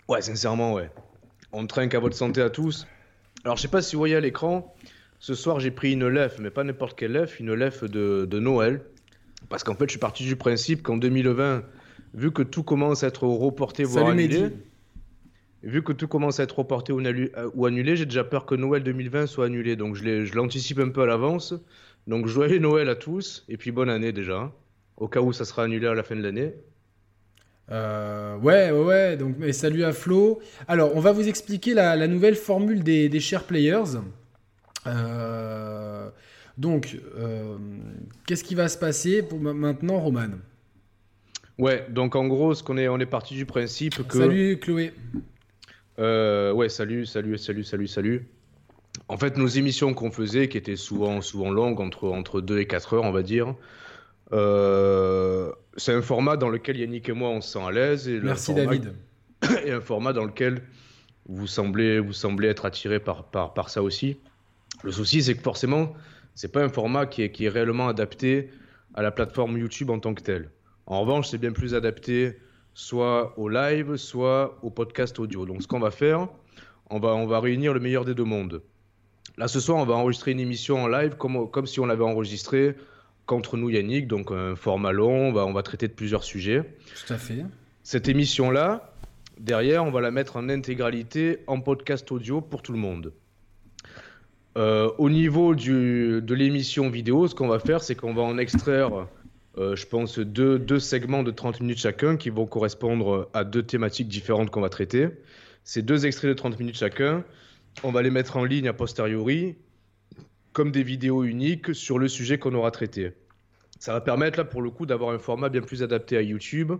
Ouais, sincèrement, ouais. On trinque à votre santé à tous. Alors, je sais pas si vous voyez à l'écran, ce soir j'ai pris une lef, mais pas n'importe quelle lef, une lef de Noël. Parce qu'en fait, je suis parti du principe qu'en 2020, vu que tout commence à être reporté, voire Salut annulé, Mehdi. vu que tout commence à être reporté ou annulé, j'ai déjà peur que Noël 2020 soit annulé. Donc, je l'anticipe un peu à l'avance. Donc, joyeux Noël à tous, et puis bonne année déjà, hein, au cas où ça sera annulé à la fin de l'année. Ouais. Donc, mais salut à Flo. Alors, on va vous expliquer la nouvelle formule des share players. Euh, donc, qu'est-ce qui va se passer pour maintenant, Roman? Ouais, donc en gros, on est parti du principe que Salut Chloé. ouais, salut. En fait, nos émissions qu'on faisait, qui étaient souvent longues, entre 2 et 4 heures, on va dire, c'est un format dans lequel Yannick et moi, on se sent à l'aise, et Merci David. et un format dans lequel vous semblez être attiré par ça aussi. Le souci, c'est que forcément, c'est pas un format qui est réellement adapté à la plateforme YouTube en tant que telle. En revanche, c'est bien plus adapté soit au live, soit au podcast audio. Donc, ce qu'on va faire, on va réunir le meilleur des deux mondes. Là, ce soir, on va enregistrer une émission en live comme si on l'avait enregistré qu'entre nous, Yannick. Donc, un format long, on va traiter de plusieurs sujets. Tout à fait. Cette émission-là, derrière, on va la mettre en intégralité en podcast audio pour tout le monde. Au niveau de l'émission vidéo, ce qu'on va faire, c'est qu'on va en extraire, je pense, deux segments de 30 minutes chacun qui vont correspondre à deux thématiques différentes qu'on va traiter. Ces deux extraits de 30 minutes chacun, on va les mettre en ligne a posteriori comme des vidéos uniques sur le sujet qu'on aura traité. Ça va permettre, là, pour le coup, d'avoir un format bien plus adapté à YouTube.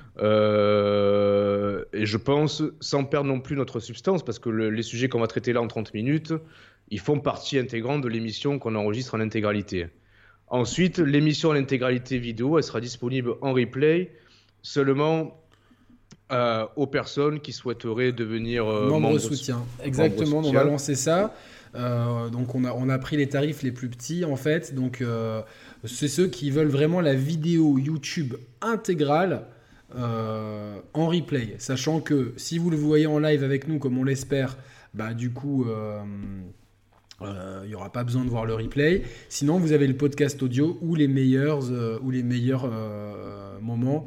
Et je pense, sans perdre non plus notre substance, parce que les sujets qu'on va traiter là en 30 minutes, ils font partie intégrante de l'émission qu'on enregistre en intégralité. Ensuite, l'émission en intégralité vidéo, elle sera disponible en replay seulement aux personnes qui souhaiteraient devenir Membre soutien. membres Exactement, on va soutien. lancer ça. Donc on a pris les tarifs les plus petits en fait. Donc c'est ceux qui veulent vraiment la vidéo YouTube intégrale en replay. Sachant que si vous le voyez en live avec nous comme on l'espère, bah du coup il n'y aura pas besoin de voir le replay. Sinon, vous avez le podcast audio ou les meilleurs moments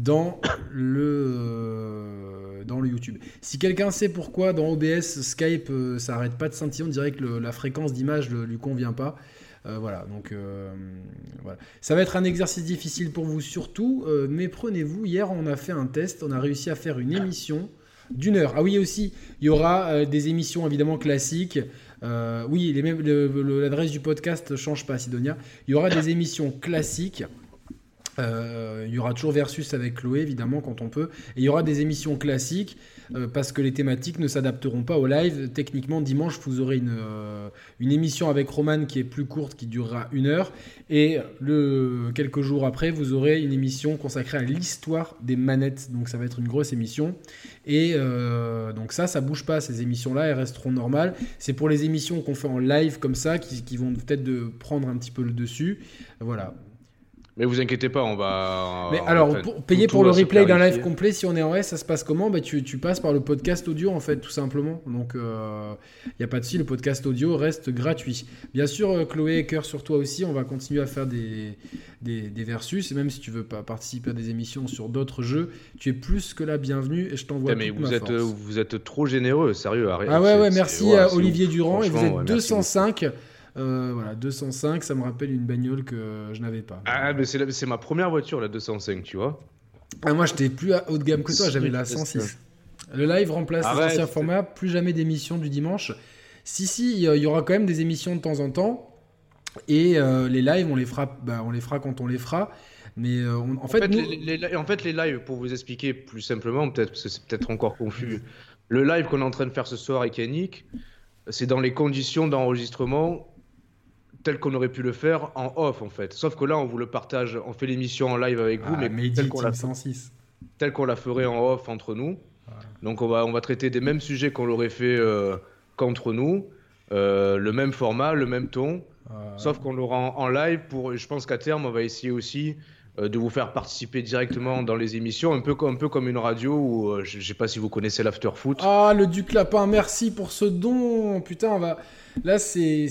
dans le YouTube. Si quelqu'un sait pourquoi dans OBS, Skype, ça n'arrête pas de scintiller, on dirait que la fréquence d'image ne lui convient pas. Voilà, donc voilà. Ça va être un exercice difficile pour vous surtout, mais prenez-vous. Hier, on a fait un test, on a réussi à faire une émission d'1 heure. Ah oui, aussi, il y aura des émissions évidemment classiques. Oui, l'adresse du podcast ne change pas, Sidonia. Il y aura des émissions classiques. Il y aura toujours Versus avec Chloé, évidemment, quand on peut. Et il y aura des émissions classiques parce que les thématiques ne s'adapteront pas au live. Techniquement, dimanche, vous aurez une émission avec Roman qui est plus courte, qui durera 1 heure. Et quelques jours après, vous aurez une émission consacrée à l'histoire des manettes. Donc ça va être une grosse émission. Et donc ça bouge pas, ces émissions-là, elles resteront normales. C'est pour les émissions qu'on fait en live comme ça, qui vont peut-être prendre un petit peu le dessus. Voilà. Mais vous inquiétez pas, Mais alors, enfin, pour tout, payer tout pour le va se replay d'un live clarifier. complet, si on est en S, ça se passe comment? Bah, tu passes par le podcast audio, en fait, tout simplement. Donc, il n'y a pas de souci, le podcast audio reste gratuit. Bien sûr, Chloé, cœur sur toi aussi, on va continuer à faire des versus. Et même si tu veux pas participer à des émissions sur d'autres jeux, tu es plus que la bienvenue et je t'envoie Putain, mais toute ma force. vous êtes trop généreux, sérieux. Ah ouais, merci Ouais, à c'est Olivier ouf. Durand. Et vous Franchement, êtes ouais, merci beaucoup. 205. Voilà, 205, ça me rappelle une bagnole que je n'avais pas. Ah, mais c'est ma première voiture, la 205, tu vois. Ah, moi, j'étais plus haut de gamme que toi, j'avais la Sinistre. 106. Le live remplace les anciens Arrête. formats, plus jamais d'émissions du dimanche. Si, il y aura quand même des émissions de temps en temps. Et les lives, on les fera quand on les fera. Mais en fait, nous. En fait, les lives, pour vous expliquer plus simplement, peut-être parce que c'est peut-être encore confus, le live qu'on est en train de faire ce soir avec Yannick, c'est dans les conditions d'enregistrement telles qu'on aurait pu le faire en off, en fait. Sauf que là, on vous le partage, on fait l'émission en live avec vous, Ah, mais telle Mehdi, qu'on Team la, 106. telle qu'on la ferait en off entre nous. Donc on va traiter des mêmes sujets qu'on l'aurait fait qu'entre nous, le même format, le même ton, Euh, sauf qu'on l'aura en live je pense qu'à terme, on va essayer aussi de vous faire participer directement dans les émissions, un peu comme une radio où, je sais pas si vous connaissez l'after-foot. Ah, le Duc Lapin, merci pour ce don. Putain, là, c'est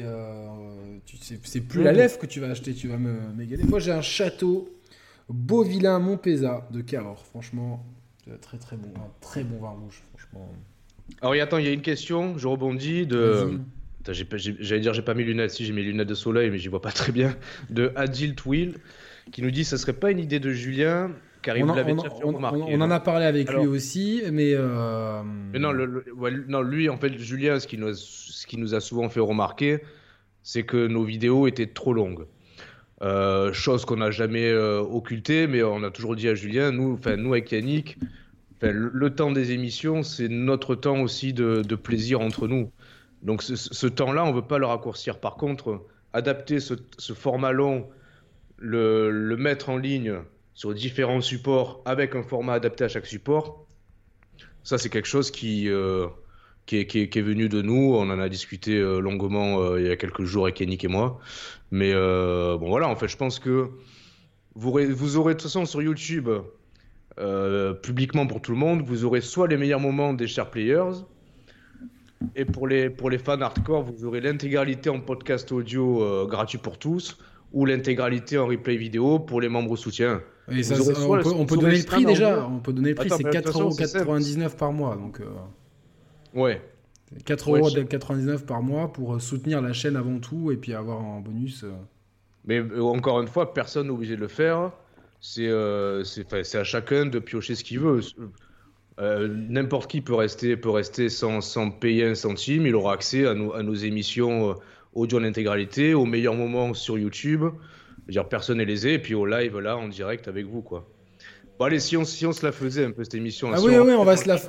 plus la lèvre que tu vas acheter, tu vas m'égaler. Moi, j'ai un château Beauvillain Montpezat de Cahors. Franchement, très très bon. Un très bon vin rouge, franchement. Alors, attends, il y a une question, je rebondis Vas-y. Attends, j'allais dire, j'ai pas mes lunettes. Si, j'ai mes lunettes de soleil, mais j'y vois pas très bien. De Adil Twill, qui nous dit ça serait pas une idée de Julien, car il vous l'avait déjà fait remarquer. On en a parlé avec lui aussi, mais. Mais non, non, lui, en fait, Julien, ce qui nous a souvent fait remarquer, c'est que nos vidéos étaient trop longues. Chose qu'on n'a jamais occultée, mais on a toujours dit à Julien, nous avec Yannick, le temps des émissions, c'est notre temps aussi de plaisir entre nous. Donc ce temps-là, on ne veut pas le raccourcir. Par contre, adapter ce format long, le mettre en ligne sur différents supports avec un format adapté à chaque support, ça c'est quelque chose qui est venu de nous. On en a discuté longuement il y a quelques jours avec Yannick et moi. Mais bon voilà, en fait, je pense que vous aurez de toute façon sur YouTube, publiquement pour tout le monde, vous aurez soit les meilleurs moments des Share Players, et pour les fans hardcore, vous aurez l'intégralité en podcast audio gratuit pour tous, ou l'intégralité en replay vidéo pour les membres soutien. Et ça, on peut donner le prix déjà. On peut donner le prix, c'est 4,99€ par mois. Donc, ouais. 4,99€ par mois pour soutenir la chaîne avant tout et puis avoir en bonus. Mais encore une fois, personne n'est obligé de le faire. C'est à chacun de piocher ce qu'il veut. N'importe qui peut rester sans payer un centime. Il aura accès à nos émissions audio en intégralité, aux meilleurs moments sur YouTube. Je veux dire, personne n'est lésé. Et puis au live, là, en direct avec vous, quoi. Bon, allez, si on se la faisait un peu cette émission. Ah oui, on va se la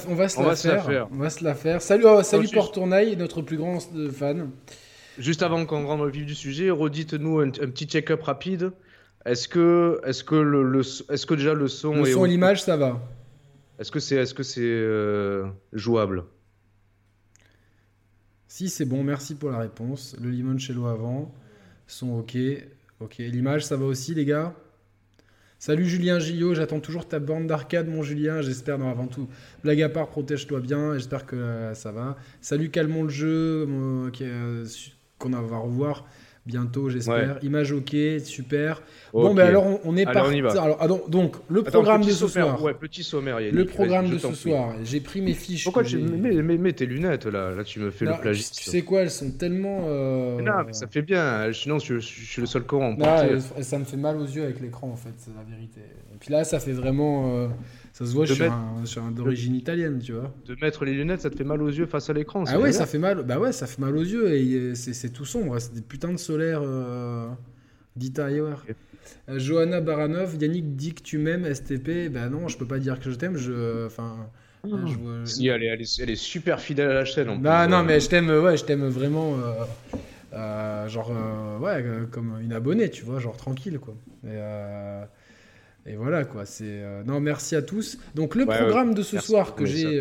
faire. Salut Portournaille, notre plus grand fan. Juste avant qu'on rentre dans le vif du sujet, redites-nous un petit check-up rapide. Est-ce que déjà le son le son et l'image, ça va? Est-ce que c'est jouable? Si, c'est bon, merci pour la réponse. Le limoncello avant, son ok. L'image, ça va aussi, les gars? Salut Julien Gillot, j'attends toujours ta bande d'arcade, mon Julien. J'espère, non, avant tout, blague à part, protège-toi bien. J'espère que ça va. Salut Calmons le jeu, qu'on va revoir bientôt, j'espère. Ouais. Image ok, super. Bon, mais alors on est parti. Donc, le programme de ce soir. Ouais, petit sommaire, Yannick. Le programme de ce soir. J'ai pris mes fiches. Pourquoi mets tes lunettes là tu me fais le plagiat. Tu sais quoi, elles sont tellement. Non, mais ça fait bien. Sinon, je suis le seul con. Ça me fait mal aux yeux avec l'écran, en fait, c'est la vérité. Et puis là, ça fait vraiment. Ça se voit sur un d'origine italienne, tu vois. De mettre les lunettes, ça te fait mal aux yeux face à l'écran. Ah ouais, ça fait mal. Bah ouais, ça fait mal aux yeux et c'est tout sombre. C'est des putains de solaire d'Italie. Okay. Johanna Baranov, Yannick dit que tu m'aimes, STP. Bah non, je peux pas dire que je t'aime. Si, elle est super fidèle à la chaîne. Non, mais je t'aime vraiment. Comme une abonnée, tu vois, genre tranquille, quoi. Et voilà, quoi. Non, merci à tous. Donc, le programme de ce soir que j'ai.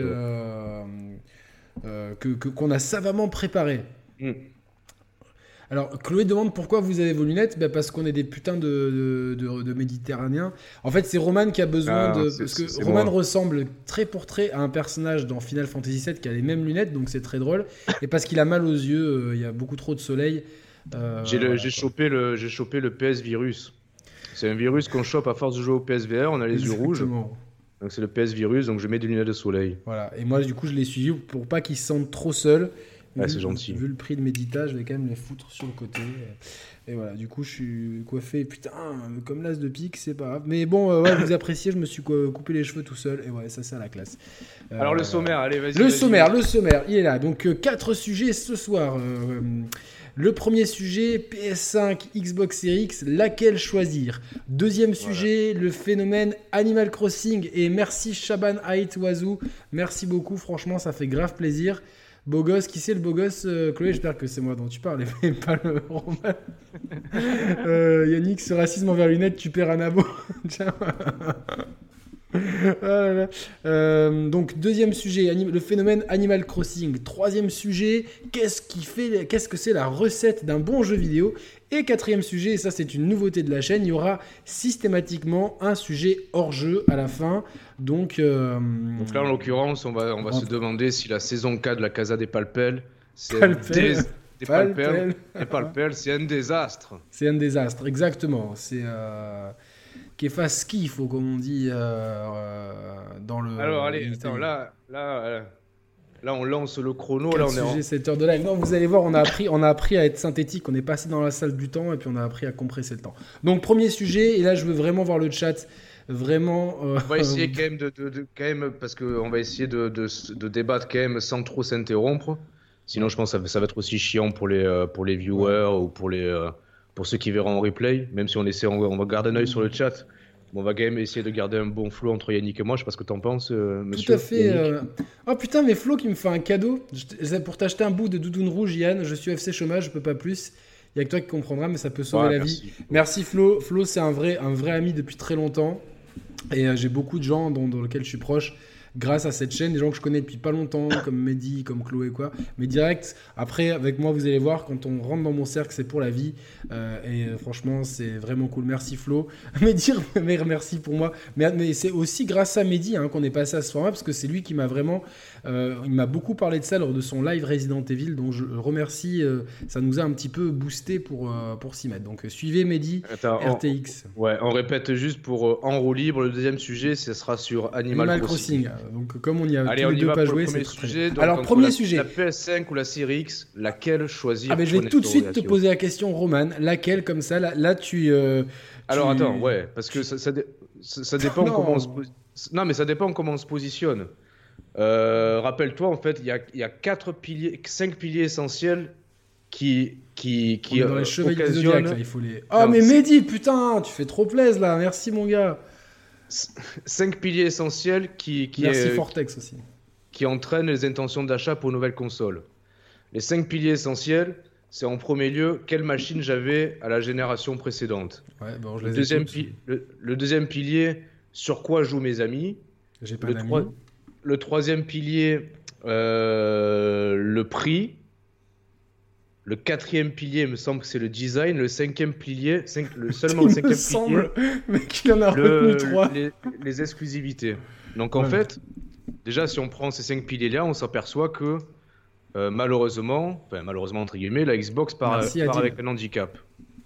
Qu'on a savamment préparé. Alors, Chloé demande pourquoi vous avez vos lunettes. Parce qu'on est des putains de Méditerranéens. En fait, c'est Roman qui a besoin parce que Roman ressemble trait pour trait à un personnage dans Final Fantasy VII qui a les mêmes lunettes, donc c'est très drôle. Et parce qu'il a mal aux yeux, il y a beaucoup trop de soleil. J'ai chopé le PS virus. C'est un virus qu'on chope à force de jouer au PSVR, on a les yeux rouges. Donc c'est le PS virus, donc je mets des lunettes de soleil. Voilà, et moi du coup je les suis pour pas qu'ils se sentent trop seuls. C'est gentil. Vu le prix de Medita, je vais quand même les foutre sur le côté. Et voilà, du coup je suis coiffé, putain, comme l'as de pique, c'est pas grave. Mais bon, vous appréciez, je me suis coupé les cheveux tout seul, et ouais, ça c'est à la classe. Alors le sommaire, allez, vas-y. Le sommaire, il est là. Donc 4 sujets ce soir. Le premier sujet, PS5, Xbox Series X, laquelle choisir? Deuxième sujet, le phénomène Animal Crossing. Et merci Shaban Haït Oazou. Merci beaucoup, franchement, ça fait grave plaisir. Beau gosse, qui c'est le beau gosse? Chloé, j'espère que c'est moi dont tu parles, mais pas le Roman. Yannick, ce racisme envers lunettes, tu perds un abo. Tiens. Donc deuxième sujet, le phénomène Animal Crossing. Troisième sujet, qu'est-ce que c'est la recette d'un bon jeu vidéo? Et quatrième sujet, et ça c'est une nouveauté de la chaîne, il y aura systématiquement un sujet hors jeu à la fin. Donc là, en l'occurrence, on va se demander si la saison 4 de la Casa des Palpels, c'est c'est un désastre. C'est un désastre, exactement. C'est qui fasse schifo, comme on dit dans le. Alors allez, attends, là, on lance le chrono. Là, on est sujet, 7 heures de live. Non, vous allez voir, on a appris à être synthétique. On est passé dans la salle du temps et puis on a appris à compresser le temps. Donc premier sujet, et là je veux vraiment voir le chat. Vraiment. On va essayer quand même parce qu'on va essayer de débattre quand même sans trop s'interrompre. Sinon, je pense que ça va être aussi chiant pour les viewers ou pour ceux qui verront en replay. Même si on va garder un œil sur le chat. On va quand même essayer de garder un bon flow entre Yannick et moi. Je sais pas ce que t'en penses, monsieur. Tout à fait. Oh putain, mais Flo qui me fait un cadeau. Pour t'acheter un bout de doudoune rouge, Yann. Je suis FC chômage, je peux pas plus. Il y a que toi qui comprendras, mais ça peut sauver la vie. Merci Flo. Flo, c'est un vrai ami depuis très longtemps. Et j'ai beaucoup de gens dans lesquels je suis proche grâce à cette chaîne, des gens que je connais depuis pas longtemps, comme Mehdi, comme Chloé, quoi. Mais direct, après, avec moi, vous allez voir, quand on rentre dans mon cercle, c'est pour la vie. Et franchement, c'est vraiment cool. Merci Flo. Mehdi, merci pour moi. Mais c'est aussi grâce à Mehdi qu'on est passé à ce format, parce que c'est lui qui m'a vraiment... il m'a beaucoup parlé de ça lors de son live Resident Evil, donc je remercie. Ça nous a un petit peu boosté pour s'y mettre. Donc suivez Mehdi, RTX. On répète juste pour En roue libre, le deuxième sujet, ce sera sur Animal Crossing. Donc comme on y a tous les deux pas joué, c'est sujet. Donc, alors premier sujet. La PS5 ou la Series X, laquelle choisir? Je vais tout de suite te poser la question, Roman. Laquelle comme ça? Là tu. Alors attends, parce que ça dépend comment on se positionne. Non, mais ça dépend comment on se positionne. Rappelle-toi, en fait, il y a 5 piliers essentiels qui on est dans les chevaliers du Zodiac, là, il faut les... mais Mehdi, putain, tu fais trop plaisir là, merci mon gars. 5 piliers essentiels merci Fortex aussi. Qui entraînent les intentions d'achat pour une nouvelle console. Les 5 piliers essentiels, c'est en premier lieu quelle machine j'avais à la génération précédente. Le deuxième pilier, sur quoi jouent mes amis. J'ai pas d'amis. Le troisième pilier, le prix. Le quatrième pilier, il me semble que c'est le design. Le cinquième pilier, seulement le cinquième pilier, mais qu'il en a retenu 3. Les exclusivités. Donc en fait, déjà si on prend ces 5 piliers-là, on s'aperçoit que malheureusement entre guillemets, la Xbox part avec un handicap.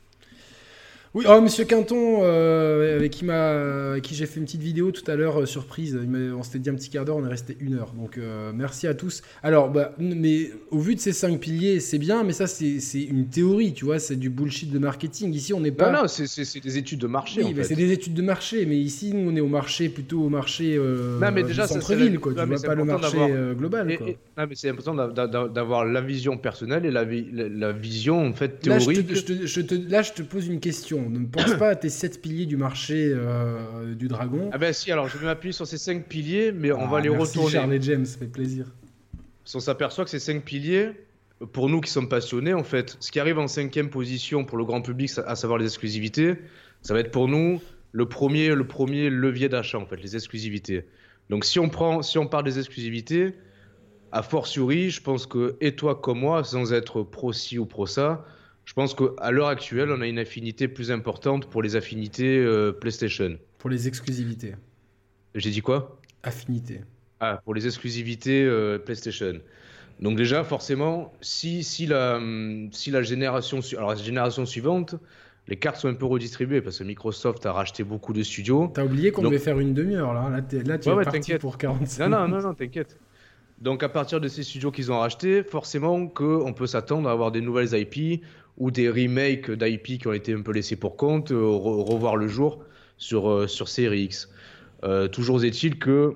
Oui, Monsieur Quinton, avec qui j'ai fait une petite vidéo tout à l'heure, surprise. On s'était dit un petit quart d'heure, on est resté 1 heure. Donc, merci à tous. Alors, mais au vu de ces 5 piliers, c'est bien, mais ça, c'est une théorie, tu vois, c'est du bullshit de marketing. Ici, on n'est pas... Non, c'est des études de marché, oui, c'est des études de marché, mais ici, nous, on est plutôt au marché du centre-ville, quoi. Tu vois pas le marché global, quoi. Non, mais c'est important d'avoir la vision personnelle et la vision, en fait, théorique. Là, je te pose une question. Ne pense pas à tes 7 piliers du marché du dragon. Si, alors je vais m'appuyer sur ces 5 piliers, mais on va les retourner. Charles James, ça fait plaisir. On s'aperçoit que ces 5 piliers, pour nous qui sommes passionnés, en fait, ce qui arrive en 5e position pour le grand public, à savoir les exclusivités, ça va être pour nous le premier levier d'achat, en fait, les exclusivités. Donc si on parle des exclusivités, a fortiori, je pense que, et toi comme moi, sans être pro-ci ou pro-ça, je pense qu'à l'heure actuelle, on a une affinité plus importante pour les affinités PlayStation. Pour les exclusivités. J'ai dit quoi? Affinité. Pour les exclusivités PlayStation. Donc déjà, forcément, si la génération suivante, les cartes sont un peu redistribuées parce que Microsoft a racheté beaucoup de studios. T'as oublié qu'on devait faire une demi-heure là. Là, tu es parti pour 45 minutes. Non, t'inquiète. Donc à partir de ces studios qu'ils ont rachetés, forcément qu'on peut s'attendre à avoir des nouvelles IP ou des remakes d'IP qui ont été un peu laissés pour compte, revoir le jour sur Series X. Toujours est-il que,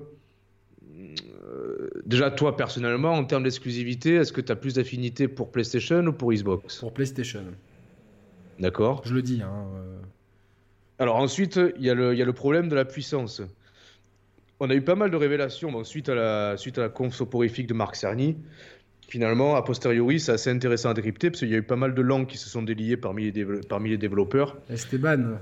déjà toi personnellement, en termes d'exclusivité, est-ce que tu as plus d'affinité pour PlayStation ou pour Xbox? Pour PlayStation. D'accord. Je le dis. Alors ensuite, il y a le problème de la puissance. On a eu pas mal de révélations suite à la conf soporifique de Marc Cerny. Finalement, a posteriori, c'est assez intéressant à décrypter parce qu'il y a eu pas mal de langues qui se sont déliées parmi les développeurs. Esteban.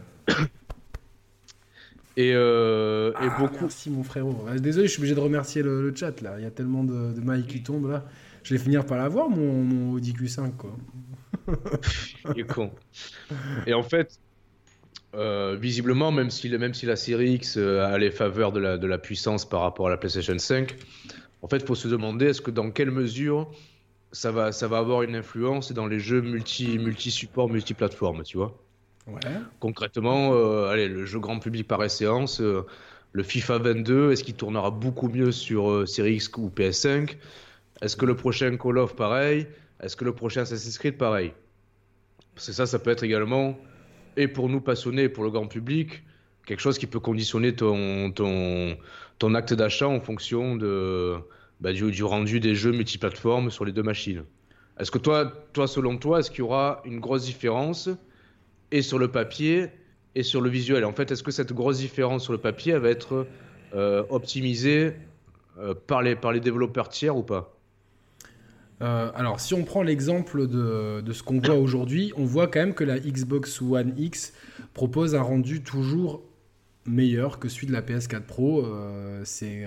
Et beaucoup. Merci mon frérot. Désolé, je suis obligé de remercier le chat là. Il y a tellement de mailles qui tombent là. Je vais finir par l'avoir, mon Audi Q5, quoi. Il est con. Et en fait, visiblement, même si la série X a les faveurs de la puissance par rapport à la PlayStation 5, en fait, il faut se demander est-ce que dans quelle mesure ça va avoir une influence dans les jeux multi-support, multi-plateforme, tu vois. Ouais. Concrètement, allez, le jeu grand public par essence, le FIFA 22, est-ce qu'il tournera beaucoup mieux sur Series X ou PS5? Est-ce que le prochain Call of pareil? Est-ce que le prochain Assassin's Creed pareil? Parce que ça peut être également, et pour nous passionnés, et pour le grand public, quelque chose qui peut conditionner ton acte d'achat en fonction du rendu des jeux multiplateformes sur les deux machines. Est-ce que selon toi, est-ce qu'il y aura une grosse différence et sur le papier et sur le visuel? En fait, est-ce que cette grosse différence sur le papier elle va être optimisée par les développeurs tiers ou pas? Alors, si on prend l'exemple de ce qu'on voit aujourd'hui, on voit quand même que la Xbox One X propose un rendu toujours meilleur que celui de la PS4 Pro. C'est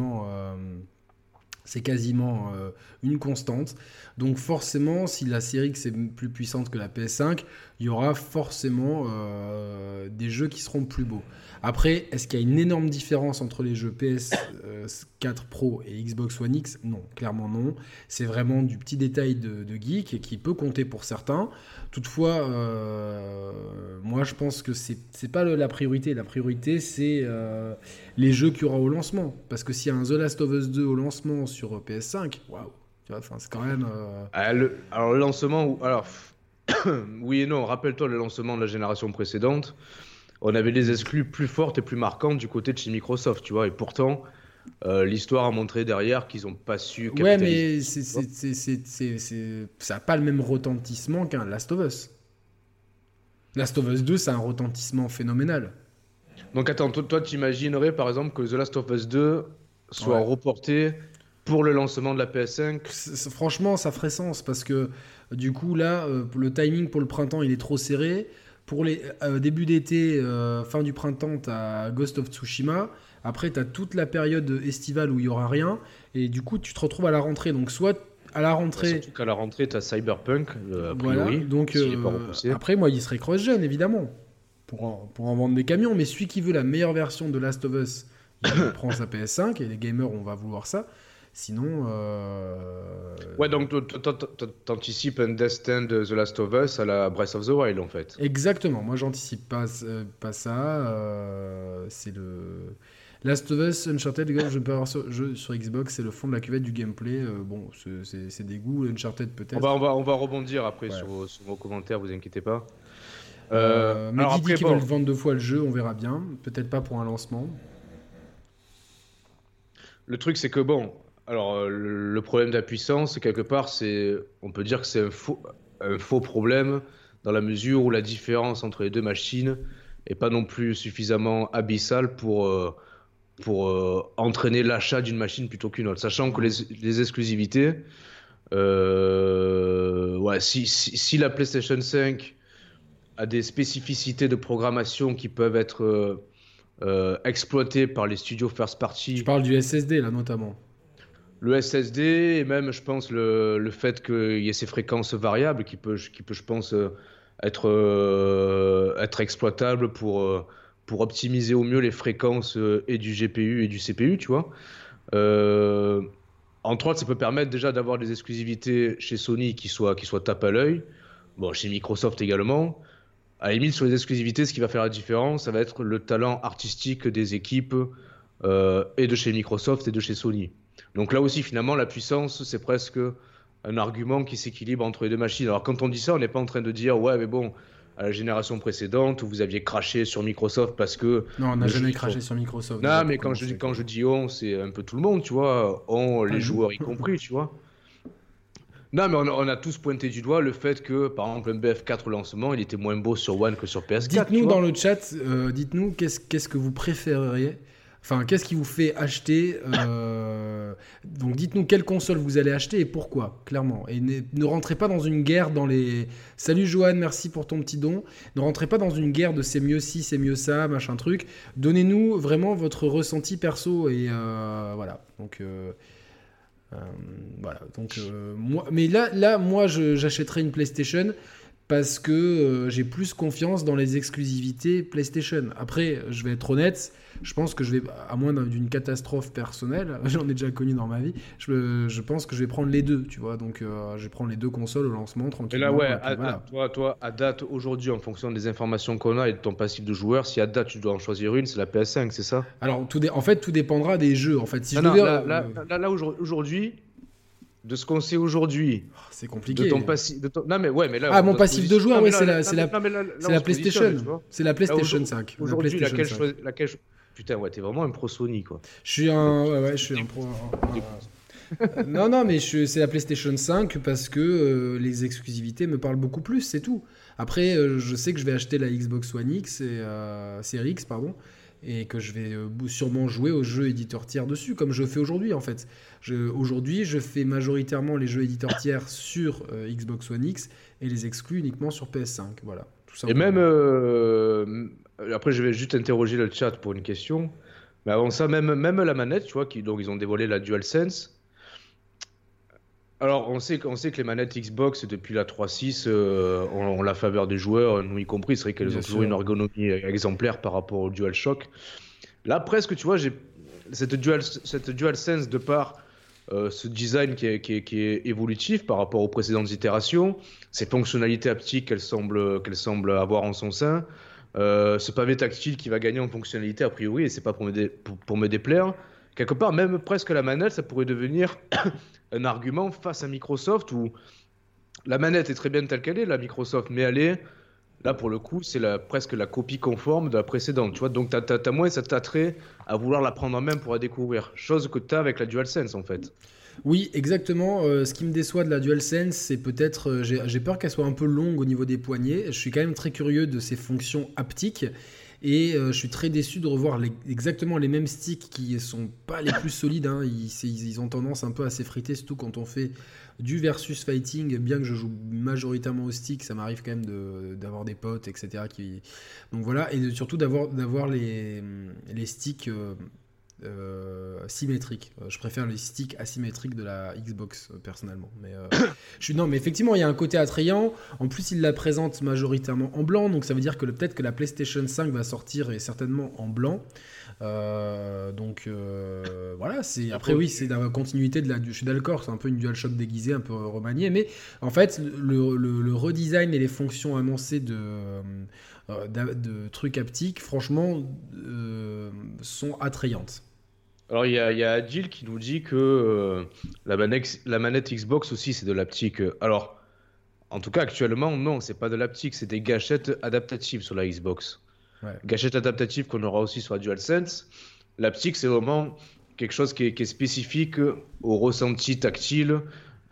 quasiment une constante. Donc forcément, si la série X est plus puissante que la PS5, il y aura forcément des jeux qui seront plus beaux. Après, est-ce qu'il y a une énorme différence entre les jeux PS4 Pro et Xbox One X? Non, clairement non. C'est vraiment du petit détail de geek et qui peut compter pour certains. Toutefois, moi je pense que c'est pas la priorité. La priorité, c'est les jeux qu'il y aura au lancement. Parce que s'il y a un The Last of Us 2 au lancement sur PS5, waouh, tu vois, c'est quand même. Alors le lancement, oui et non. Rappelle-toi le lancement de la génération précédente. On avait des exclus plus fortes et plus marquantes du côté de chez Microsoft, tu vois. Et pourtant, l'histoire a montré derrière qu'ils n'ont pas su capitaliser. Ouais, mais ça n'a pas le même retentissement qu'un Last of Us. Last of Us 2, c'est un retentissement phénoménal. Donc attends, toi tu imaginerais par exemple que The Last of Us 2 soit reporté pour le lancement de la PS5? Franchement, ça ferait sens parce que du coup, là, le timing pour le printemps, il est trop serré. Pour les début d'été, fin du printemps, tu as Ghost of Tsushima. Après, tu as toute la période estivale où il n'y aura rien. Et du coup, tu te retrouves à la rentrée. Donc, soit à la rentrée. Surtout qu'à la rentrée, tu as Cyberpunk, a priori. Voilà. Donc, après, moi, il serait cross-gen, évidemment, pour en vendre des camions. Mais celui qui veut la meilleure version de Last of Us, il prend sa PS5. Et les gamers, on va vouloir ça. Sinon. Ouais, donc t'anticipes un destin de The Last of Us à la Breath of the Wild en fait. Exactement, moi j'anticipe pas ça. C'est le. Last of Us, Uncharted, je ne peux avoir jeu sur Xbox, c'est le fond de la cuvette du gameplay. Bon, c'est des goûts, Uncharted peut-être. On va rebondir après sur vos commentaires, vous inquiétez pas. Mais qui dit qu'ils veulent vendre 2 fois le jeu, on verra bien. Peut-être pas pour un lancement. Le truc c'est que bon. Alors, le problème de la puissance, quelque part, on peut dire que c'est un faux problème dans la mesure où la différence entre les deux machines n'est pas non plus suffisamment abyssale pour entraîner l'achat d'une machine plutôt qu'une autre. Sachant que les exclusivités, si la PlayStation 5 a des spécificités de programmation qui peuvent être exploitées par les studios first party. Tu parles du SSD là notamment. Le SSD et même, je pense, le fait qu'il y ait ces fréquences variables qui peut je pense, être exploitable pour optimiser au mieux les fréquences et du GPU et du CPU, tu vois. Entre autres, ça peut permettre déjà d'avoir des exclusivités chez Sony qui soient tape à l'œil. Bon, chez Microsoft également. À la limite, sur les exclusivités, ce qui va faire la différence, ça va être le talent artistique des équipes et de chez Microsoft et de chez Sony. Donc là aussi, finalement, la puissance, c'est presque un argument qui s'équilibre entre les deux machines. Alors quand on dit ça, on n'est pas en train de dire « Ouais, mais bon, à la génération précédente, vous aviez craché sur Microsoft parce que... » Non, on n'a jamais craché sur Microsoft. Non, mais quand je dis « on », c'est un peu tout le monde, tu vois. On, les joueurs y compris, tu vois. Non, mais on a tous pointé du doigt le fait que, par exemple, un BF4 lancement, il était moins beau sur One que sur PS4. Dites-nous dans le chat, dites-nous qu'est-ce que vous préféreriez. Enfin, qu'est-ce qui vous fait acheter Donc, dites-nous quelle console vous allez acheter et pourquoi, clairement. Et ne rentrez pas dans une guerre dans les... Salut Johan, merci pour ton petit don. Ne rentrez pas dans une guerre de c'est mieux ci, c'est mieux ça, machin truc. Donnez-nous vraiment votre ressenti perso et voilà. Donc, Voilà. Donc, mais là, moi, j'achèterais une PlayStation parce que j'ai plus confiance dans les exclusivités PlayStation. Après, je vais être honnête, je pense que je vais, à moins d'une catastrophe personnelle, j'en ai déjà connu dans ma vie, je pense que je vais prendre les deux, tu vois. Donc, je vais prendre les deux consoles au lancement Et tranquillement. là, ouais, Et puis voilà. toi, à date, aujourd'hui, en fonction des informations qu'on a et de ton passif de joueur, si à date tu dois en choisir une, c'est la PS5, c'est ça? Alors, en fait, tout dépendra des jeux. En fait, si je Non, devais, là, aujourd'hui, de ce qu'on sait aujourd'hui, c'est de compliqué. ton passif. Non, mais ouais, mais là, Ah, on mon doit se passif de positionner. joueur, Non, mais ouais, là, là, c'est non, mais là, c'est on la se positionne, tu PlayStation. vois. C'est la Là, PlayStation 5. La aujourd'hui, PlayStation 5. Putain, ouais, t'es vraiment un pro Sony, quoi. Je suis un. Ouais, ouais, je suis un pro. Non, non, mais c'est la PlayStation 5 parce que les exclusivités me parlent beaucoup plus, c'est tout. Après, je sais que je vais acheter la Xbox One X et Series X, pardon, et que je vais sûrement jouer aux jeux éditeurs tiers dessus, comme je fais aujourd'hui en fait. Aujourd'hui, je fais majoritairement les jeux éditeurs tiers sur Xbox One X et les exclus uniquement sur PS5. Voilà, tout Et simplement. même, après, je vais juste interroger le chat pour une question. Mais avant ça, même la manette, tu vois, donc ils ont dévoilé la DualSense. Alors, on sait que les manettes Xbox, depuis la 3.6, ont la faveur des joueurs, nous y compris. C'est vrai qu'elles Bien ont toujours sûr. une ergonomie exemplaire par rapport au DualShock. Là, presque, tu vois, j'ai cette DualSense de par ce design qui est évolutif par rapport aux précédentes itérations, ces fonctionnalités haptiques qu'elle semble avoir en son sein, ce pavé tactile qui va gagner en fonctionnalité a priori, et c'est pas pour me déplaire. Quelque part, même presque la manette, ça pourrait devenir un argument face à Microsoft où la manette est très bien telle qu'elle est, la Microsoft, mais elle est, là pour le coup, c'est presque la copie conforme de la précédente, tu vois. Donc t'as moins cet attrait à vouloir la prendre en main pour la découvrir, chose que t'as avec la DualSense en fait. Oui, exactement. Ce qui me déçoit de la DualSense, c'est peut-être. J'ai peur qu'elle soit un peu longue au niveau des poignets. Je suis quand même très curieux de ses fonctions haptiques. Et je suis très déçu de revoir exactement les mêmes sticks qui sont pas les plus solides. Hein. Ils ont tendance un peu à s'effriter, surtout quand on fait du versus fighting. Bien que je joue majoritairement au stick, ça m'arrive quand même d'avoir des potes, etc. Donc voilà, et surtout d'avoir les sticks symétriques. Je préfère les sticks asymétriques de la Xbox personnellement. Mais non, mais effectivement, il y a un côté attrayant. En plus, il la présente majoritairement en blanc, donc ça veut dire que peut-être que la PlayStation 5 va sortir et certainement en blanc. Donc voilà, après oui, c'est la continuité je suis d'accord, c'est un peu une DualShock déguisée, un peu remaniée, mais en fait le redesign et les fonctions annoncées de trucs haptiques, franchement, sont attrayantes. Alors il y a Adil qui nous dit que la manette Xbox aussi c'est de l'haptique. Alors en tout cas actuellement non, c'est pas de l'haptique, c'est des gâchettes adaptatives sur la Xbox. Ouais. Gâchettes adaptatives qu'on aura aussi sur la DualSense. L'haptique c'est vraiment quelque chose qui est spécifique au ressenti tactile,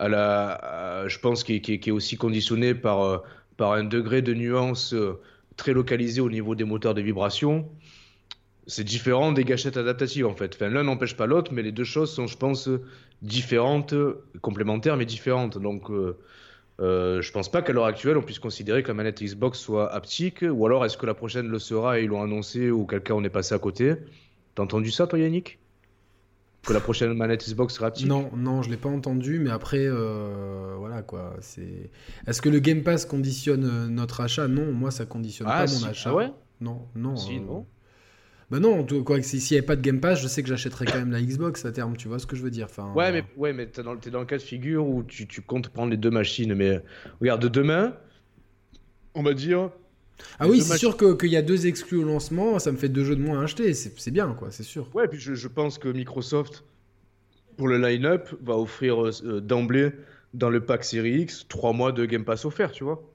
je pense qui est aussi conditionné par un degré de nuance très localisé au niveau des moteurs de vibration. C'est différent des gâchettes adaptatives en fait. Enfin, l'un n'empêche pas l'autre, mais les deux choses sont, je pense, différentes, complémentaires mais différentes. Donc, je pense pas qu'à l'heure actuelle on puisse considérer que la manette Xbox soit haptique, ou alors est-ce que la prochaine le sera et ils l'ont annoncé, ou quelqu'un on est passé à côté. T'as entendu ça, toi, Yannick? Que la prochaine manette Xbox sera haptique? Non, non, je l'ai pas entendu, mais après, voilà quoi. Est-ce que le Game Pass conditionne notre achat? Non, moi ça conditionne Ah pas mon si, ah achat. ouais? Non, non. Si, non? Bah non, quoi, s'il n'y avait pas de Game Pass, je sais que j'achèterais quand même la Xbox à terme, tu vois ce que je veux dire. Enfin, Ouais, mais t'es dans le cas de figure où tu comptes prendre les deux machines. Mais regarde, demain, on va dire. Ah Les oui, deux c'est machines. sûr qu'il y a deux exclus au lancement, ça me fait deux jeux de moins à acheter, c'est bien quoi, c'est sûr. Ouais, puis je pense que Microsoft, pour le line-up, va offrir d'emblée dans le pack Series X 3 mois de Game Pass offert, tu vois.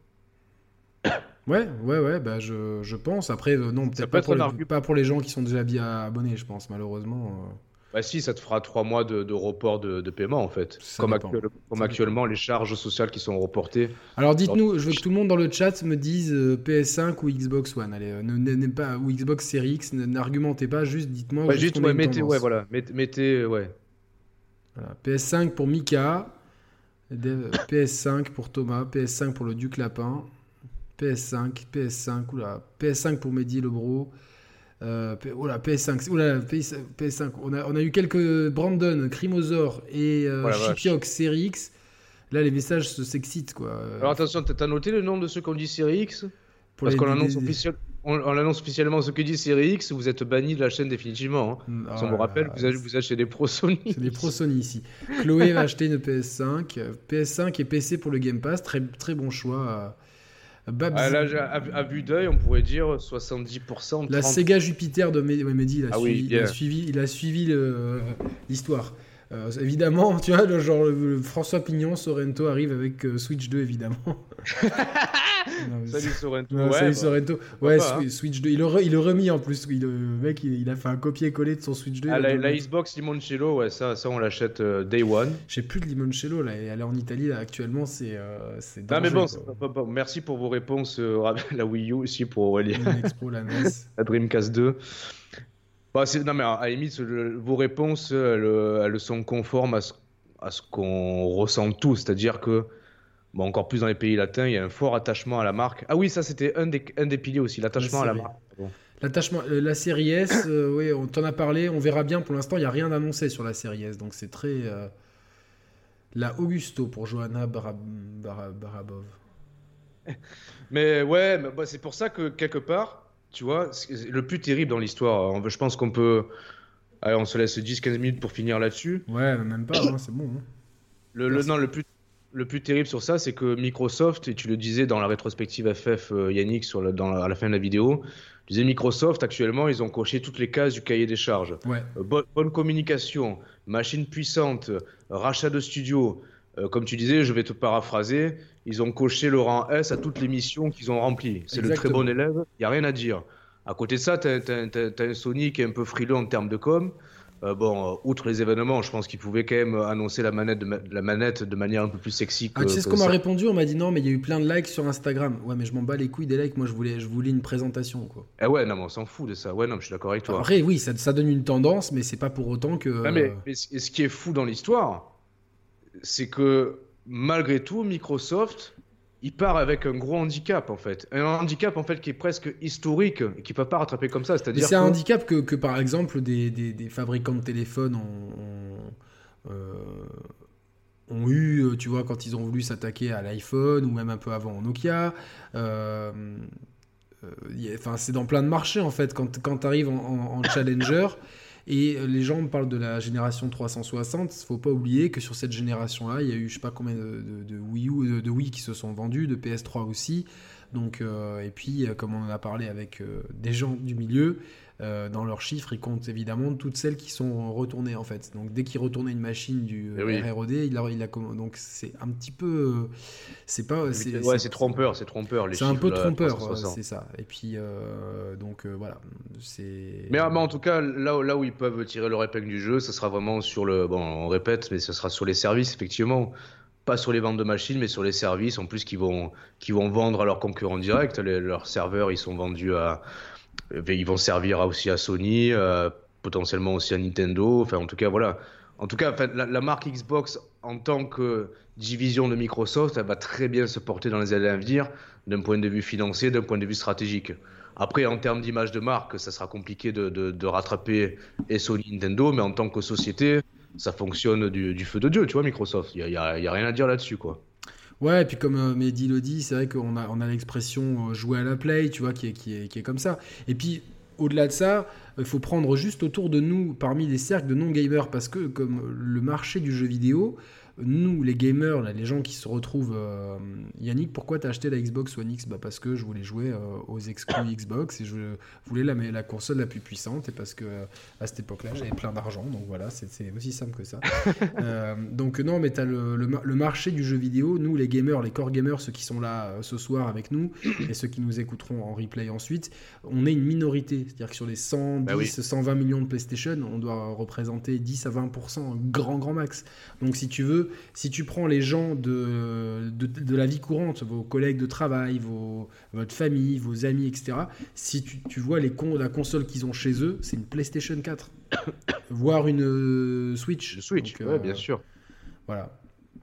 Ouais, bah je pense. Après, non, Ça peut-être peut pas être un argument. pas pour les gens qui sont déjà bien abonnés, je pense, malheureusement. Bah si, ça te fera 3 mois de report de paiement en fait. Ça dépend. Comme Ça dépend. actuellement les charges sociales qui sont reportées. Alors Alors, dites-nous, je veux que tout le monde dans le chat me dise PS5 ou Xbox One. Allez, n'aimez pas ou Xbox Series X, n'argumentez pas, juste dites-moi ouais, juste juste, qu'on ait ouais, une tendance. voilà, ouais. Voilà. PS5 pour Mika, PS5 pour Thomas, PS5 pour le Duc Lapin, PS5, oula, PS5 pour Mehdi le bro, PS5. PS5. On a eu quelques Brandon, Crimosaur et Chipiox Série X. Là, les messages s'excitent, quoi. Alors attention, t'as noté le nom de ceux qu'on dit Série X? Parce qu'on l'annonce officiellement ce que dit Série X, vous êtes banni de la chaîne définitivement. Hein. On me rappelle, vous êtes chez des pros Sony. C'est des pros Sony ici. Chloé va acheter une PS5. PS5 et PC pour le Game Pass. Très, très bon choix. Là, à vue d'œil, on pourrait dire 70%. La Sega Jupiter de Mehdi, il a suivi l'histoire. Évidemment, tu vois, le François Pignon, Sorrento arrive avec Switch 2, évidemment. Salut Sorrento. Salut Sorrento. Switch 2. Il le remis en plus. Le mec, il a fait un copier-coller de son Switch 2. La Xbox Limoncello, ça on l'achète Day One. J'ai plus de Limoncello, là. Elle est en Italie, là, actuellement, c'est non, mais bon, merci pour vos réponses. La Wii U aussi pour Aurélien. La NES. La Dreamcast 2. Non, mais à la limite, vos réponses, elles sont conformes à ce qu'on ressent tous. C'est-à-dire que, encore plus dans les pays latins, il y a un fort attachement à la marque. Ah oui, ça, c'était un des piliers aussi, l'attachement à la marque. Bon. L'attachement, la série S, oui, on t'en a parlé, on verra bien. Pour l'instant, il n'y a rien d'annoncé sur la série S. Donc, c'est très... La Augusto pour Johanna Barabov. Mais ouais, c'est pour ça que, quelque part... Tu vois, le plus terrible dans l'histoire, je pense qu'on peut... Allez, on se laisse 10-15 minutes pour finir là-dessus. Ouais, même pas, c'est bon. Hein. Le plus terrible sur ça, c'est que Microsoft, et tu le disais dans la rétrospective FF, Yannick, à la fin de la vidéo, tu disais Microsoft, actuellement, ils ont coché toutes les cases du cahier des charges. Ouais. Bonne communication, machine puissante, rachat de studio. Comme tu disais, je vais te paraphraser, ils ont coché le rang S à toutes les missions qu'ils ont remplies. C'est le très bon élève, il n'y a rien à dire. À côté de ça, tu as un Sony qui est un peu frileux en termes de com. Outre les événements, je pense qu'ils pouvaient quand même annoncer la manette de manière un peu plus sexy. Tu sais ce qu'on m'a répondu? On m'a dit non, mais il y a eu plein de likes sur Instagram. Ouais, mais je m'en bats les couilles des likes. Moi, je voulais une présentation, quoi. Ah ouais, non, mais on s'en fout de ça. Ouais, non, je suis d'accord avec toi. Après, oui, ça donne une tendance, mais c'est pas pour autant que. Mais ce qui est fou dans l'histoire, c'est que malgré tout, Microsoft, il part avec un gros handicap en fait. Un handicap en fait qui est presque historique et qui ne peut pas rattraper comme ça. C'est-à-dire un handicap que par exemple des fabricants de téléphones ont eu, tu vois, quand ils ont voulu s'attaquer à l'iPhone ou même un peu avant au Nokia. C'est dans plein de marchés en fait. Quand tu arrives en challenger. Et les gens parlent de la génération 360. Il ne faut pas oublier que sur cette génération-là, il y a eu je ne sais pas combien de Wii U, de Wii qui se sont vendus, de PS3 aussi. Donc, et puis, comme on en a parlé avec des gens du milieu, dans leurs chiffres, ils comptent évidemment toutes celles qui sont retournées en fait. Donc, dès qu'ils retournaient une machine du RROD, donc c'est un petit peu, c'est trompeur. C'est un peu trompeur, c'est ça. Et puis, voilà, c'est. Mais en tout cas, là où ils peuvent tirer leur épingle du jeu, ça sera vraiment sur on répète, mais ce sera sur les services effectivement. Pas sur les ventes de machines, mais sur les services, en plus, qui vont vendre à leurs concurrents directs. Leurs serveurs, ils sont vendus ils vont servir aussi à Sony, potentiellement aussi à Nintendo. Enfin, en tout cas, voilà. En tout cas, la marque Xbox, en tant que division de Microsoft, elle va très bien se porter dans les années à venir, d'un point de vue financier, d'un point de vue stratégique. Après, en termes d'image de marque, ça sera compliqué de rattraper et Sony, Nintendo, mais en tant que société, ça fonctionne du feu de Dieu, tu vois, Microsoft. Il y a rien à dire là-dessus, quoi. Ouais, et puis comme Mehdi le dit, c'est vrai qu'on a l'expression jouer à la play, tu vois, qui est comme ça. Et puis, au-delà de ça, il faut prendre juste autour de nous, parmi les cercles de non-gamers, parce que comme le marché du jeu vidéo, nous, les gamers, là, les gens qui se retrouvent... Yannick, pourquoi t'as acheté la Xbox One X? Parce que je voulais jouer aux exclus Xbox et je voulais la console la plus puissante et parce que à cette époque-là, j'avais plein d'argent. Donc voilà, c'est aussi simple que ça. Donc non, mais t'as le marché du jeu vidéo. Nous, les gamers, les core gamers, ceux qui sont là ce soir avec nous et ceux qui nous écouteront en replay ensuite, on est une minorité. C'est-à-dire que sur les 110, 120 millions de PlayStation, on doit représenter 10 à 20%, grand max. Donc si tu veux, si tu prends les gens de la vie courante, vos collègues de travail, votre famille, vos amis, etc., si tu vois la console qu'ils ont chez eux, c'est une PlayStation 4, voire une Switch. Switch, ouais, bien sûr. Voilà.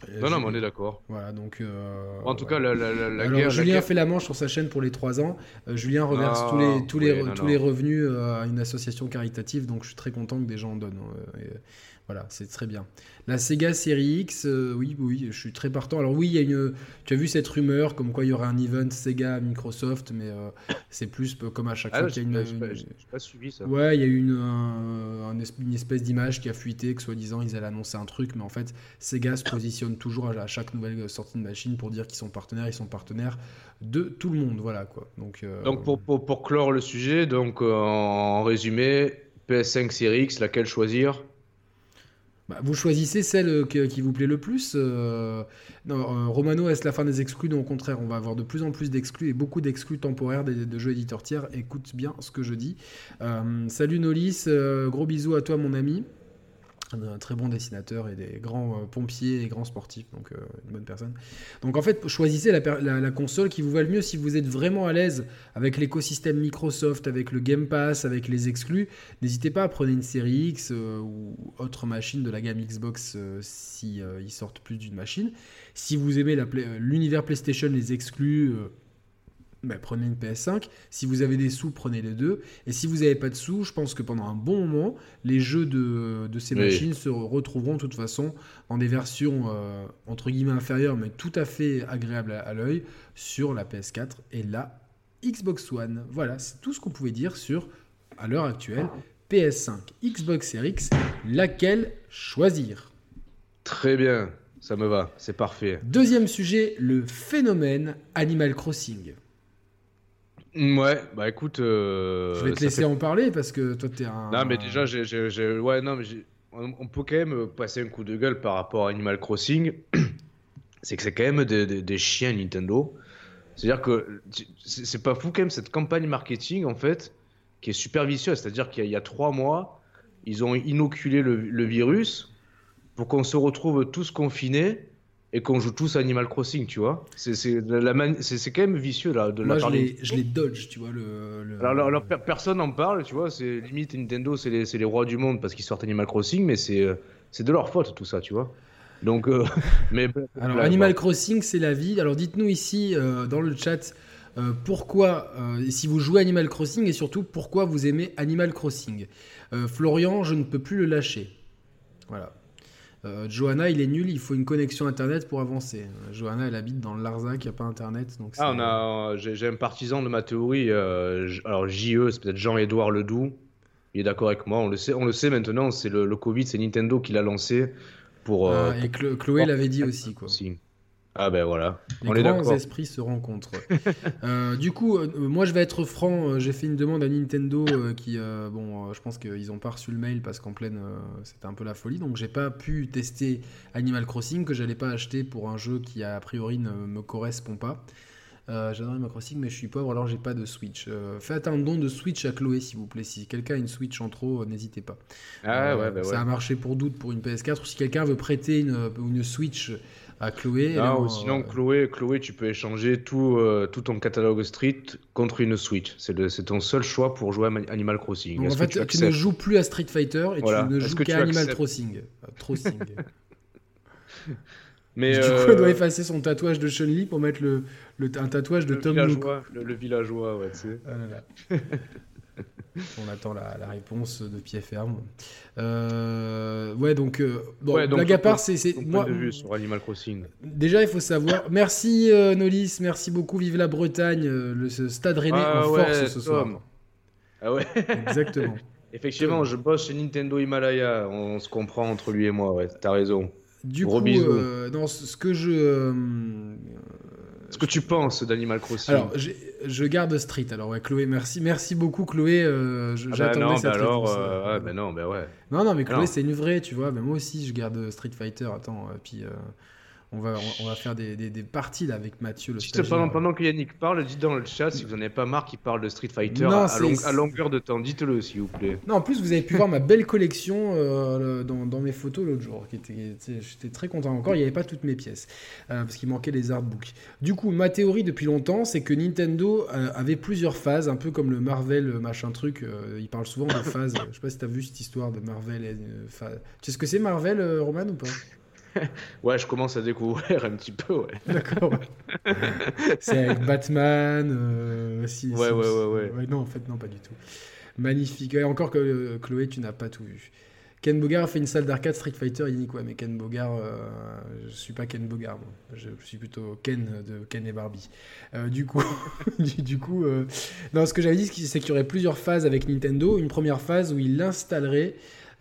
Non, non, mais on est d'accord. Voilà, donc. En tout Voilà. cas, la Alors guerre. Julien fait la manche sur sa chaîne pour les 3 ans. Julien reverse tous les revenus à une association caritative, donc je suis très content que des gens en donnent. Voilà, c'est très bien. La Sega Série X, oui, je suis très partant. Alors oui, tu as vu cette rumeur comme quoi il y aurait un event Sega Microsoft, mais c'est plus comme à chaque fois qu'il y a j'ai pas suivi ça. Ouais, il y a eu une espèce d'image qui a fuité, que soi-disant ils allaient annoncer un truc, mais en fait, Sega se positionne toujours à chaque nouvelle sortie de machine pour dire qu'ils sont partenaires de tout le monde, voilà quoi. Donc pour clore le sujet, donc en résumé, PS5 Series X, laquelle choisir? vous choisissez celle qui vous plaît le plus. Non, Romano, est-ce la fin des exclus? Non, au contraire, on va avoir de plus en plus d'exclus et beaucoup d'exclus temporaires de jeux éditeurs tiers. Écoute bien ce que je dis. Salut Nolis, gros bisous à toi mon ami. Un très bon dessinateur et des grands pompiers et grands sportifs, donc une bonne personne. Donc en fait, choisissez la console qui vous va le mieux si vous êtes vraiment à l'aise avec l'écosystème Microsoft, avec le Game Pass, avec les exclus. N'hésitez pas à prendre une série X ou autre machine de la gamme Xbox si ils sortent plus d'une machine. Si vous aimez l'univers PlayStation, les exclus... prenez une PS5. Si vous avez des sous, prenez les deux. Et si vous n'avez pas de sous, je pense que pendant un bon moment, les jeux de ces machines se retrouveront de toute façon en des versions entre guillemets inférieures, mais tout à fait agréables à l'œil sur la PS4 et la Xbox One. Voilà, c'est tout ce qu'on pouvait dire sur, à l'heure actuelle, PS5, Xbox Series X, laquelle choisir? Très bien, ça me va, c'est parfait. Deuxième sujet, le phénomène Animal Crossing. Ouais, bah écoute. Je vais te laisser en parler parce que toi, t'es un. Non, mais déjà, ouais, non, mais on peut quand même passer un coup de gueule par rapport à Animal Crossing. C'est que c'est quand même des chiens Nintendo. C'est-à-dire que c'est pas fou quand même cette campagne marketing en fait qui est super vicieuse. C'est-à-dire qu'il y a 3 mois, ils ont inoculé le virus pour qu'on se retrouve tous confinés et qu'on joue tous à Animal Crossing, tu vois. C'est quand même vicieux là de Moi, la part je les dodge, tu vois. Alors, personne n'en parle, tu vois. C'est limite Nintendo, c'est les rois du monde parce qu'ils sortent Animal Crossing, mais c'est de leur faute tout ça, tu vois. Donc, mais alors Animal Crossing, c'est la vie. Alors dites-nous ici dans le chat pourquoi, si vous jouez Animal Crossing et surtout pourquoi vous aimez Animal Crossing. Florian, je ne peux plus le lâcher. Voilà. Johanna, il est nul, il faut une connexion internet pour avancer. Johanna, elle habite dans le Larzac, il n'y a pas internet. Donc j'ai un partisan de ma théorie. Alors JE, c'est peut-être Jean-Édouard Ledoux. Il est d'accord avec moi, on le sait maintenant. C'est le Covid, c'est Nintendo qui l'a lancé pour. Et Chloé l'avait dit aussi, quoi. Si. Ah ben voilà, les grands esprits se rencontrent. Du coup, moi je vais être franc, j'ai fait une demande à Nintendo je pense qu'ils n'ont pas reçu le mail parce qu'en pleine, c'était un peu la folie, donc j'ai pas pu tester Animal Crossing que j'allais pas acheter pour un jeu qui a priori ne me correspond pas. J'adore Animal Crossing mais je suis pauvre alors j'ai pas de Switch. Faites un don de Switch à Chloé s'il vous plaît, si quelqu'un a une Switch en trop, n'hésitez pas. Ça a marché pour Doute pour une PS4 ou si quelqu'un veut prêter une Switch à Chloé. Sinon, Chloé, tu peux échanger tout ton catalogue Street contre une Switch. C'est ton seul choix pour jouer à Animal Crossing. Donc, en fait, tu ne joues plus à Street Fighter et voilà. tu ne joues qu'à Animal Crossing. Mais du coup, elle doit effacer son tatouage de Chun-Li pour mettre un tatouage de Tom Nook. Le villageois, ouais, tu sais. Ah là là. On attend la réponse de pied ferme. Donc blague à part, c'est moi. De vue sur Animal Crossing. Déjà, il faut savoir. Merci Nolis, merci beaucoup. Vive la Bretagne, le Stade Rennais en force ce soir. Ah ouais. Exactement. Effectivement, je bosse chez Nintendo Himalaya. On se comprend entre lui et moi. Ouais, t'as raison. Du Gros coup, bisous. Ce que je. Ce que tu penses d'Animal Crossing. Alors, je garde Street. Alors, ouais, Chloé, merci beaucoup, Chloé. J'attendais cette réponse. Non, mais Chloé, c'est une vraie, tu vois. Mais moi aussi, je garde Street Fighter. Attends, puis on va faire des parties là avec Mathieu. Pendant que Yannick parle, dites dans le chat si vous n'en avez pas marre qu'il parle de Street Fighter à longueur de temps. Dites-le, s'il vous plaît. Non, en plus, vous avez pu voir ma belle collection dans mes photos l'autre jour. J'étais très content encore. Il n'y avait pas toutes mes pièces parce qu'il manquait les artbooks. Du coup, ma théorie depuis longtemps, c'est que Nintendo avait plusieurs phases, un peu comme le Marvel machin truc. Il parle souvent de phases. Je sais pas si tu as vu cette histoire de Marvel. Tu sais ce que c'est Marvel, Roman, ou pas? Ouais, je commence à découvrir un petit peu, ouais. D'accord. C'est avec Batman. Ouais, ouais, ouais, ouais. Ouais, non, en fait, non, pas du tout. Magnifique. Et encore que Chloé, tu n'as pas tout vu. Ken Bogard a fait une salle d'arcade Street Fighter, il dit quoi? Mais Ken Bogard, je suis pas Ken Bogard, moi. Je suis plutôt Ken de Ken et Barbie. Du coup, du coup non, ce que j'avais dit, c'est qu'il y aurait plusieurs phases avec Nintendo. Une première phase où il installerait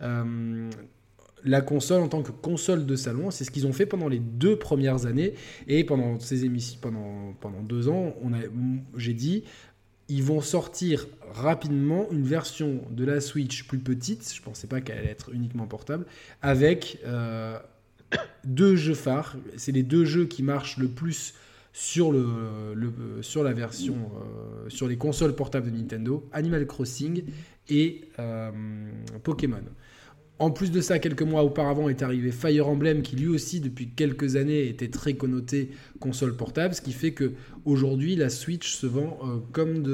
la console en tant que console de salon. C'est ce qu'ils ont fait pendant les 2 premières années. Et pendant ces émissions, pendant 2 ans, j'ai dit, ils vont sortir rapidement une version de la Switch plus petite, je ne pensais pas qu'elle allait être uniquement portable, avec 2 jeux phares. C'est les 2 jeux qui marchent le plus sur la version, sur les consoles portables de Nintendo, Animal Crossing et Pokémon. En plus de ça, quelques mois auparavant est arrivé Fire Emblem, qui lui aussi, depuis quelques années, était très connoté console portable, ce qui fait que aujourd'hui la Switch se vend comme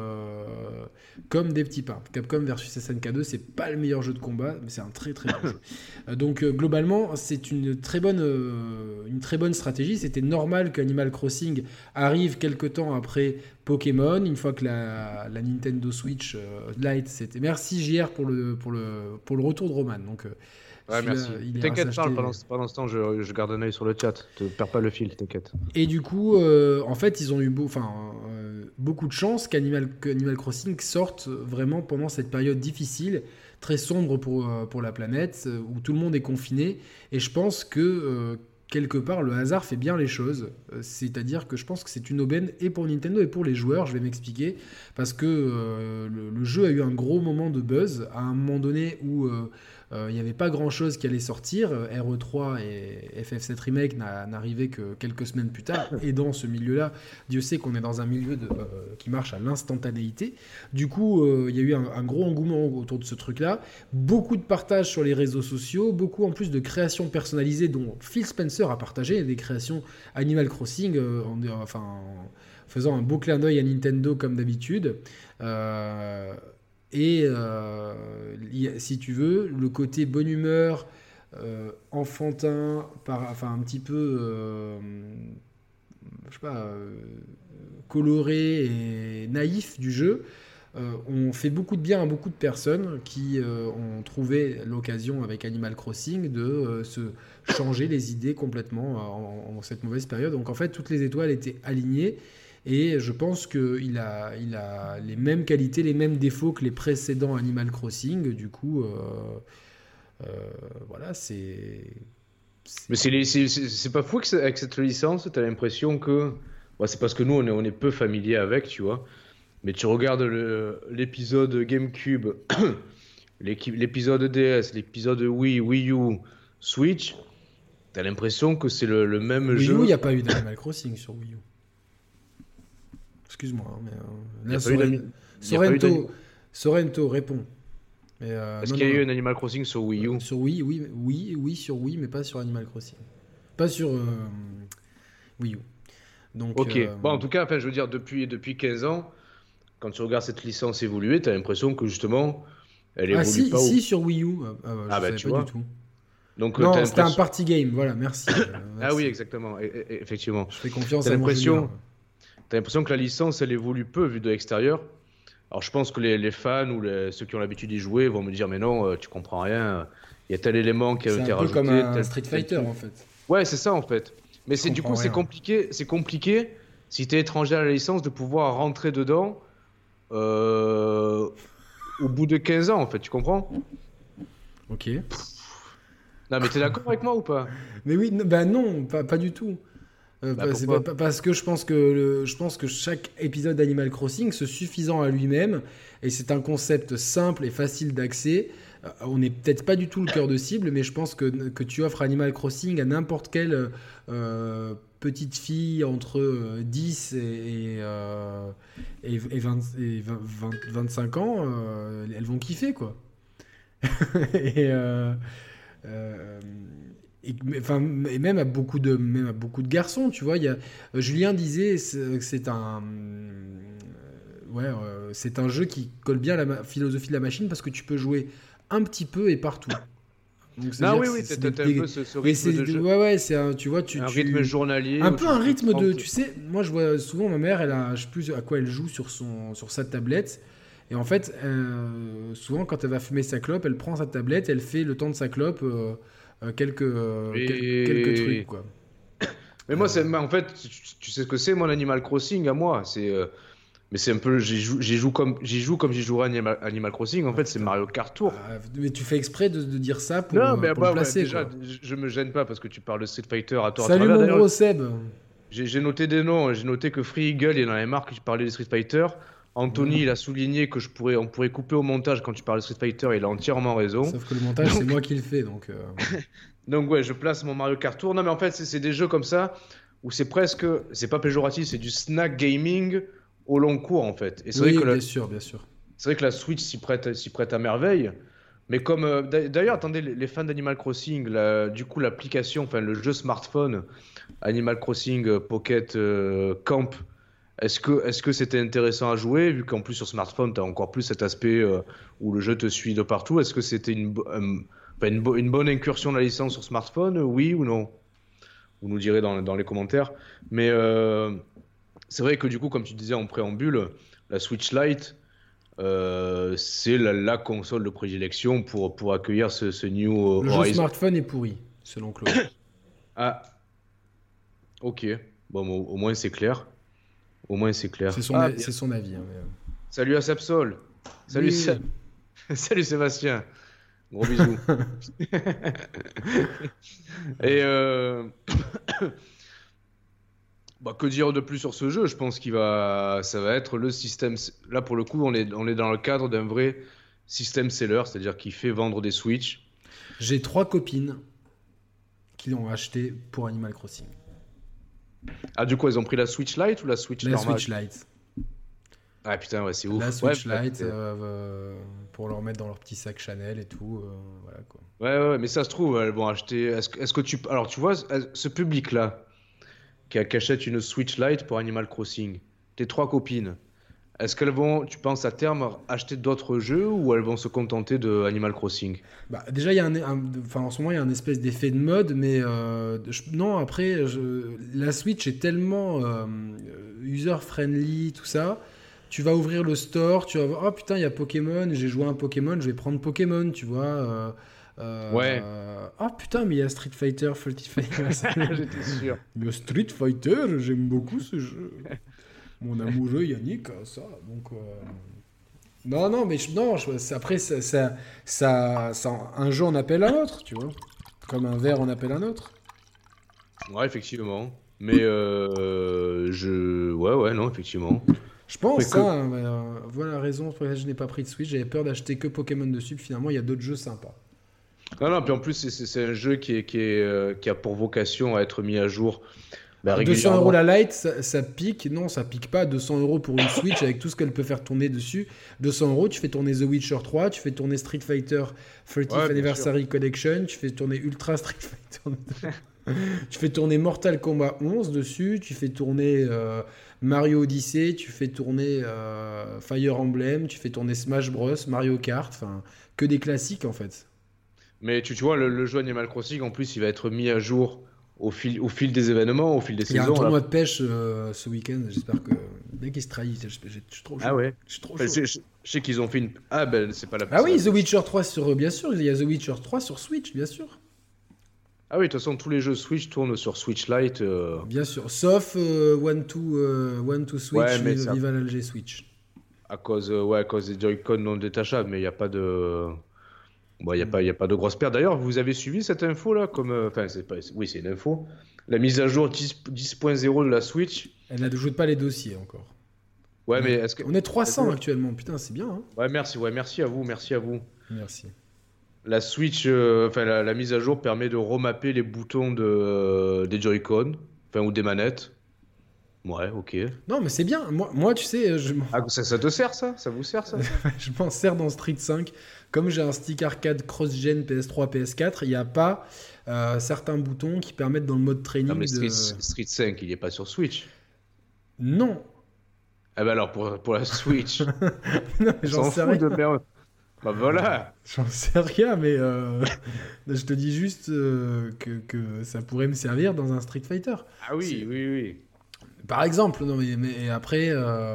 des petits pains. Capcom versus SNK 2, c'est pas le meilleur jeu de combat, mais c'est un très très bon jeu. Donc globalement, c'est une très bonne stratégie. C'était normal qu'Animal Crossing arrive quelques temps après Pokémon, une fois que la Nintendo Switch Lite, c'était... Merci JR pour le retour de Roman. Donc, Ouais, merci. T'inquiète, parle pendant ce temps, je garde un œil sur le chat. Te perds pas le fil, t'inquiète. Et du coup, en fait, ils ont eu beaucoup de chance qu'Animal Crossing sorte vraiment pendant cette période difficile, très sombre pour la planète, où tout le monde est confiné. Et je pense que quelque part, le hasard fait bien les choses. C'est-à-dire que je pense que c'est une aubaine et pour Nintendo et pour les joueurs. Je vais m'expliquer. Parce que le jeu a eu un gros moment de buzz à un moment donné où il n'y avait pas grand-chose qui allait sortir. RE3 et FF7 Remake n'arrivaient que quelques semaines plus tard. Et dans ce milieu-là, Dieu sait qu'on est dans un milieu qui marche à l'instantanéité. Du coup, il y a eu un gros engouement autour de ce truc-là. Beaucoup de partages sur les réseaux sociaux. Beaucoup en plus de créations personnalisées dont Phil Spencer a partagé des créations Animal Crossing en faisant un beau clin d'œil à Nintendo comme d'habitude. Si tu veux, le côté bonne humeur, enfantin, un petit peu, je sais pas, coloré et naïf du jeu, on fait beaucoup de bien à beaucoup de personnes qui ont trouvé l'occasion avec Animal Crossing de se changer les idées complètement en cette mauvaise période. Donc en fait, toutes les étoiles étaient alignées. Et je pense qu'il a les mêmes qualités, les mêmes défauts que les précédents Animal Crossing. Du coup, voilà, Mais c'est pas fou avec cette licence, t'as l'impression que... Ouais, c'est parce que nous, on est peu familier avec, tu vois. Mais tu regardes l'épisode GameCube, l'épisode DS, l'épisode Wii U, Switch, t'as l'impression que c'est le même jeu. Wii U, il n'y a pas eu d'Animal Crossing sur Wii U. Excuse-moi, mais là, Sorrento répond. Est-ce qu'il y a eu un Animal Crossing sur Wii U? Sur Wii, oui, sur Wii, mais pas sur Animal Crossing. Pas sur Wii U. Donc, ok, bon, en tout cas, je veux dire, depuis 15 ans, quand tu regardes cette licence évoluer, t'as l'impression que justement, elle évolue pas. Si, sur Wii U. Je savais tu pas vois. du tout. Donc, non, c'était un party game, voilà, merci. Ah oui, exactement, effectivement. Je fais confiance à mon Julien. T'as l'impression que la licence, elle évolue peu vue de l'extérieur. Alors, je pense que les fans ou ceux qui ont l'habitude d'y jouer vont me dire, mais non, tu comprends rien. Il y a tel élément qui a été rajouté. C'est un peu comme un Street Fighter, en fait. Ouais, c'est ça, en fait. Mais du coup, c'est compliqué, si t'es étranger à la licence, de pouvoir rentrer dedans au bout de 15 ans, en fait. Tu comprends? Ok. Non, mais t'es d'accord avec moi ou pas? Mais oui, non, pas du tout. Parce que je pense que chaque épisode d'Animal Crossing se suffisant à lui-même, et c'est un concept simple et facile d'accès. On n'est peut-être pas du tout le cœur de cible, mais je pense que tu offres Animal Crossing à n'importe quelle petite fille entre 10 et 25 ans, elles vont kiffer, quoi. Et même à beaucoup de garçons, tu vois. Julien disait que c'est un jeu qui colle bien à la philosophie de la machine parce que tu peux jouer un petit peu et partout. Donc, Non, oui, t'as un peu ce rythme de jeu. Ouais, c'est un, tu vois, un rythme journalier. Un peu un rythme de, tu sais, moi je vois souvent ma mère, je sais plus à quoi elle joue sur sa tablette. Et en fait, souvent quand elle va fumer sa clope, elle prend sa tablette, elle fait le temps de sa clope quelques trucs, quoi. Mais moi, en fait, tu sais ce que c'est, mon Animal Crossing à moi. Mais c'est un peu, j'y joue comme j'y jouerais Animal Crossing. En fait, c'est Mario Kart Tour. Mais tu fais exprès de dire ça pour, non, mais pour le placer, déjà, quoi. je me gêne pas parce que tu parles de Street Fighter à tort. Salut mon gros Seb. J'ai noté des noms. J'ai noté que Free Eagle, il en avait marre que tu parlais de Street Fighter. Anthony, il a souligné que on pourrait couper au montage quand tu parles de Street Fighter. Il a entièrement raison. Sauf que le montage, c'est moi qui le fais, donc. Donc ouais, je place mon Mario Kart Tour. Non, mais en fait, c'est des jeux comme ça où c'est pas péjoratif, c'est du snack gaming au long cours en fait. Et c'est vrai que bien sûr. C'est vrai que la Switch s'y prête à merveille. Mais comme d'ailleurs, attendez, les fans d'Animal Crossing, du coup l'application, enfin le jeu smartphone Animal Crossing Pocket Camp, est-ce que c'était intéressant à jouer vu qu'en plus sur smartphone, tu as encore plus cet aspect où le jeu te suit de partout. Est-ce que c'était une bonne incursion de la licence sur smartphone, oui ou non? Vous nous direz dans les commentaires. Mais c'est vrai que du coup, comme tu disais en préambule, la Switch Lite, c'est la console de prédilection pour accueillir ce New Horizon. Le jeu smartphone est pourri, selon Claude. Ah, ok. Bon, au moins c'est clair. C'est son avis. Hein, mais... Salut à Sapsol. Salut, oui. Salut Sébastien. Gros bisous. Et que dire de plus sur ce jeu? Je pense ça va être le système. Là, pour le coup, on est dans le cadre d'un vrai système seller, c'est-à-dire qui fait vendre des Switch. J'ai 3 copines qui l'ont acheté pour Animal Crossing. Ah, du coup, elles ont pris la Switch Lite ou la Switch normale? La Switch Lite. Ah putain, ouais, c'est ouf. La Switch Lite pour leur mettre dans leur petit sac Chanel et tout. Voilà, quoi. Ouais, mais ça se trouve, elles vont acheter. Est-ce que tu. Alors, tu vois, ce public-là qui achète une Switch Lite pour Animal Crossing, tes 3 copines, est-ce qu'elles vont, tu penses à terme, acheter d'autres jeux ou elles vont se contenter de Animal Crossing? Déjà, il y a en ce moment, il y a un espèce d'effet de mode, mais non, après, la Switch est tellement user-friendly, tout ça. Tu vas ouvrir le store, tu vas voir, oh putain, il y a Pokémon, j'ai joué à un Pokémon, je vais prendre Pokémon, tu vois. Ouais. Ah putain, mais il y a Street Fighter 35. J'étais sûr. Le Street Fighter, j'aime beaucoup ce jeu. Mon amoureux Yannick a ça, donc... Non, mais après, un jeu en appelle un autre, tu vois. Comme un verre en appelle un autre. Ouais, effectivement. Mais Ouais, non, effectivement. Je pense, voilà la raison pour laquelle je n'ai pas pris de Switch. J'avais peur d'acheter que Pokémon dessus, puis finalement, il y a d'autres jeux sympas. Non, puis en plus, c'est un jeu qui a pour vocation à être mis à jour. 200 € la Lite, ça pique. Non, ça pique pas. 200 € pour une Switch avec tout ce qu'elle peut faire tourner dessus. 200 €, tu fais tourner The Witcher 3, tu fais tourner Street Fighter 30th Anniversary Collection, tu fais tourner Ultra Street Fighter. Tu fais tourner Mortal Kombat 11 dessus, tu fais tourner Mario Odyssey, tu fais tourner Fire Emblem, tu fais tourner Smash Bros, Mario Kart, enfin que des classiques en fait. Mais tu vois, le jeu Animal Crossing, en plus, il va être mis à jour au fil des événements, au fil des saisons. Il y a un tournoi de pêche ce week-end, j'espère que dès qu'il se trahit, je suis trop chaud. Ah ouais. Je suis trop chaud. Je sais qu'ils ont fait une... Ah ben, c'est pas la... Ah oui, The Witcher 3 bien sûr, il y a The Witcher 3 sur Switch, bien sûr. Ah oui, de toute façon, tous les jeux Switch tournent sur Switch Lite. Bien sûr, sauf One to Switch, Viva l'Alger Switch. À cause des Joy-Con non détachables, mais il n'y a pas de... Bon, il n'y a pas de grosse perte. D'ailleurs, vous avez suivi cette info-là Oui, c'est une info. La mise à jour 10.0 de la Switch. Elle n'ajoute pas les dossiers encore. Ouais, mais est-ce que... On est 300 actuellement, putain, c'est bien. Hein. Ouais, merci à vous. Merci. La Switch, la mise à jour permet de remapper les boutons des Joy-Con, ou des manettes. Ouais, ok. Non, mais c'est bien. Moi, tu sais, ça te sert ça? Ça vous sert ça? Je m'en sers dans Street 5. Comme j'ai un stick arcade cross-gen PS3, PS4, il n'y a pas certains boutons qui permettent dans le mode training non, mais Street 5, il n'est pas sur Switch. Non. Ah ben alors, pour la Switch. Non, mais j'en sais rien. Bah voilà. J'en sais rien, mais je te dis juste que ça pourrait me servir dans un Street Fighter. Ah oui, oui, oui. Par exemple, non, mais après,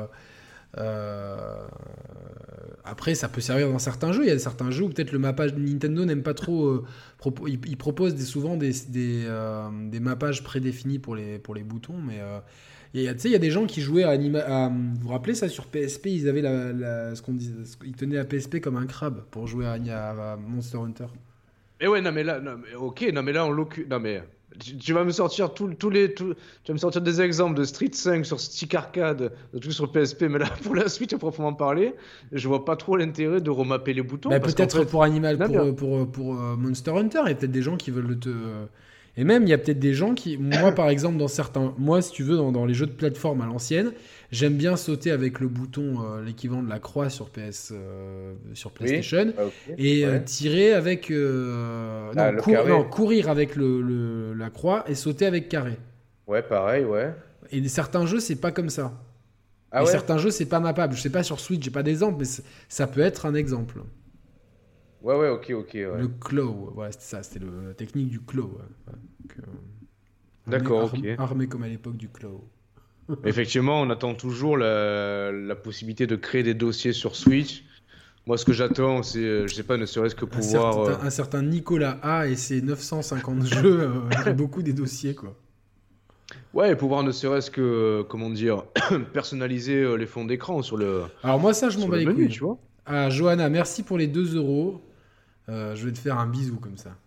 euh, après, ça peut servir dans certains jeux. Il y a certains jeux où peut-être le mappage de Nintendo n'aime pas trop. Il propose souvent des mappages prédéfinis pour les boutons, mais tu sais, il y a des gens qui jouaient vous vous rappelez ça sur PSP, ils avaient ils tenaient la PSP comme un crabe pour jouer à Monster Hunter. Mais ouais, non, mais là, non, mais, ok, non, mais là, non, mais tu vas me sortir tu vas me sortir des exemples de Street 5 sur Stick Arcade, de trucs sur PSP, mais là, pour la suite, à proprement parler, je vois pas trop l'intérêt de remapper les boutons. Bah, parce qu'en peut-être fait, pour Animal, non, bien. pour Monster Hunter, il y a peut-être des gens qui veulent te. Et même, il y a peut-être des gens qui. Moi, par exemple, Moi, si tu veux, dans les jeux de plateforme à l'ancienne, j'aime bien sauter avec le bouton, l'équivalent de la croix sur Oui, PlayStation, ah, ok, et ouais. tirer avec. Ah, le carré. Non, courir avec la croix et sauter avec carré. Ouais, pareil, ouais. Et certains jeux, c'est pas comme ça. Ah Et ouais? certains jeux, c'est pas mappable. Je sais pas sur Switch, j'ai pas d'exemple, mais ça peut être un exemple. Ouais, ouais, ok, ok, ouais. Le claw, voilà, c'était ça, c'était la technique du claw. Ouais. Donc, D'accord, ok. armé comme à l'époque du claw. Effectivement, on attend toujours la possibilité de créer des dossiers sur Switch. Moi, ce que j'attends, c'est, je sais pas, ne serait-ce que pouvoir. Un certain Nicolas A et ses 950 jeux, beaucoup des dossiers, quoi. Ouais, pouvoir ne serait-ce que, comment dire, personnaliser les fonds d'écran Alors moi, ça, je m'en sur bats le les menu, couilles. tu vois. Ah, Johanna, merci pour les 2 euros. Je vais te faire un bisou comme ça.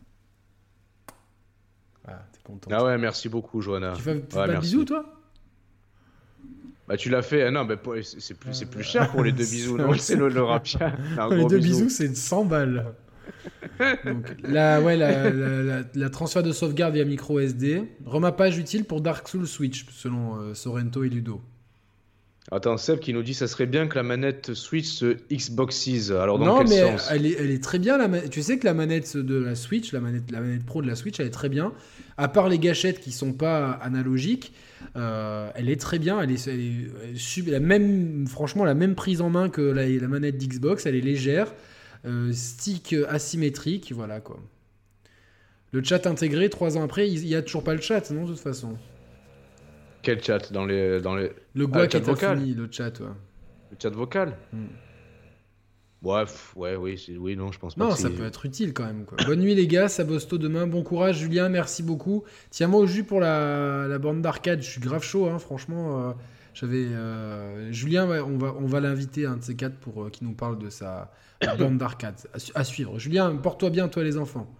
Ah, t'es Ah contente. ouais, merci beaucoup, Johanna. Tu fais Ouais, pas de bisous, merci. toi? Bah, tu l'as fait. Ah non, c'est plus cher pour les deux bisous, non? C'est le rapia. Un Les gros 2 bisou. bisous, c'est 100 balles. Donc, la transfert de sauvegarde via micro SD. Remappage utile pour Dark Souls Switch, selon Sorrento et Ludo. Attends, Seb qui nous dit ça serait bien que la manette Switch se Xboxise. Alors, dans Non, quel mais sens? elle est très bien. Tu sais que la manette de la Switch, la manette pro de la Switch, elle est très bien. À part les gâchettes qui sont pas analogiques, elle est très bien. Franchement, la même prise en main que la manette d'Xbox. Elle est légère. Stick asymétrique, voilà quoi. Le chat intégré, 3 ans après, il y a toujours pas le chat, non, de toute façon. Quel chat? Le Ah, le guac chat est vocal? infini, le chat, ouais. Le chat vocal? Hmm. Bref, ouais, oui, oui, non, je pense pas Non, que ça c'est. peut être utile quand même, quoi. Bonne nuit les gars, Sabosto demain, bon courage Julien, merci beaucoup. Tiens-moi au jus pour la bande d'arcade, je suis grave chaud, hein, franchement. Julien, ouais, on va l'inviter, un de ces quatre, pour qu'il nous parle de sa bande d'arcade. À suivre. Julien, porte-toi bien, toi les enfants.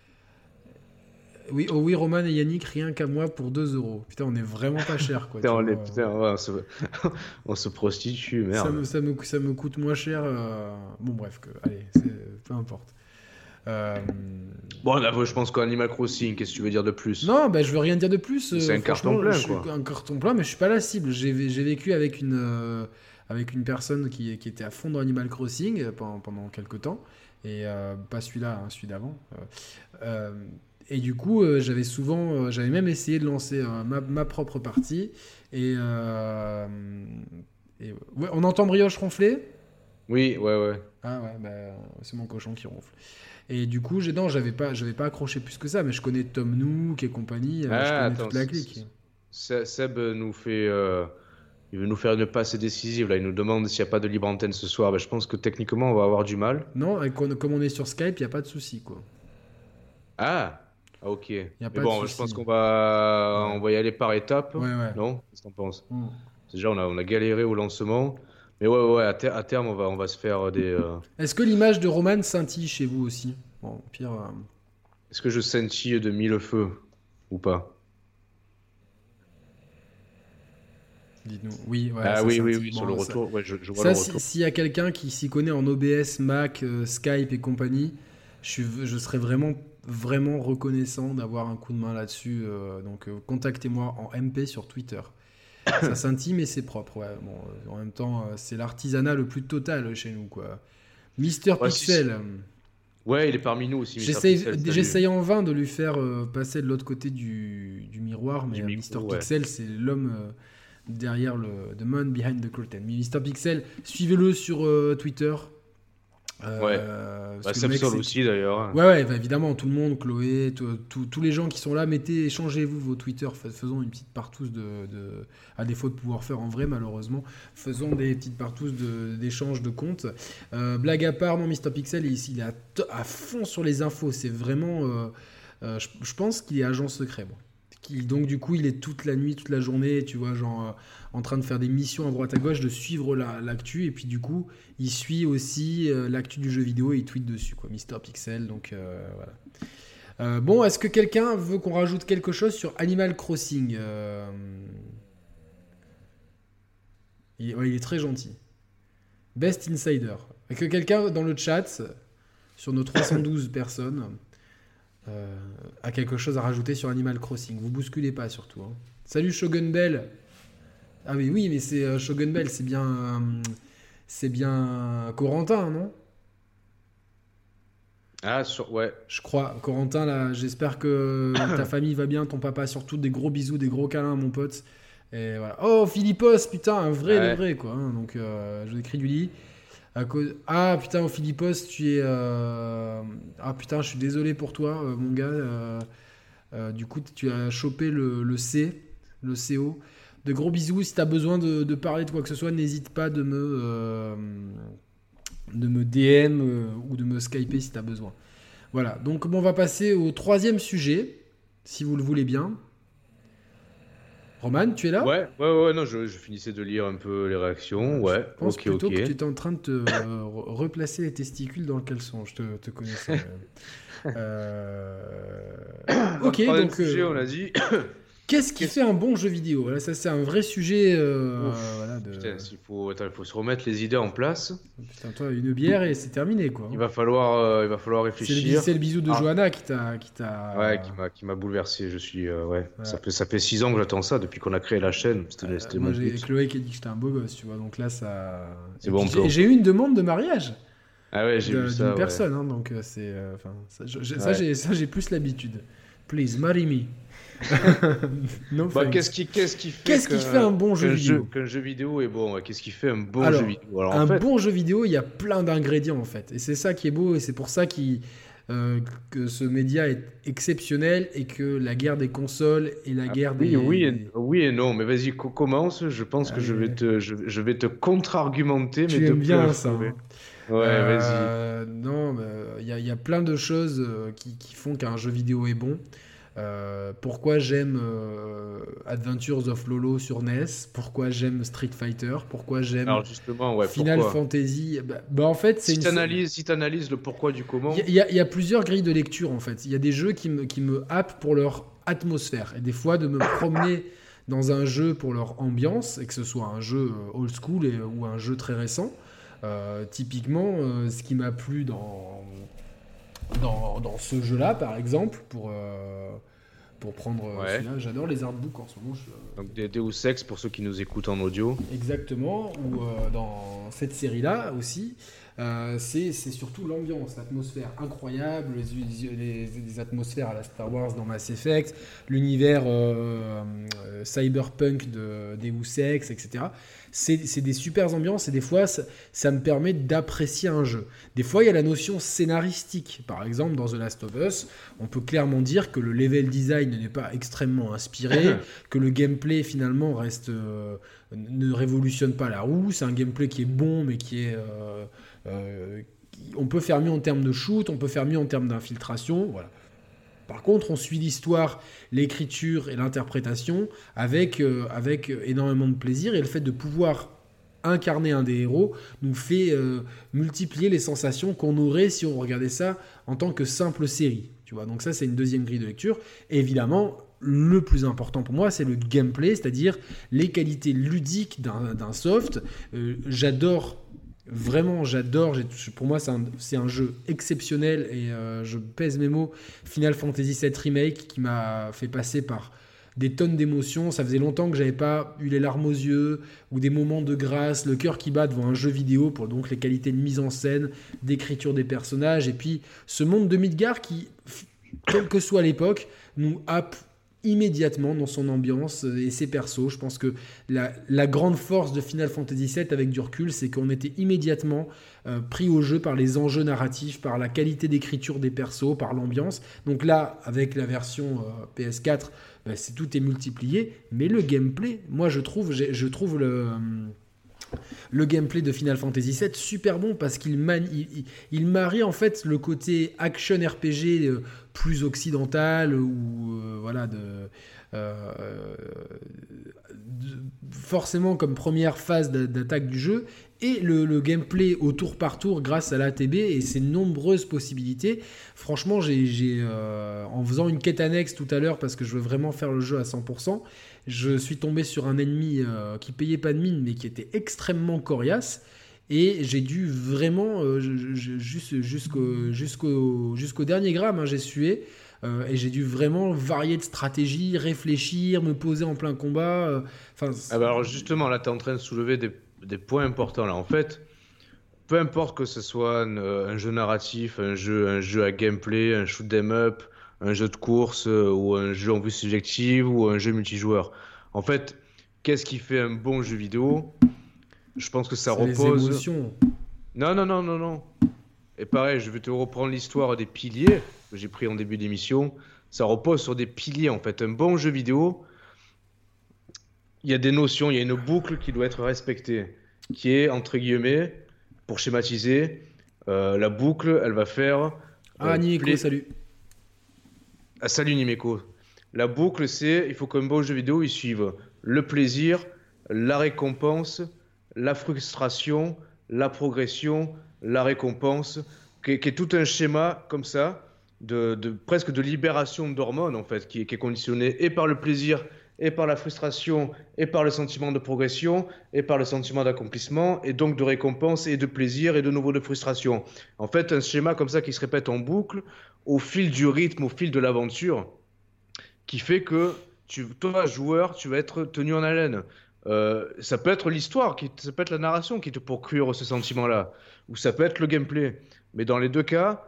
Oui, oh oui, Roman et Yannick, rien qu'à moi pour 2 euros. Putain, on est vraiment pas cher, quoi. Putain, Tu vois. putain, ouais, on se prostitue, merde. Ça me coûte moins cher. Bon, bref, allez, peu importe. Bon, là, je pense qu'Animal Crossing, qu'est-ce que tu veux dire de plus? Non, bah, je veux rien dire de plus. C'est un carton plein, je suis quoi. un carton plein, mais je suis pas la cible. J'ai vécu avec une personne qui était à fond dans Animal Crossing pendant quelques temps. Et pas celui-là, hein, celui d'avant. Et du coup, j'avais même essayé de lancer ma propre partie. Et ouais, on entend Brioche ronfler? Oui, ouais, ouais. Ah ouais, bah, c'est mon cochon qui ronfle. Et du coup, non, j'avais pas accroché plus que ça, mais je connais Tom Nook et compagnie, je Ah, connais attends, toute la clique. Seb nous fait. Il veut nous faire une passe décisive, là. Il nous demande s'il n'y a pas de libre antenne ce soir. Ben, je pense que techniquement, on va avoir du mal. Non, comme on est sur Skype, il n'y a pas de souci, quoi. Ah! Ah, ok. Y a Mais pas de bon, je souci. pense qu'on Ouais. on va y aller par étapes. Ouais, ouais. Non? Qu'est-ce que t'en penses? Mm. Déjà, on a galéré au lancement. Mais ouais, ouais, à terme, on va se faire des. Est-ce que l'image de Roman scintille chez vous aussi? Bon, au pire. Est-ce que je scintille de mille feux ou pas? Dites-nous. Oui, ouais, Ah ça oui, oui, scintille. oui, sur Bon, le ça- retour. Ouais, je vois Ça, le retour. s'il y a quelqu'un qui s'y connaît en OBS, Mac, Skype et compagnie, je serais vraiment, vraiment reconnaissant d'avoir un coup de main là-dessus. Donc, contactez-moi en MP sur Twitter. Ça scintille, mais c'est propre. Ouais. Bon, en même temps, c'est l'artisanat le plus total chez nous, quoi. Mister Ouais, Pixel. Ouais, il est parmi nous aussi, Mr. Pixel, salut. J'essaye en vain de lui faire passer de l'autre côté du miroir, mais Du micro, Mister ouais. Pixel, c'est l'homme derrière the man behind the curtain. Mais Mister Pixel, suivez-le sur Twitter. Ouais. Parce que le mec, Sepsol aussi d'ailleurs. Ouais, bah, évidemment, tout le monde, Chloé, tous les gens qui sont là, échangez-vous vos Twitter, faisons une petite partouze à défaut de pouvoir faire en vrai, malheureusement, faisons des petites partouzes d'échange de comptes. Blague à part, non, Mr. Pixel, il est à fond sur les infos, c'est vraiment... je pense qu'il est agent secret, bon. Donc du coup il est toute la nuit, toute la journée, tu vois, genre en train de faire des missions à droite à gauche, de suivre l'actu, et puis du coup il suit aussi l'actu du jeu vidéo et il tweet dessus, quoi, Mister Pixel, donc voilà. Bon, est-ce que quelqu'un veut qu'on rajoute quelque chose sur Animal Crossing? Il est très gentil. Best Insider. Est-ce que quelqu'un dans le chat, sur nos 312 personnes... a quelque chose à rajouter sur Animal Crossing? Vous bousculez pas surtout. Hein. Salut Shogun Bell. Ah oui, mais c'est Shogun Bell, c'est bien Corentin, non? Ouais. Je crois. Corentin, là, j'espère que ta famille va bien, ton papa surtout, des gros bisous, des gros câlins, mon pote. Et voilà. Oh, Philippos, putain, un vrai, Ouais. de vrai, quoi. Hein. Donc, je vous écris du lit. Ah putain, au Philippos, tu es. Ah putain, je suis désolé pour toi, mon gars. Du coup, tu as chopé le CO. De gros bisous. Si tu as besoin de parler de quoi que ce soit, n'hésite pas de me DM ou de me skyper si tu as besoin. Voilà, donc on va passer au troisième sujet, si vous le voulez bien. Roman, tu es là? Ouais, non, je finissais de lire un peu les réactions. Ouais, Je pense plutôt ok. que tu étais en train de te replacer les testicules dans le caleçon. Je te connaissais. Ok, Troisième donc sujet, on a dit. qu'est-ce qui fait un bon jeu vidéo? Voilà, ça c'est un vrai sujet. Voilà, Putain, il faut se remettre les idées en place. Putain, toi, une bière et c'est terminé, quoi. Il va falloir réfléchir. C'est le bisou de Ah. Johanna qui t'a. Ouais, qui m'a bouleversé. Je suis, ouais. Voilà. Ça fait 6 ans que j'attends ça depuis qu'on a créé la chaîne. C'était Moi, mon j'ai but. Chloé qui a dit que j'étais un beau gosse, tu vois. Donc là, ça. C'est bon, Et j'ai eu une demande de mariage Ah ouais, j'ai vu ça. d'une Ouais. personne, hein, donc c'est. J'ai plus l'habitude. Please marry me. No Bah, thanks. qu'est-ce qui fait Qu'est-ce qui fait un bon jeu vidéo? Qu'un jeu vidéo est bon? Ouais, qu'est-ce qui fait un bon Alors, jeu vidéo? Alors, un en fait, bon jeu vidéo, il y a plein d'ingrédients en fait. Et c'est ça qui est beau et c'est pour ça que ce média est exceptionnel et que la guerre des consoles et la guerre des... oui et non, mais vas-y, commence. Je pense que Allez. je vais te contre-argumenter, mais Tu de aimes peu bien à ça. fouet. Hein. Ouais, vas-y. Non, il y a plein de choses qui font qu'un jeu vidéo est bon. Pourquoi j'aime Adventures of Lolo sur NES, pourquoi j'aime Street Fighter, pourquoi j'aime Alors justement, ouais, Final pourquoi? Fantasy. En fait, c'est Si t'analyses le pourquoi du comment, il y a plusieurs grilles de lecture en fait. Il y a des jeux qui me happent pour leur atmosphère et des fois de me promener dans un jeu pour leur ambiance et que ce soit un jeu old school ou un jeu très récent. Typiquement, ce qui m'a plu dans ce jeu-là, par exemple, pour prendre celui-là, j'adore les artbooks en ce moment. donc des Deus Ex pour ceux qui nous écoutent en audio. Exactement, ou dans cette série-là aussi, c'est surtout l'ambiance, l'atmosphère incroyable, les atmosphères à la Star Wars dans Mass Effect, l'univers cyberpunk de Deus Ex, etc. C'est des super ambiances et des fois ça me permet d'apprécier un jeu. Des fois il y a la notion scénaristique. Par exemple dans The Last of Us, on peut clairement dire que le level design n'est pas extrêmement inspiré, que le gameplay finalement ne révolutionne pas la roue. C'est un gameplay qui est bon mais qui est... on peut faire mieux en termes de shoot, on peut faire mieux en termes d'infiltration, voilà. Par contre, on suit l'histoire, l'écriture et l'interprétation avec énormément de plaisir. Et le fait de pouvoir incarner un des héros nous fait multiplier les sensations qu'on aurait si on regardait ça en tant que simple série. Tu vois, donc ça, c'est une deuxième grille de lecture. Et évidemment, le plus important pour moi, c'est le gameplay, c'est-à-dire les qualités ludiques d'un soft. J'adore... Vraiment, j'adore. Pour moi, c'est un jeu exceptionnel et je pèse mes mots. Final Fantasy VII Remake qui m'a fait passer par des tonnes d'émotions. Ça faisait longtemps que j'avais pas eu les larmes aux yeux ou des moments de grâce, le cœur qui bat devant un jeu vidéo pour donc les qualités de mise en scène, d'écriture des personnages et puis ce monde de Midgar qui, quelle que soit l'époque, nous happe immédiatement dans son ambiance et ses persos. Je pense que la grande force de Final Fantasy VII avec du recul, c'est qu'on était immédiatement pris au jeu par les enjeux narratifs, par la qualité d'écriture des persos, par l'ambiance. Donc là, avec la version PS4, tout est multiplié, mais le gameplay, moi je trouve le gameplay de Final Fantasy VII super bon parce qu'il marie en fait le côté action RPG plus occidental ou forcément comme première phase d'attaque du jeu et le gameplay au tour par tour grâce à l'ATB et ses nombreuses possibilités. Franchement, en faisant une quête annexe tout à l'heure parce que je veux vraiment faire le jeu à 100%, je suis tombé sur un ennemi qui payait pas de mine mais qui était extrêmement coriace et j'ai dû vraiment jusqu'au dernier gramme, j'ai sué et j'ai dû vraiment varier de stratégie, réfléchir, me poser en plein combat. Alors justement, là, tu es en train de soulever des points importants. Là. En fait, peu importe que ce soit un jeu narratif, un jeu à gameplay, un shoot 'em up, un jeu de course ou un jeu en vue subjective ou un jeu multijoueur. En fait, qu'est-ce qui fait un bon jeu vidéo? Je pense que ça repose... Les émotions. Non. Et pareil, je vais te reprendre l'histoire des piliers que j'ai pris en début d'émission. Ça repose sur des piliers, en fait. Un bon jeu vidéo, il y a des notions, il y a une boucle qui doit être respectée, qui est, entre guillemets, pour schématiser, la boucle, elle va faire... Nimeco, salut. Ah, salut Nimeco. La boucle, c'est, il faut qu'un bon jeu vidéo, il suive le plaisir, la récompense, la frustration, la progression, la récompense, qui est tout un schéma comme ça, presque de libération d'hormones, en fait, qui est conditionné et par le plaisir, et par la frustration, et par le sentiment de progression, et par le sentiment d'accomplissement, et donc de récompense, et de plaisir, et de nouveau de frustration. En fait, un schéma comme ça qui se répète en boucle, au fil du rythme, au fil de l'aventure, qui fait que toi, joueur, tu vas être tenu en haleine. Ça peut être l'histoire, ça peut être la narration qui te procure ce sentiment-là, ou ça peut être le gameplay. Mais dans les deux cas,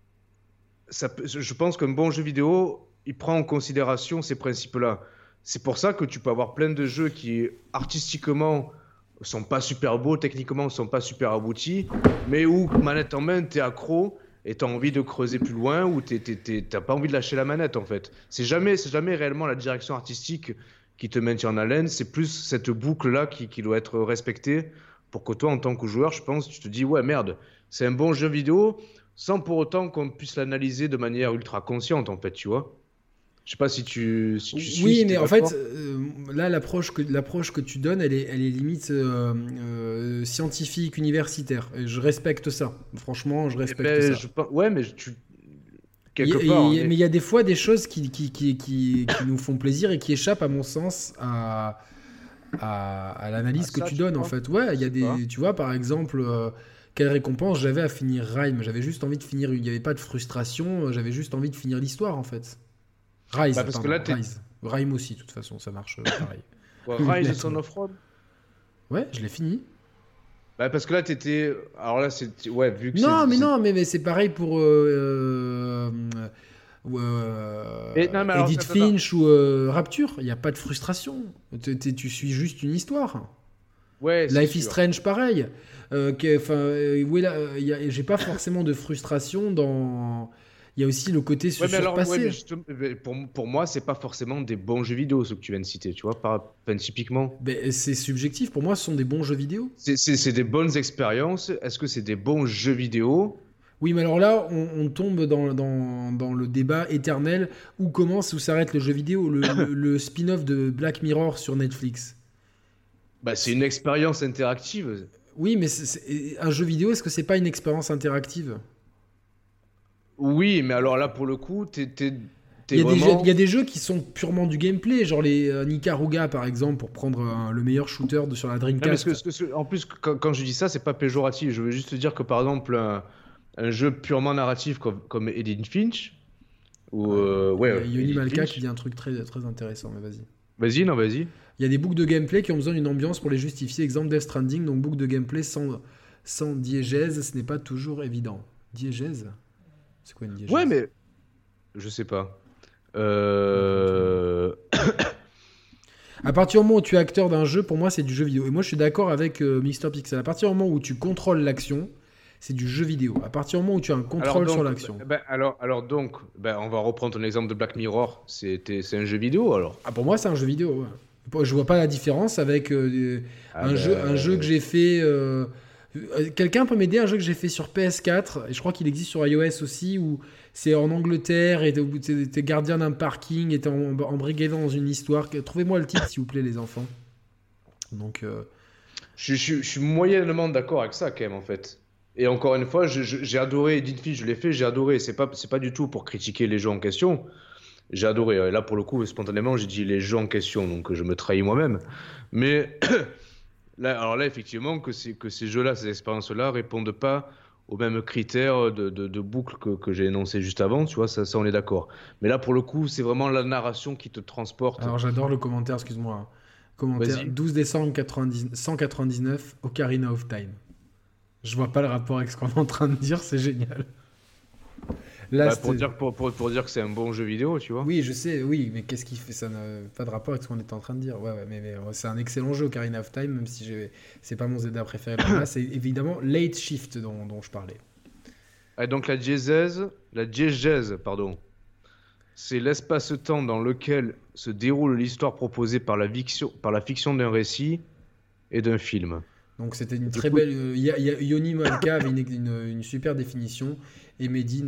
je pense qu'un bon jeu vidéo, il prend en considération ces principes-là. C'est pour ça que tu peux avoir plein de jeux qui, artistiquement, sont pas super beaux, techniquement, sont pas super aboutis, mais où, manette en main, t'es accro et t'as envie de creuser plus loin, ou t'as pas envie de lâcher la manette, en fait. C'est jamais réellement la direction artistique qui te maintient en haleine, c'est plus cette boucle-là qui doit être respectée pour que toi, en tant que joueur, je pense, tu te dis, ouais, merde, c'est un bon jeu vidéo, sans pour autant qu'on puisse l'analyser de manière ultra consciente, en fait, tu vois. Je sais pas si tu suis. Oui, mais en fait, là, l'approche que tu donnes, elle est limite scientifique, universitaire. Et je respecte ça. Franchement, je respecte ça. Ouais, mais quelque part. Mais il y a des fois des choses qui nous font plaisir et qui échappent, à mon sens, à l'analyse que tu donnes, en fait. Ouais, il y a tu vois, par exemple, quelle récompense j'avais à finir Rime. J'avais juste envie de finir. Il n'y avait pas de frustration. J'avais juste envie de finir l'histoire, en fait. Rise, parce que là, Rise. Rime aussi, de toute façon, ça marche pareil. Rise of Son of Rome. Ouais, je l'ai fini. Parce que là, t'étais... Alors là, c'est... Ouais, vu que non, mais c'est pareil pour Edith Finch ou Rapture. Il n'y a pas de frustration. Tu suis juste une histoire. Ouais, Life is Strange, pareil. J'ai pas forcément de frustration dans... Il y a aussi le côté surpassé. Pour moi, c'est pas forcément des bons jeux vidéo, ce que tu viens de citer, tu vois, typiquement. C'est subjectif. Pour moi, ce sont des bons jeux vidéo. C'est des bonnes expériences. Est-ce que c'est des bons jeux vidéo? Oui, mais alors là, on tombe dans le débat éternel où commence, où s'arrête le jeu vidéo, le spin-off de Black Mirror sur Netflix. C'est une expérience interactive. Oui, mais un jeu vidéo, est-ce que c'est pas une expérience interactive? Oui, mais alors là, pour le coup, il y a des jeux qui sont purement du gameplay, genre les Nikaruga, par exemple, pour prendre le meilleur shooter sur la Dreamcast. En plus, quand je dis ça, c'est pas péjoratif. Je veux juste te dire que, par exemple, un jeu purement narratif comme Edith Finch, ou... il y a Yoni Malka qui dit un truc très, très intéressant, mais vas-y. Vas-y. Il y a des boucles de gameplay qui ont besoin d'une ambiance pour les justifier. Exemple Death Stranding, donc boucle de gameplay sans diégèse, ce n'est pas toujours évident. Diégèse? C'est quoi une diégèse? Ouais, mais je sais pas. À partir du moment où tu es acteur d'un jeu, pour moi, c'est du jeu vidéo. Et moi, je suis d'accord avec Mister Pixel. À partir du moment où tu contrôles l'action, c'est du jeu vidéo. À partir du moment où tu as un contrôle sur l'action. On va reprendre ton exemple de Black Mirror. C'est un jeu vidéo alors. Ah, pour moi, c'est un jeu vidéo. Ouais. Je vois pas la différence avec un jeu que j'ai fait. Quelqu'un peut m'aider, un jeu que j'ai fait sur PS4 et je crois qu'il existe sur iOS aussi, où c'est en Angleterre et t'es gardien d'un parking et t'es embrigadé dans une histoire. Trouvez-moi le titre s'il vous plaît les enfants. Donc je suis moyennement d'accord avec ça quand même en fait. Et encore une fois, j'ai adoré Edith, je l'ai fait, j'ai adoré. C'est pas du tout pour critiquer les jeux en question. J'ai adoré. Et là pour le coup, spontanément, j'ai dit les jeux en question, donc je me trahis moi-même. Mais alors là, effectivement, que ces jeux-là, ces expériences-là répondent pas aux mêmes critères de boucle que j'ai énoncé juste avant, tu vois, ça on est d'accord. Mais là, pour le coup, c'est vraiment la narration qui te transporte. Alors j'adore le commentaire, excuse-moi. Commentaire Vas-y. 12 décembre 199, Ocarina of Time. Je vois pas le rapport avec ce qu'on est en train de dire, c'est génial. Là, Pour dire que c'est un bon jeu vidéo, tu vois. Oui, je sais, oui, mais qu'est-ce qui fait ça n'a pas de rapport avec ce qu'on était en train de dire. Ouais, mais c'est un excellent jeu, Ocarina of Time, même si c'est pas mon Zelda préféré. Là, c'est évidemment Late Shift dont je parlais. Et donc la diégèse, pardon, c'est l'espace-temps dans lequel se déroule l'histoire proposée par la fiction d'un récit et d'un film. Donc c'était une très belle. Yoni Malka avait une super définition et Mehdi,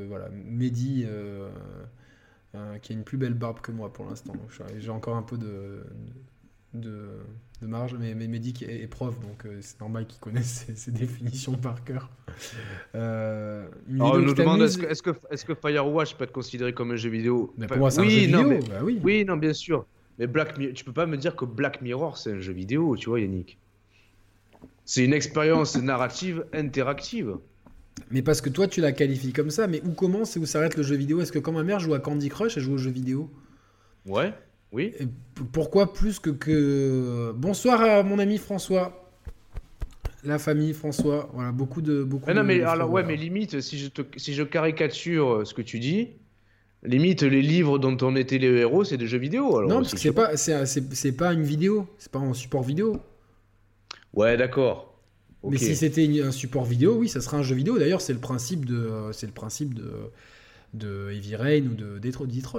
qui a une plus belle barbe que moi pour l'instant. Donc, j'ai encore un peu de marge, mais Mehdi qui est prof, donc c'est normal qu'il connaisse ses définitions par cœur. Alors on nous demande est-ce que Firewatch peut être considéré comme un jeu vidéo? Mais pour moi c'est un jeu vidéo. Bah oui. Oui, non, bien sûr. Mais tu peux pas me dire que Black Mirror c'est un jeu vidéo, tu vois, Yannick. C'est une expérience narrative interactive. Mais parce que toi tu la qualifies comme ça, mais où commence et où s'arrête le jeu vidéo? Est-ce que quand ma mère joue à Candy Crush, elle joue au jeu vidéo? Ouais, oui. Et pourquoi plus que... Bonsoir à mon ami François. La famille François. Voilà, beaucoup de... Mais limite, si je caricature ce que tu dis, limite les livres dont on était les héros, c'est des jeux vidéo. Alors, non, parce que c'est pas une vidéo, c'est pas un support vidéo. Ouais, d'accord. Okay. Mais si c'était un support vidéo, oui, ça serait un jeu vidéo. D'ailleurs, c'est le principe de Heavy Rain ou de Detroit.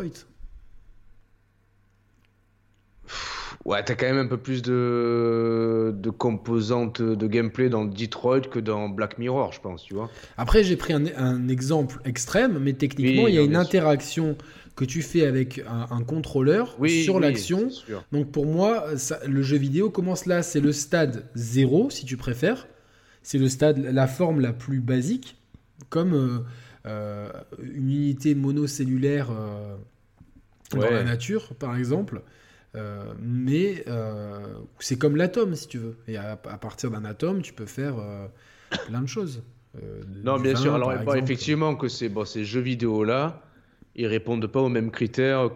Ouais, t'as quand même un peu plus de composantes de gameplay dans Detroit que dans Black Mirror, je pense, tu vois. Après, j'ai pris un exemple extrême, mais techniquement, il y a une interaction que tu fais avec un contrôleur sur l'action. Donc pour moi, le jeu vidéo commence là. C'est le stade 0, si tu préfères. C'est la forme la plus basique, comme une unité monocellulaire dans la nature, par exemple. Mais c'est comme l'atome, si tu veux. Et à partir d'un atome, tu peux faire plein de choses. Non, bien sûr. Alors, effectivement, que ces jeux vidéo-là, ils répondent pas aux mêmes critères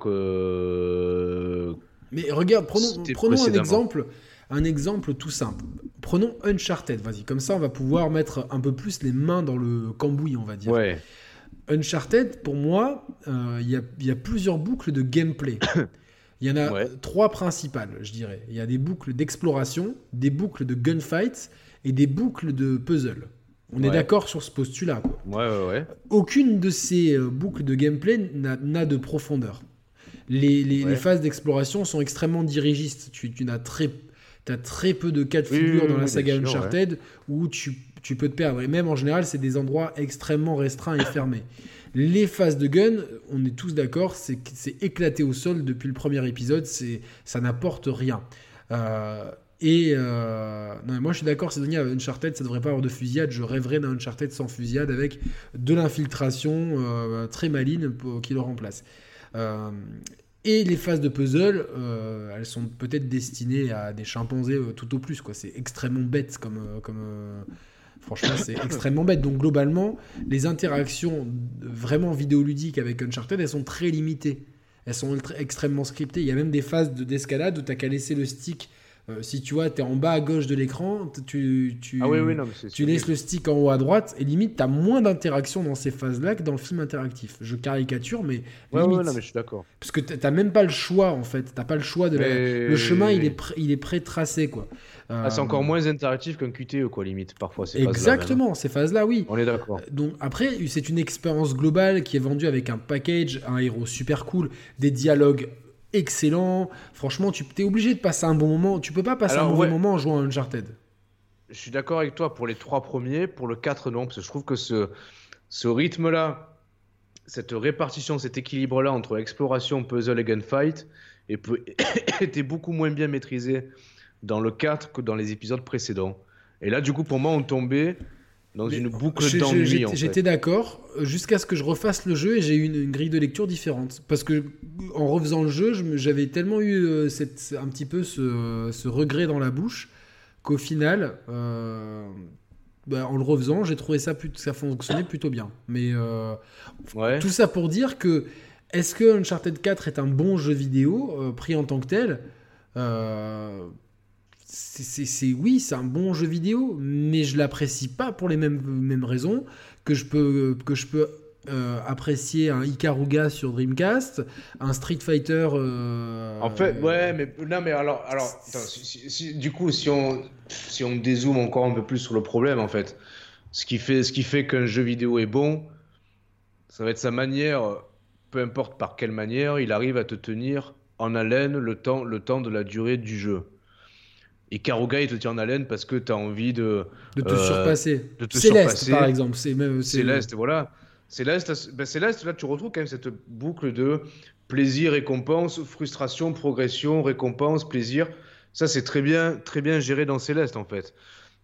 que... Mais regarde, prenons un exemple tout simple. Prenons Uncharted, vas-y. Comme ça, on va pouvoir mettre un peu plus les mains dans le cambouis, on va dire. Ouais. Uncharted, pour moi, il y a plusieurs boucles de gameplay. Il y en a 3 principales, je dirais. Il y a des boucles d'exploration, des boucles de gunfight et des boucles de puzzle. On est d'accord sur ce postulat, quoi. Ouais. Aucune de ces boucles de gameplay n'a de profondeur. Les phases d'exploration sont extrêmement dirigistes. Tu as très peu de cas de figure dans la saga Uncharted où tu peux te perdre. Et même en général, c'est des endroits extrêmement restreints et fermés. Les phases de gun, on est tous d'accord, c'est éclaté au sol depuis le premier épisode, ça n'apporte rien. Non, mais moi je suis d'accord, Sidonia, Uncharted, ça devrait pas avoir de fusillade. Je rêverais d'un Uncharted sans fusillade avec de l'infiltration très maligne qui le remplace. Et les phases de puzzle, elles sont peut-être destinées à des chimpanzés tout au plus, quoi. C'est extrêmement bête franchement, c'est extrêmement bête. Donc, globalement, les interactions vraiment vidéoludiques avec Uncharted, elles sont très limitées. Elles sont extrêmement scriptées. Il y a même des phases d'escalade où tu n'as qu'à laisser le stick Si tu vois, tu es en bas à gauche de l'écran, Ah oui, oui, non, mais tu laisses le stick en haut à droite, et limite, tu as moins d'interaction dans ces phases-là que dans le film interactif. Je caricature, mais ouais, limite. ouais, non, mais je suis d'accord. Parce que t'as même pas le choix, en fait. T'as pas le choix de le chemin, il est pré-tracé, quoi. C'est encore moins interactif qu'un QTE, quoi, limite, parfois, ces phases-là. Exactement, ces phases-là, oui. On est d'accord. Donc après, c'est une expérience globale qui est vendue avec un package, un héros super cool, des dialogues excellents. Franchement, tu es obligé de passer un bon moment. Tu peux pas passer un mauvais moment en jouant à Uncharted. Je suis d'accord avec toi pour les 3 premiers, pour le 4, non, parce que je trouve que ce rythme-là, cette répartition, cet équilibre-là entre exploration, puzzle et gunfight était beaucoup moins bien maîtrisé dans le 4 que dans les épisodes précédents. Et là, du coup, pour moi, on tombait dans une boucle d'ennui. J'étais d'accord jusqu'à ce que je refasse le jeu et j'ai eu une grille de lecture différente. Parce que en refaisant le jeu, j'avais tellement eu un petit peu ce regret dans la bouche qu'au final, en le refaisant, j'ai trouvé ça fonctionnait plutôt bien. Mais tout ça pour dire que est-ce que Uncharted 4 est un bon jeu vidéo pris en tant que tel oui, c'est un bon jeu vidéo, mais je l'apprécie pas pour les mêmes raisons que je peux apprécier un Ikaruga sur Dreamcast, un Street Fighter. En fait, ouais, mais non, mais alors, attends, du coup, si on dézoome encore un peu plus sur le problème, en fait, ce qui fait qu'un jeu vidéo est bon, ça va être sa manière, peu importe par quelle manière, il arrive à te tenir en haleine le temps de la durée du jeu. Et Ikaruga, il te tient en haleine parce que tu as envie de te surpasser. Céleste, par exemple. Céleste, voilà. Céleste, là, tu retrouves quand même cette boucle de plaisir, récompense, frustration, progression, récompense, plaisir. Ça, c'est très bien géré dans Céleste, en fait.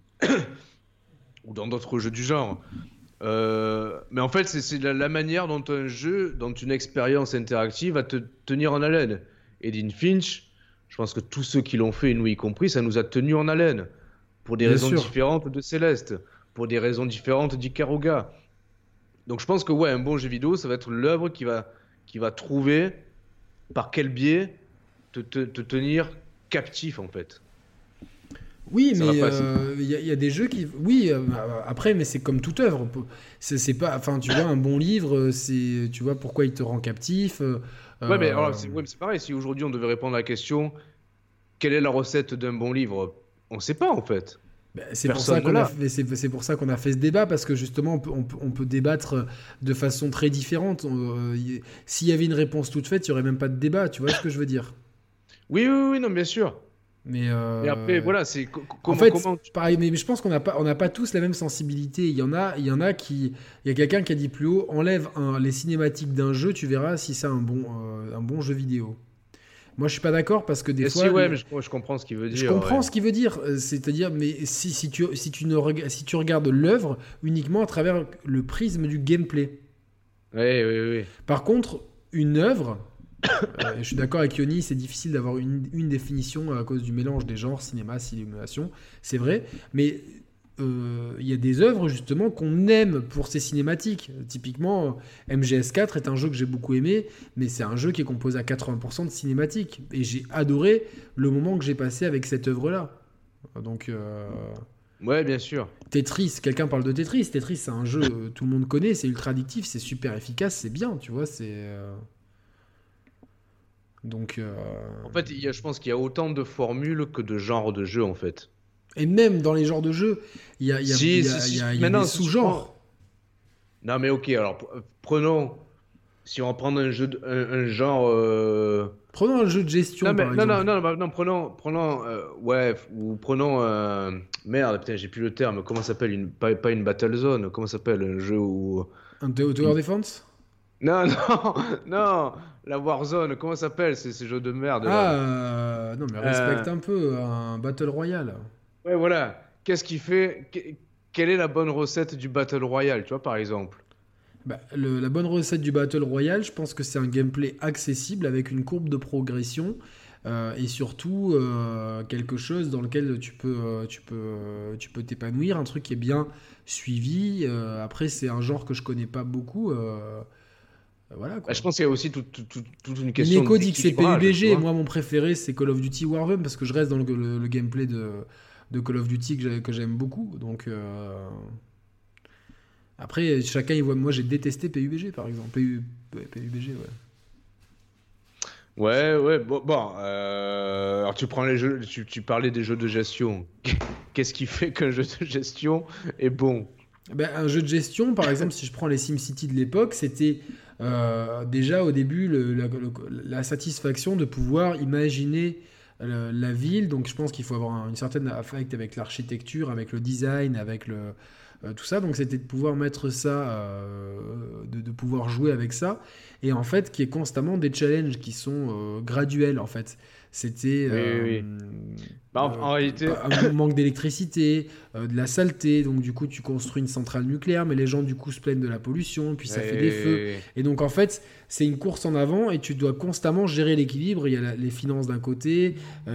Ou dans d'autres jeux du genre. Mais en fait, c'est la manière dont un jeu, dont une expérience interactive va te tenir en haleine. Edith Finch, je pense que tous ceux qui l'ont fait, et nous y compris, ça nous a tenus en haleine. Pour des raisons différentes de Céleste, pour des raisons différentes d'Ikaruga. Donc je pense que ouais, un bon jeu vidéo, ça va être l'œuvre qui va trouver par quel biais te tenir captif, en fait. Oui, mais il y a des jeux qui... Oui, après, mais c'est comme toute œuvre. C'est pas... Enfin, tu vois, un bon livre, tu vois pourquoi il te rend captif. Ouais, mais alors, c'est pareil. Si aujourd'hui on devait répondre à la question, quelle est la recette d'un bon livre? On ne sait pas, en fait. C'est pour ça qu'on a fait ce débat, parce que justement, on peut débattre de façon très différente. S'il y avait une réponse toute faite, il n'y aurait même pas de débat. Tu vois ce que je veux dire? Oui, non, bien sûr. Mais et après, voilà, c'est en fait, pareil, mais je pense qu'on n'a pas tous la même sensibilité. Il y a quelqu'un qui a dit plus haut, enlève les cinématiques d'un jeu, tu verras si c'est un bon jeu vidéo. Moi, je suis pas d'accord parce que des fois. Si, ouais, mais je comprends ce qu'il veut dire. Je comprends ce qu'il veut dire, c'est-à-dire, mais si tu regardes l'œuvre uniquement à travers le prisme du gameplay. Oui. Par contre, une œuvre. Je suis d'accord avec Yoni, c'est difficile d'avoir une définition à cause du mélange des genres, cinéma, simulation, c'est vrai, mais il y a des œuvres justement qu'on aime pour ses cinématiques. Typiquement, MGS4 est un jeu que j'ai beaucoup aimé, mais c'est un jeu qui est composé à 80% de cinématiques, et j'ai adoré le moment que j'ai passé avec cette œuvre-là. Donc... Ouais, bien sûr. Tetris, quelqu'un parle de Tetris. Tetris, c'est un jeu tout le monde connaît, c'est ultra addictif, c'est super efficace, c'est bien, tu vois, c'est... Donc, en fait, je pense qu'il y a autant de formules que de genres de jeux, en fait. Et même dans les genres de jeux, il y a des sous-genres. Non, mais ok, alors prenons... Si on va prendre un genre... Prenons un jeu de gestion, par exemple. Non, prenons ou prenons... Merde, putain, j'ai plus le terme. Comment ça s'appelle pas une Battle Zone. Comment ça s'appelle un jeu où... Un Tower Defense? Non, la Warzone, comment ça s'appelle ces jeux de merde là. Non, mais respecte un peu un Battle Royale. Ouais, voilà. Qu'est-ce qui fait... Quelle est la bonne recette du Battle Royale, tu vois, par exemple? La bonne recette du Battle Royale, je pense que c'est un gameplay accessible avec une courbe de progression et surtout quelque chose dans lequel tu peux t'épanouir, un truc qui est bien suivi. Après, c'est un genre que je connais pas beaucoup. Voilà, quoi. Bah, je pense qu'il y a aussi toute une question Nico dit que c'est d'équilibrage, tu PUBG, et vois. moi mon préféré c'est Call of Duty Warzone parce que je reste dans le gameplay de Call of Duty que j'aime beaucoup. Donc après, chacun il voit. Moi j'ai détesté PUBG par exemple. Ouais, PUBG, ouais. Ouais, bon, alors tu prends les jeux, tu parlais des jeux de gestion. Qu'est-ce qui fait qu'un jeu de gestion est bon? Ben, un jeu de gestion, par exemple, si je prends les SimCity de l'époque, c'était déjà au début la satisfaction de pouvoir imaginer la ville. Donc je pense qu'il faut avoir une certaine affect avec l'architecture, avec le design, avec tout ça. Donc c'était de pouvoir mettre ça, de pouvoir jouer avec ça. Et en fait, qui est constamment des challenges qui sont graduels, en fait. C'était Oui, oui, oui. Bah, en réalité, un manque d'électricité, de la saleté, donc du coup tu construis une centrale nucléaire, mais les gens du coup se plaignent de la pollution, puis ça fait des feux. Et donc en fait c'est une course en avant et tu dois constamment gérer l'équilibre. Il y a les finances d'un côté,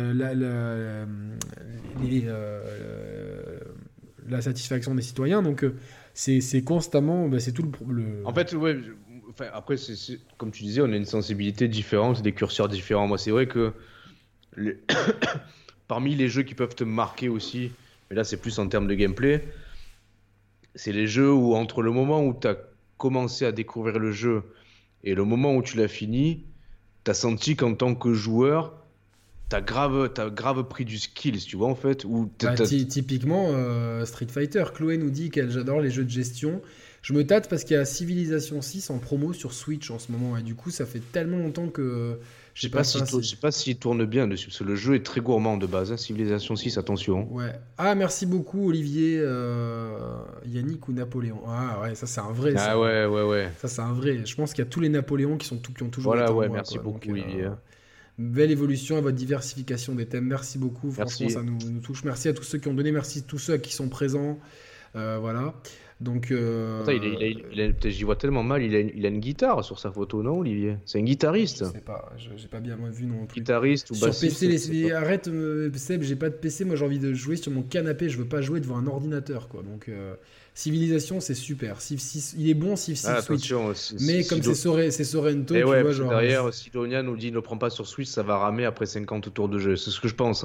la satisfaction des citoyens, donc c'est constamment, bah, c'est tout le... en fait, ouais. Enfin, après, comme tu disais, on a une sensibilité différente, des curseurs différents. Moi, c'est vrai que les- parmi les jeux qui peuvent te marquer aussi, mais là, c'est plus en termes de gameplay, c'est les jeux où entre le moment où tu as commencé à découvrir le jeu et le moment où tu l'as fini, tu as senti qu'en tant que joueur, t'as grave pris du skill, tu vois, en fait. Bah, typiquement, Street Fighter, Chloé nous dit qu'elle j'adore les jeux de gestion. Je me tâte parce qu'il y a Civilization 6 en promo sur Switch en ce moment et du coup ça fait tellement longtemps que Je j'ai sais pas pas fait. je sais pas s'il tourne bien dessus, parce que le jeu est très gourmand de base, hein. Civilization 6, attention. Ouais. Ah, merci beaucoup Olivier, Yannick ou Napoléon. Ah ouais, ça c'est un vrai. Ah ouais. Ça c'est un vrai. Je pense qu'il y a tous les Napoléons qui ont toujours été Voilà, en ouais, moi, merci quoi. beaucoup, Donc, Olivier. belle évolution à votre diversification des thèmes. Merci beaucoup. Franchement, Merci. ça nous touche. Merci à tous ceux qui ont donné. Merci à tous ceux qui sont présents. Voilà. Donc, Attends, peut-être j'y vois tellement mal, il a une guitare sur sa photo, non, Olivier? C'est un je guitariste. sais pas. J'ai pas bien vu non plus. Guitariste ou Sur bassiste, PC, je sais pas. arrête, Seb, j'ai pas de PC. Moi, j'ai envie de jouer sur mon canapé. Je veux pas jouer devant un ordinateur, quoi. Donc, Civilisation, c'est super. Civ 6, il est bon, Civ 6 Ah, Switch. attention, Mais comme c'est Sorrento, Et tu ouais, vois, parce que genre. derrière, Sidonia nous dit ne le prends pas sur Switch, ça va ramer après 50 tours de jeu. C'est ce que je pense, hein.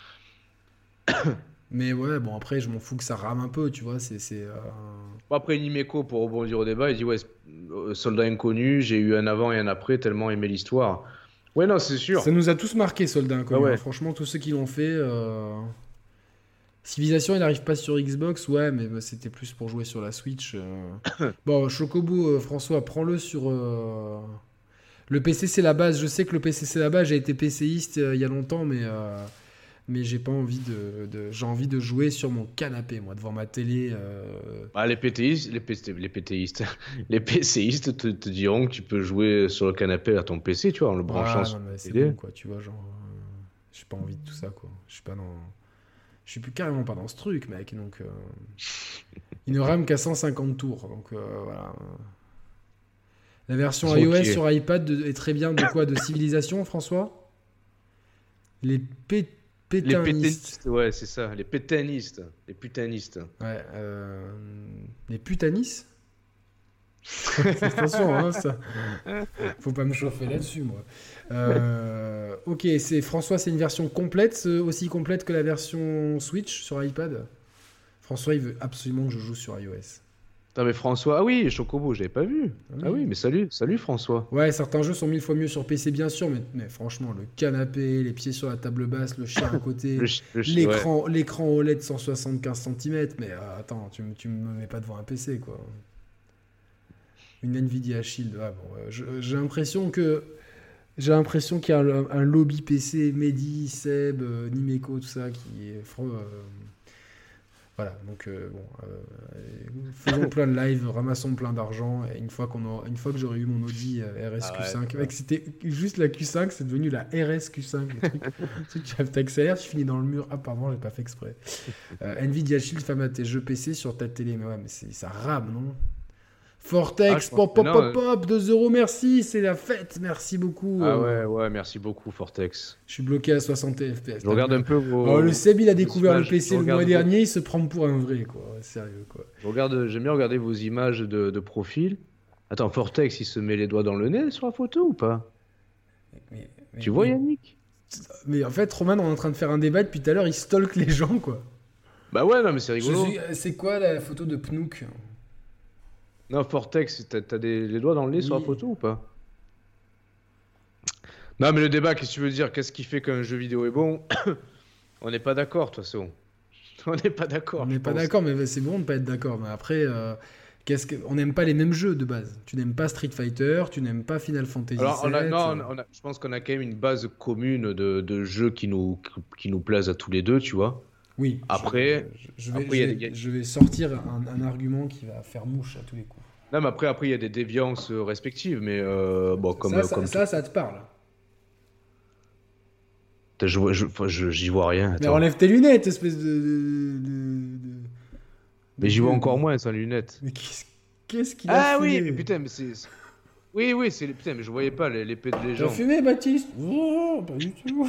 Mais ouais, bon, après, je m'en fous que ça rame un peu, tu vois. Bon, après, Nimeco, pour rebondir au débat, il dit ouais, soldat inconnu, j'ai eu un avant et un après, tellement aimé l'histoire. Ouais, non, c'est sûr. Ça nous a tous marqué, Soldat Inconnu. Ah ouais. Hein. Franchement, tous ceux qui l'ont fait. Civilization, il n'arrive pas sur Xbox, ouais, mais bah, c'était plus pour jouer sur la Switch. Bon, Chocobo, François, prends-le sur. Le PC, c'est la base. Je sais que le PC, c'est la base. J'ai été PCiste il y a longtemps, mais j'ai pas envie j'ai envie de jouer sur mon canapé, moi, devant ma télé. Ah, les PTistes, les PCistes te diront que tu peux jouer sur le canapé à ton PC, tu vois, en le branchant Ah, sur non, mais la c'est télé. bon, quoi, tu vois, genre. J'ai pas envie de tout ça, quoi. Je suis pas dans. Je suis plus carrément pas dans ce truc, mec. Donc, il ne rame qu'à 150 tours. Donc, voilà. La version Ok. iOS sur iPad est très bien. De quoi? De Civilisation, François? Les Les pétanistes. pétanistes, ouais, c'est ça, les pétanistes, les putanistes. Ouais, les putanistes? Attention, hein, ça. Faut pas me chauffer là-dessus, moi. Ok, François, c'est une version complète, aussi complète que la version Switch sur iPad. François, il veut absolument que je joue sur iOS. Putain, mais François, ah oui, Chocobo, j'avais pas vu. Ah oui. Ah oui, mais salut François. Ouais, certains jeux sont 1000 fois mieux sur PC, bien sûr, mais franchement, le canapé, les pieds sur la table basse, le chien à côté, Ouais. l'écran OLED 175 cm, mais attends, tu me mets pas devant un PC, quoi. Une Nvidia Shield, ah bon, j'ai l'impression qu'il y a un lobby PC, Mehdi, Seb, Nimeco, tout ça, qui est... voilà, donc faisons plein de live, ramassons plein d'argent, et une fois que j'aurai eu mon Audi RS Q5, mec, c'était juste la Q5, c'est devenu la RS Q5, le truc, tu t'accélères, tu finis dans le mur, ah pardon, j'ai pas fait exprès. Nvidia Shield, femme à tes jeux PC sur ta télé, mais ouais, mais ça rame, non? Fortex, pop, 2 euros, merci, c'est la fête, merci beaucoup. Ah ouais, merci beaucoup Fortex. Je suis bloqué à 60 FPS. Je regarde un peu vos... Oh, le Seb, il a découvert le images. PC le mois dernier, il se prend pour un vrai, quoi. Sérieux, quoi. J'aime bien regarder vos images de profil. Attends, Fortex, il se met les doigts dans le nez sur la photo ou pas? Mais, Tu vois, Yannick? mais en fait, Roman, on est en train de faire un débat depuis tout à l'heure, il stalk les gens, quoi. Bah ouais, non, mais c'est rigolo. C'est quoi la photo de Pnouk? Non, Fortex, t'as les doigts dans le nez sur la Oui. photo ou pas? Non, mais le débat, qu'est-ce que tu veux dire? Qu'est-ce qui fait qu'un jeu vidéo est bon? On n'est pas d'accord, de toute façon. On n'est pas On d'accord, n'est je pas pense. d'accord, mais c'est bon de ne pas être d'accord. Mais après, on n'aime pas les mêmes jeux de base. Tu n'aimes pas Street Fighter, tu n'aimes pas Final Fantasy Alors, VII. non, je pense qu'on a quand même une base commune de jeux qui nous plaisent à tous les deux, tu vois. Oui, Après, après, je vais sortir un argument qui va faire mouche à tous les coups. non, mais après, il y a des déviances respectives, mais bon, comme tout. Ça te parle. Enfin, j'y vois rien, Mais attends. enlève tes lunettes, espèce Mais de j'y vois gueux. encore moins sans lunettes. Mais qu'est-ce qu'il a Ah oui, fumé? mais putain, mais Oui, oui, putain, mais je voyais pas l'épée de Tu as légende. fumé, Baptiste? Oh, pas du tout.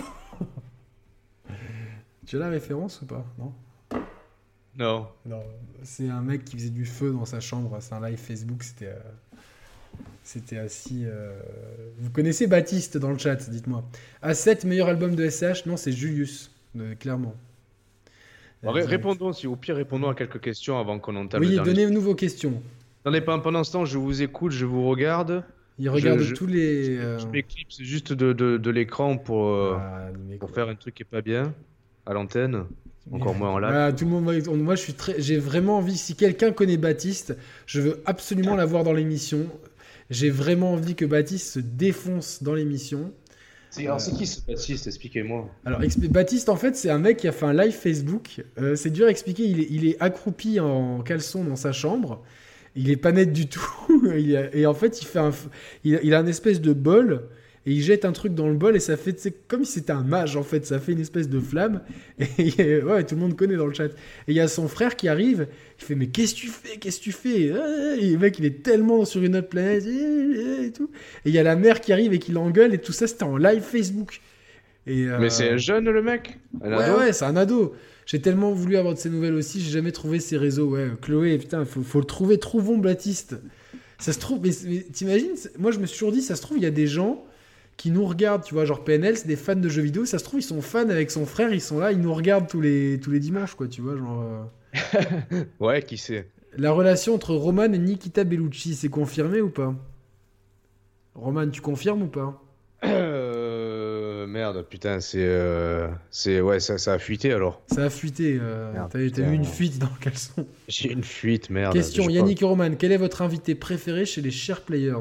Tu as la référence ou pas? Non? Non. Non, c'est un mec qui faisait du feu dans sa chambre. C'est un live Facebook. C'était assis. Vous connaissez Baptiste dans le chat, dites-moi. A7, meilleur album de SCH? Non, c'est Julius, clairement. Bon, Direct. répondons, si au pire, répondons à quelques questions avant qu'on entame le Oui, dernier. donnez-nous vos questions. Attendez, pendant ce temps, je vous écoute, je vous regarde. Il regarde Je, tous les. je m'éclipse juste de l'écran pour faire un truc qui est pas bien à l'antenne, encore moins en live. Voilà, tout le monde. Moi, j'ai vraiment envie. Si quelqu'un connaît Baptiste, je veux absolument l'avoir dans l'émission. J'ai vraiment envie que Baptiste se défonce dans l'émission. Alors, c'est qui ce Baptiste? Expliquez-moi. Alors, Baptiste, en fait, c'est un mec qui a fait un live Facebook. C'est dur à expliquer. Il est accroupi en caleçon dans sa chambre. Il est pas net du tout. Et en fait, il a une espèce de bol. Et il jette un truc dans le bol. Et ça fait, c'est comme si c'était un mage, en fait. Ça fait une espèce de flamme. Et ouais, tout le monde connaît dans le chat. Et il y a son frère qui arrive. Il fait, mais qu'est-ce que tu fais? Qu'est-ce que tu fais? Et le mec, il est tellement sur une autre planète. Et tout. Et il y a la mère qui arrive et qui l'engueule. Et tout ça, c'était en live Facebook. Mais c'est un jeune, le mec? Un ado? Ouais, c'est un ado. J'ai tellement voulu avoir de ses nouvelles aussi, j'ai jamais trouvé ses réseaux. Ouais, Chloé, putain, faut le trouver. Trouvons Baptiste. Ça se trouve, mais t'imagines, moi je me suis toujours dit, ça se trouve, il y a des gens qui nous regardent, tu vois, genre PNL, c'est des fans de jeux vidéo. Ça se trouve, ils sont fans avec son frère, ils sont là, ils nous regardent tous les dimanches, quoi, tu vois, genre. Ouais, qui c'est? La relation entre Roman et Nikita Bellucci, c'est confirmé ou pas? Roman, tu confirmes ou pas? Merde, putain, ouais, ça a fuité alors. Ça a fuité. Merde, T'as eu putain. une fuite dans le caleçon. J'ai une fuite, merde. Question, Je Yannick et Roman, quel est votre invité préféré chez les Share Players?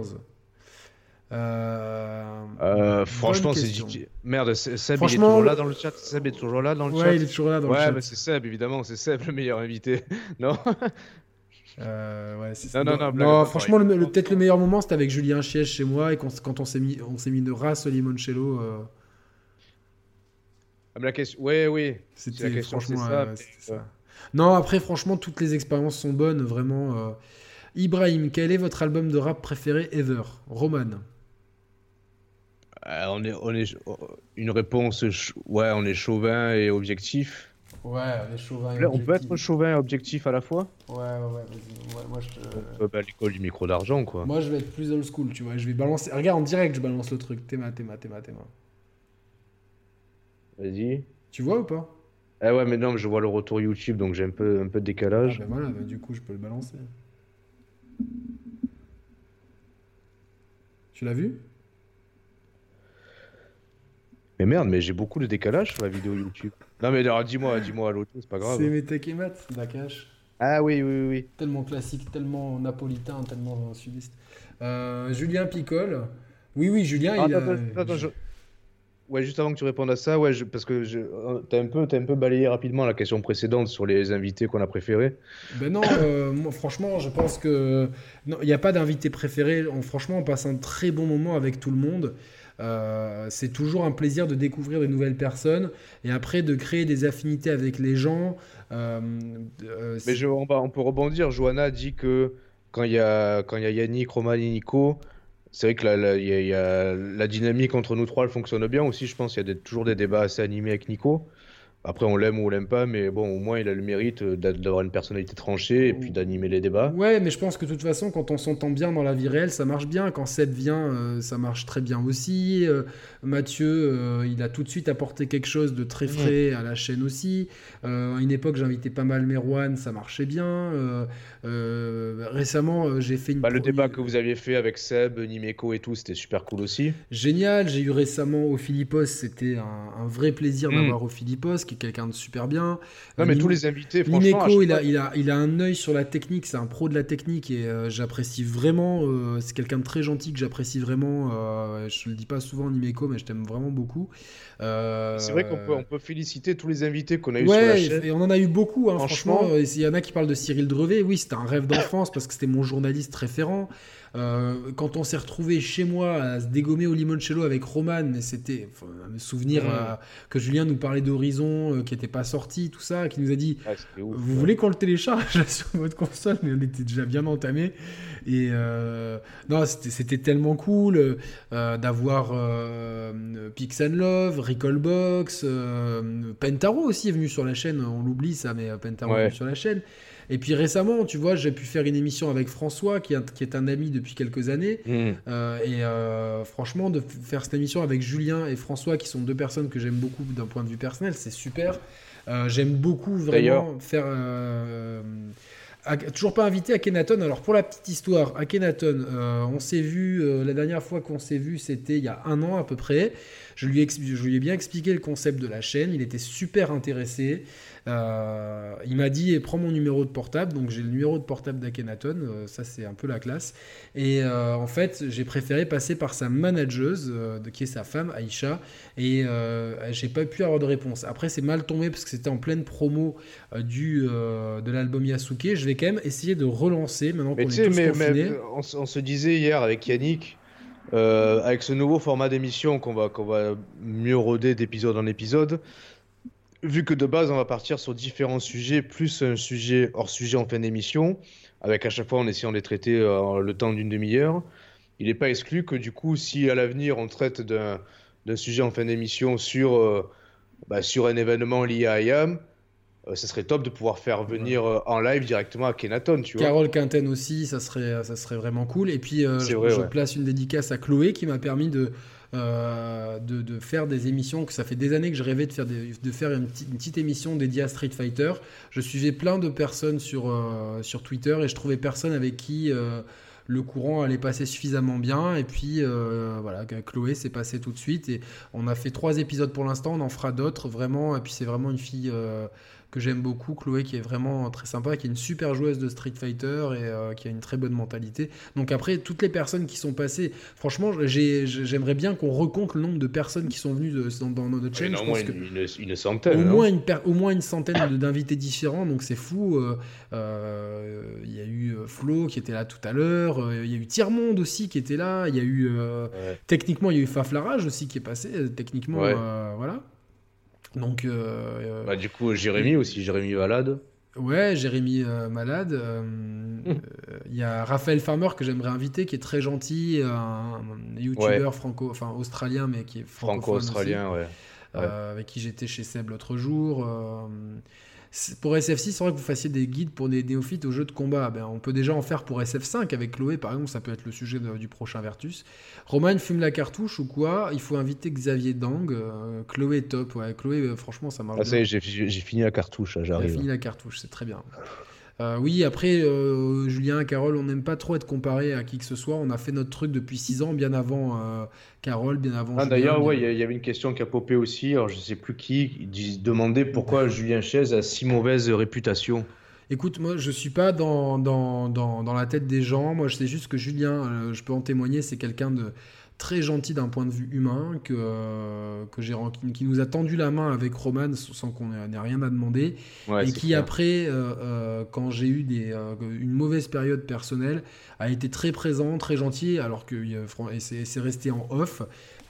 Franchement, bonne c'est question. merde. Seb, il est Franchement, toujours là dans le chat. Seb est toujours là dans le chat. Ouais, il est toujours là dans le Ouais, chat. bah c'est Seb, évidemment. C'est Seb le meilleur invité. Non? Ouais, c'est Non, non, non, blague à non, part, franchement, pareil. peut-être le meilleur moment, c'était avec Julien Chiège chez moi et quand on s'est mis une race au limoncello. Ah, mais la question. Ouais, oui. Si la C'était question, c'est franchement. ça. C'était ça. Non, après, franchement, toutes les expériences sont bonnes, vraiment. Ibrahim, quel est votre album de rap préféré ever? Roman. On est une réponse. Ouais, on est chauvin et objectif. Ouais, les chauvins. Là, on peut être chauvin et objectif à la fois? Ouais, vas-y. Moi, Bah, l'école du micro d'argent, quoi. Moi, je vais être plus old school, tu vois. Je vais balancer. Regarde, en direct, je balance le truc. Théma. Vas-y. Tu vois ou pas? Ah ouais, mais non, mais je vois le retour YouTube, donc j'ai un peu de Ah, décalage. ben voilà, du coup, je peux le balancer. Tu l'as vu? Mais merde, mais j'ai beaucoup de décalage sur la vidéo YouTube. Non, mais alors, dis-moi à l'autre, c'est pas grave. C'est Métèque et Math, Nakash. Ah oui, oui, oui, oui. Tellement classique, tellement napolitain, tellement sudiste. Julien Picole. Oui, Julien, Ah, il a. attends, ouais, juste avant que tu répondes à ça, ouais, parce que t'as un peu balayé rapidement la question précédente sur les invités qu'on a préférés. Ben non, moi, franchement, je pense que. Non, il n'y a pas d'invité préféré. Franchement, on passe un très bon moment avec tout le monde. C'est toujours un plaisir de découvrir de nouvelles personnes et après de créer des affinités avec les gens. Mais on peut rebondir. Johanna dit que quand il y a Yannick, Roman et Nico, c'est vrai que il y a la dynamique entre nous trois, elle fonctionne bien aussi. Je pense qu'il y a toujours des débats assez animés avec Nico. Après, on l'aime ou on l'aime pas, mais bon, au moins, il a le mérite d'avoir une personnalité tranchée et puis d'animer les débats. Ouais, mais je pense que de toute façon, quand on s'entend bien dans la vie réelle, ça marche bien. Quand Seb vient, ça marche très bien aussi. Mathieu, il a tout de suite apporté quelque chose de très frais à la chaîne aussi. À une époque, j'invitais pas mal Merwan, ça marchait bien. Récemment, j'ai fait Bah, le débat que vous aviez fait avec Seb, Nimeco et tout, c'était super cool aussi. génial. J'ai eu récemment au Philippos, c'était un vrai plaisir d'avoir au Philippos, qui est quelqu'un de super bien. Non, mais tous les invités, franchement, Nimeco, il a un œil sur la technique, c'est un pro de la technique et j'apprécie vraiment. C'est quelqu'un de très gentil que j'apprécie vraiment. Je le dis pas souvent, Nimeco, mais je t'aime vraiment beaucoup. C'est vrai on peut féliciter tous les invités qu'on a eu sur la Ouais, chaîne. et on en a eu beaucoup, hein, Franchement. franchement. Il y en a qui parlent de Cyril Drevet. Oui, c'était un rêve d'enfance parce que c'était mon journaliste référent. Quand on s'est retrouvé chez moi à se dégommer au limoncello avec Roman, mais c'était un souvenir que Julien nous parlait d'Horizon qui n'était pas sorti, tout ça, qui nous a dit C'était ouf, vous voulez qu'on le télécharge sur votre console, mais on était déjà bien entamé. Et non, c'était tellement cool d'avoir Pix and Love, Recallbox, Pentaro aussi est venu sur la chaîne, on l'oublie ça, mais Pentaro est venu sur la chaîne. Et puis récemment, tu vois, j'ai pu faire une émission avec François, qui est un ami depuis quelques années. Franchement, de faire cette émission avec Julien et François, qui sont deux personnes que j'aime beaucoup d'un point de vue personnel, c'est super. J'aime beaucoup vraiment faire... toujours pas invité à Akhenaton. Alors pour la petite histoire, Akhenaton, on s'est vu, la dernière fois qu'on s'est vu, c'était il y a 1 an à peu près. Je lui ai bien expliqué le concept de la chaîne, il était super intéressé. Il m'a dit prends mon numéro de portable, donc j'ai le numéro de portable d'Akhenaton, ça c'est un peu la classe. Et en fait, j'ai préféré passer par sa manageuse, qui est sa femme, Aïcha, et j'ai pas pu avoir de réponse. Après, c'est mal tombé parce que c'était en pleine promo de l'album Yasuke. Je vais quand même essayer de relancer maintenant qu'on est tous confinés. On se disait hier avec Yannick, avec ce nouveau format d'émission qu'on va mieux roder d'épisode en épisode, vu que de base on va partir sur différents sujets, plus un sujet hors sujet en fin d'émission, avec à chaque fois en essayant de les traiter le temps d'une demi-heure, il n'est pas exclu que du coup, si à l'avenir on traite d'un sujet en fin d'émission sur un événement lié à IAM, ça serait top de pouvoir faire venir en live directement à Akhenaton, tu vois. Carole Quinten aussi, ça serait vraiment cool. Et puis, je place une dédicace à Chloé qui m'a permis de faire des émissions, que ça fait des années que je rêvais de faire une petite émission dédiée à Street Fighter. Je suivais plein de personnes sur Twitter et je trouvais personne avec qui le courant allait passer suffisamment bien. Et puis voilà, Chloé s'est passée tout de suite et on a fait 3 épisodes pour l'instant, on en fera d'autres vraiment. Et puis c'est vraiment une fille que j'aime beaucoup, Chloé, qui est vraiment très sympa, qui est une super joueuse de Street Fighter et qui a une très bonne mentalité. Donc après, toutes les personnes qui sont passées, franchement, j'aimerais bien qu'on recompte le nombre de personnes qui sont venues dans notre chaîne. Au moins une centaine. Au moins une centaine d'invités différents, donc c'est fou. Il y a eu Flo qui était là tout à l'heure, il y a eu Tiermonde aussi qui était là, il y a eu techniquement il y a eu Faflarage aussi qui est passé, techniquement voilà. Donc du coup Jérémy Valade. Ouais, Jérémy Malade. Il y a Raphaël Farmer que j'aimerais inviter, qui est très gentil, un youtubeur australien, mais qui est franco-australien, avec qui j'étais chez Seb l'autre jour. Pour SF6, c'est vrai que vous fassiez des guides pour des néophytes aux jeux de combat. On peut déjà en faire pour SF5 avec Chloé, par exemple, ça peut être le sujet du prochain Vertus. Roman fume la cartouche ou quoi? Il faut inviter Xavier Dang. Chloé est top. Ouais, Chloé, franchement, ça marche bien. Ça y est, j'ai fini la cartouche, j'arrive. J'ai fini la cartouche, c'est très bien. Oui, après, Julien, Carole, on n'aime pas trop être comparé à qui que ce soit. On a fait notre truc depuis 6 ans, bien avant Carole, bien avant Julien. D'ailleurs, il y avait une question qui a popé aussi. Alors, je ne sais plus qui demandait pourquoi Julien Chaise a si mauvaise réputation. Écoute, moi, je ne suis pas dans la tête des gens. Moi, je sais juste que Julien, je peux en témoigner, c'est quelqu'un de très gentil d'un point de vue humain, qui nous a tendu la main avec Roman sans qu'on ait rien à demander, et qui clair. Après, quand j'ai eu une mauvaise période personnelle, a été très présent, très gentil, alors que c'est resté en off.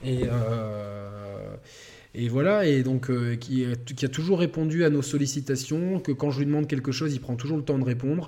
Et voilà, et donc qui a toujours répondu à nos sollicitations, que quand je lui demande quelque chose, il prend toujours le temps de répondre.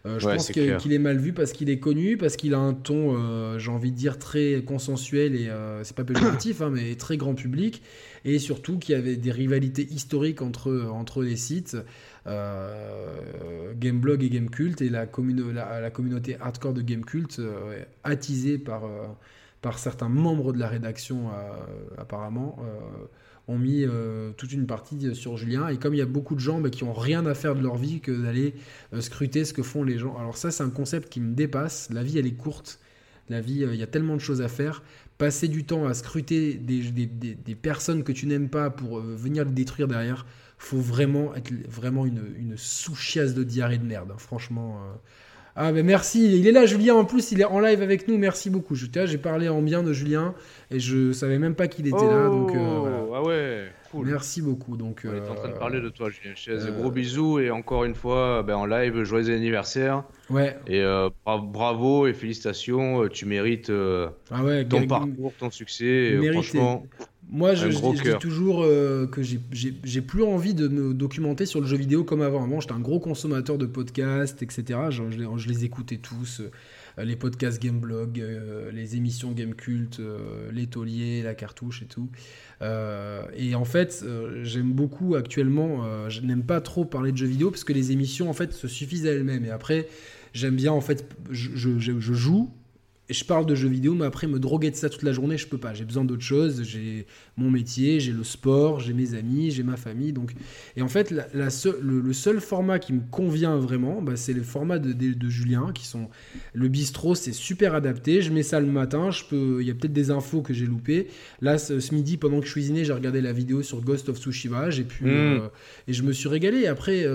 Je Ouais, pense c'est clair. qu'il est mal vu parce qu'il est connu, parce qu'il a un ton, j'ai envie de dire, très consensuel et c'est pas péjoratif, hein, mais très grand public. Et surtout qu'il y avait des rivalités historiques entre les sites, Gameblog et Gamecult, et la communauté hardcore de Gamecult, attisée par certains membres de la rédaction, apparemment. Ont mis toute une partie sur Julien. Et comme il y a beaucoup de gens qui ont rien à faire de leur vie que d'aller scruter ce que font les gens. Alors ça, c'est un concept qui me dépasse. La vie, elle est courte. La vie, il y a tellement de choses à faire. Passer du temps à scruter des personnes que tu n'aimes pas pour venir les détruire derrière, faut vraiment être vraiment une sous-chiasse de diarrhée de merde. Hein. Franchement... Ah mais merci, il est là Julien, en plus il est en live avec nous, merci beaucoup. J'ai parlé en bien de Julien et je savais même pas qu'il était là, donc voilà. Ah ouais, cool. Merci beaucoup. Donc, On est en train de parler de toi, Julien Chaise. Gros bisous et encore une fois, en live, joyeux anniversaire. ouais. Et bravo et félicitations, tu mérites Ah ouais, ton parcours, ton succès. mérité. Franchement, Moi, je gros dis cœur. toujours que j'ai plus envie de me documenter sur le jeu vidéo comme avant. Avant, j'étais un gros consommateur de podcasts, etc. Je les écoutais tous. Les podcasts Gameblog, les émissions Gamecult, les tauliers, la cartouche et tout. Et en fait, j'aime beaucoup actuellement, je n'aime pas trop parler de jeux vidéo parce que les émissions en fait se suffisent à elles-mêmes. Et après, j'aime bien en fait, je joue. Et je parle de jeux vidéo, mais après me droguer de ça toute la journée, je peux pas. J'ai besoin d'autre chose. J'ai mon métier, j'ai le sport, j'ai mes amis, j'ai ma famille. Donc, et en fait, le seul format qui me convient vraiment, c'est le format de Julien, qui sont le bistrot, c'est super adapté. Je mets ça le matin. Il y a peut-être des infos que j'ai loupées. Là, ce midi, pendant que je cuisinais, j'ai regardé la vidéo sur Ghost of Tsushima. Et je me suis régalé. Après.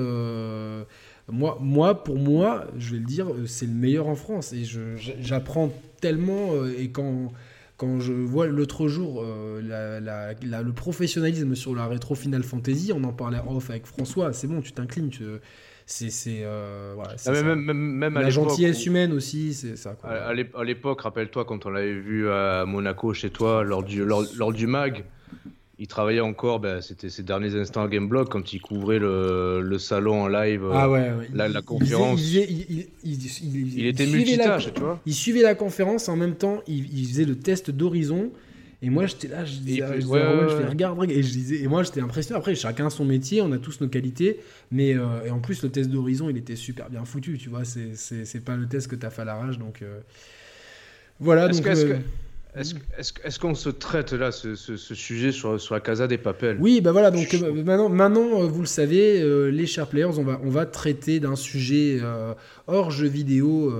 Pour moi, je vais le dire, c'est le meilleur en France. Et j'apprends tellement. Et quand je vois l'autre jour le professionnalisme sur la rétro Final Fantasy, on en parlait en off avec François, c'est bon, tu t'inclines. Voilà, c'est ça. Même à La l'époque. gentillesse humaine aussi, c'est ça. Quoi. À l'époque, rappelle-toi, quand on l'avait vu à Monaco chez toi, lors du MAG, il travaillait encore, c'était ses derniers instants à Gameblog, quand il couvrait le salon en live, Ah ouais. la conférence. Il était multitâche, tu vois. Il suivait la conférence, en même temps, il faisait le test d'Horizon. Et moi, j'étais là, je disais à Roman, je fais regarde, et moi, j'étais impressionné. Après, chacun son métier, on a tous nos qualités. Mais et en plus, le test d'Horizon, il était super bien foutu, tu vois. C'est pas le test que t'as fait à l'arrache, donc voilà. Est-ce qu'on se traite là, ce sujet sur la Casa des Papel? Oui, voilà. Donc maintenant, vous le savez, les chers players, on va traiter d'un sujet hors jeu vidéo.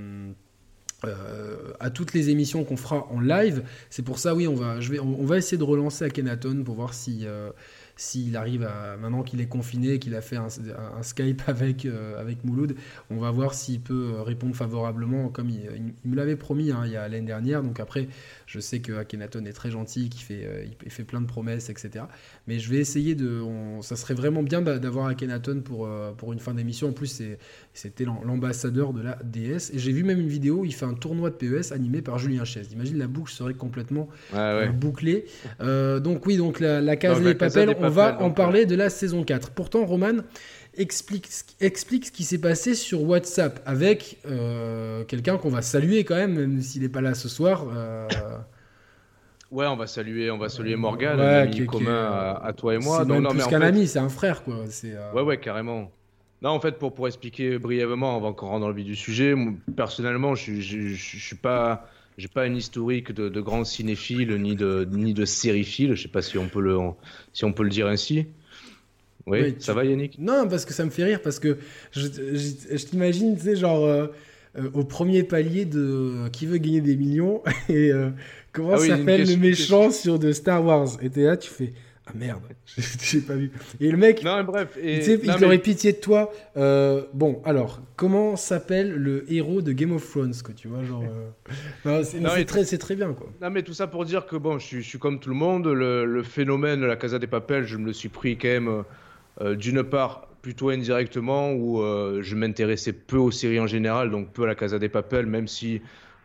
À toutes les émissions qu'on fera en live. C'est pour ça, oui, on va essayer de relancer Akhenaton pour voir s'il arrive maintenant qu'il est confiné, qu'il a fait un Skype avec Mouloud, on va voir s'il peut répondre favorablement comme il me l'avait promis il y a l'année dernière. Donc après, je sais que Akhenaton est très gentil, il fait plein de promesses, etc. Mais je vais essayer ça serait vraiment bien d'avoir Akhenaton pour une fin d'émission. En plus, c'était l'ambassadeur de la DS. Et j'ai vu même une vidéo où il fait un tournoi de PES animé par Julien Chaise. Imagine, la boucle serait complètement bouclée. Donc oui, la Casa des Papel, on va en parler de la saison 4. Pourtant, Roman explique ce qui s'est passé sur WhatsApp avec quelqu'un qu'on va saluer quand même s'il n'est pas là ce soir. Ouais, on va saluer Morgane, un ami commun à toi et moi. C'est même plus qu'un ami, c'est un frère, quoi. Ouais, carrément. Non, en fait, pour expliquer brièvement, on va encore rentrer dans le vif du sujet. Moi, personnellement, je suis pas, j'ai pas un historique de grand cinéphile ni de sériephile. Je sais pas si on peut le dire ainsi. Oui, ça va, Yannick? Non, parce que ça me fait rire, parce que je t'imagine, tu sais, genre au premier palier de qui veut gagner des millions et comment s'appelle le méchant de Star Wars. Et t'es là, tu fais. Ah merde, j'ai pas vu. Et le mec, non, bref, il aurait pitié de toi. Bon, alors, comment s'appelle le héros de Game of Thrones, quoi, tu vois, genre. C'est très bien, quoi. Non, mais tout ça pour dire que bon, je suis comme tout le monde. Le phénomène de la Casa des Papel, je me le suis pris quand même d'une part plutôt indirectement, où je m'intéressais peu aux séries en général, donc peu à la Casa des Papel, même si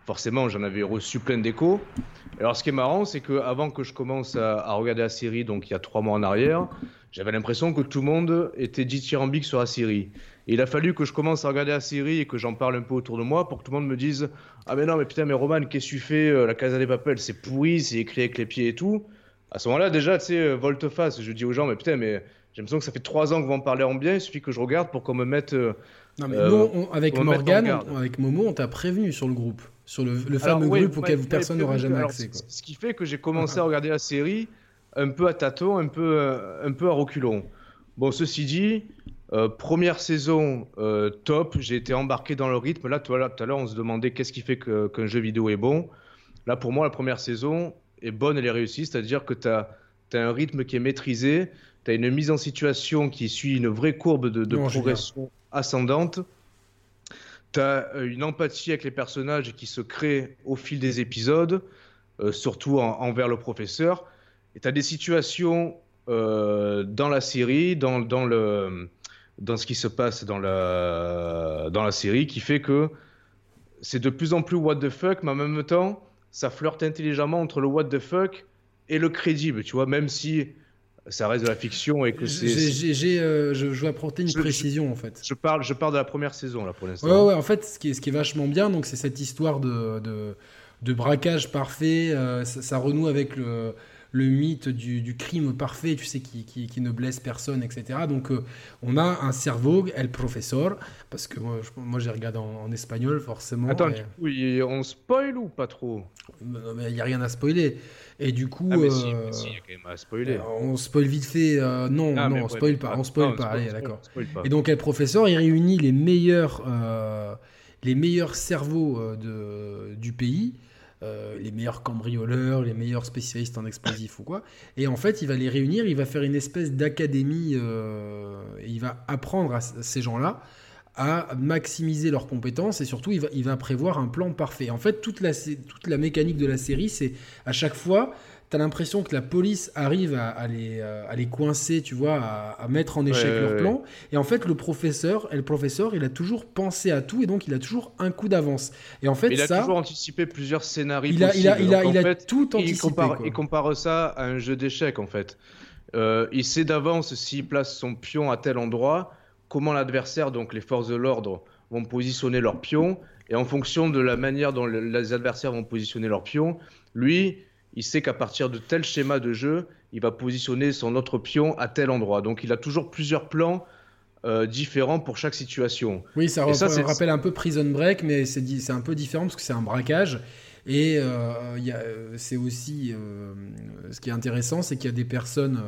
forcément, j'en avais reçu plein d'échos. Alors, ce qui est marrant, c'est qu'avant que je commence à regarder la série, donc il y a 3 mois en arrière, j'avais l'impression que tout le monde était dithyrambique sur la série. Et il a fallu que je commence à regarder la série et que j'en parle un peu autour de moi pour que tout le monde me dise ah mais non, mais putain, mais Roman, qu'est-ce que tu fais? La Casa de Papel, c'est pourri, c'est écrit avec les pieds et tout. À ce moment-là, déjà, tu sais, volte-face, je dis aux gens, mais putain, mais j'ai l'impression que ça fait 3 ans que vous en parlez en bien, il suffit que je regarde pour qu'on me mette. Non, mais nous, avec pour me mettre en Morgane, garde. avec Momo, on t'a prévenu sur le groupe. Sur le Alors, fameux ouais, groupe auquel ouais, personne n'aura jamais alors, accès. Quoi. ce qui fait que j'ai commencé à regarder la série un peu à tâtons, un peu à reculons. Bon, ceci dit, première saison top, j'ai été embarqué dans le rythme. Là, tout à l'heure, on se demandait qu'est-ce qui fait qu'un jeu vidéo est bon. Là, pour moi, la première saison est bonne, elle est réussie, c'est-à-dire que tu as un rythme qui est maîtrisé, tu as une mise en situation qui suit une vraie courbe de Non, progression ascendante. Tu as une empathie avec les personnages qui se crée au fil des épisodes, surtout envers le professeur. Et tu as des situations dans la série, dans ce qui se passe dans la série, qui fait que c'est de plus en plus what the fuck, mais en même temps, ça flirte intelligemment entre le what the fuck et le crédible, tu vois, même si ça reste de la fiction et que Je veux apporter une précision en fait. Je parle de la première saison là pour l'instant. Ouais, en fait, ce qui est vachement bien, donc c'est cette histoire de braquage parfait. Ça renoue avec le mythe du crime parfait, tu sais, qui ne blesse personne, etc. Donc, on a un cerveau, El Professor, parce que moi j'ai regardé en espagnol, forcément. Attends, du coup, on spoil ou pas trop? Non, mais il n'y a rien à spoiler. Et du coup, Ah, mais si, il y a quand même à spoiler. on spoil vite fait. Non, on spoil pas. On spoil pas. Allez, d'accord. Et donc, El Professor, il réunit les meilleurs cerveaux du pays. Les meilleurs cambrioleurs, les meilleurs spécialistes en explosifs ou quoi. Et en fait, il va les réunir, il va faire une espèce d'académie, et il va apprendre à ces gens-là à maximiser leurs compétences et surtout, il va prévoir un plan parfait. En fait, toute la mécanique de la série, c'est à chaque fois, tu as l'impression que la police arrive à les coincer, tu vois, à mettre en échec leur plan. Et en fait, le professeur, il a toujours pensé à tout et donc il a toujours un coup d'avance. Et en fait, il a toujours anticipé plusieurs scénarios il a possibles. tout anticipé. Il compare ça à un jeu d'échecs, en fait. Il sait d'avance s'il place son pion à tel endroit, comment l'adversaire, donc les forces de l'ordre, vont positionner leurs pions. Et en fonction de la manière dont les adversaires vont positionner leurs pions, lui, il sait qu'à partir de tel schéma de jeu, il va positionner son autre pion à tel endroit. Donc il a toujours plusieurs plans différents pour chaque situation. Oui, ça rappelle un peu Prison Break, mais c'est un peu différent parce que c'est un braquage. Et c'est aussi ce qui est intéressant, c'est qu'il y a des personnes,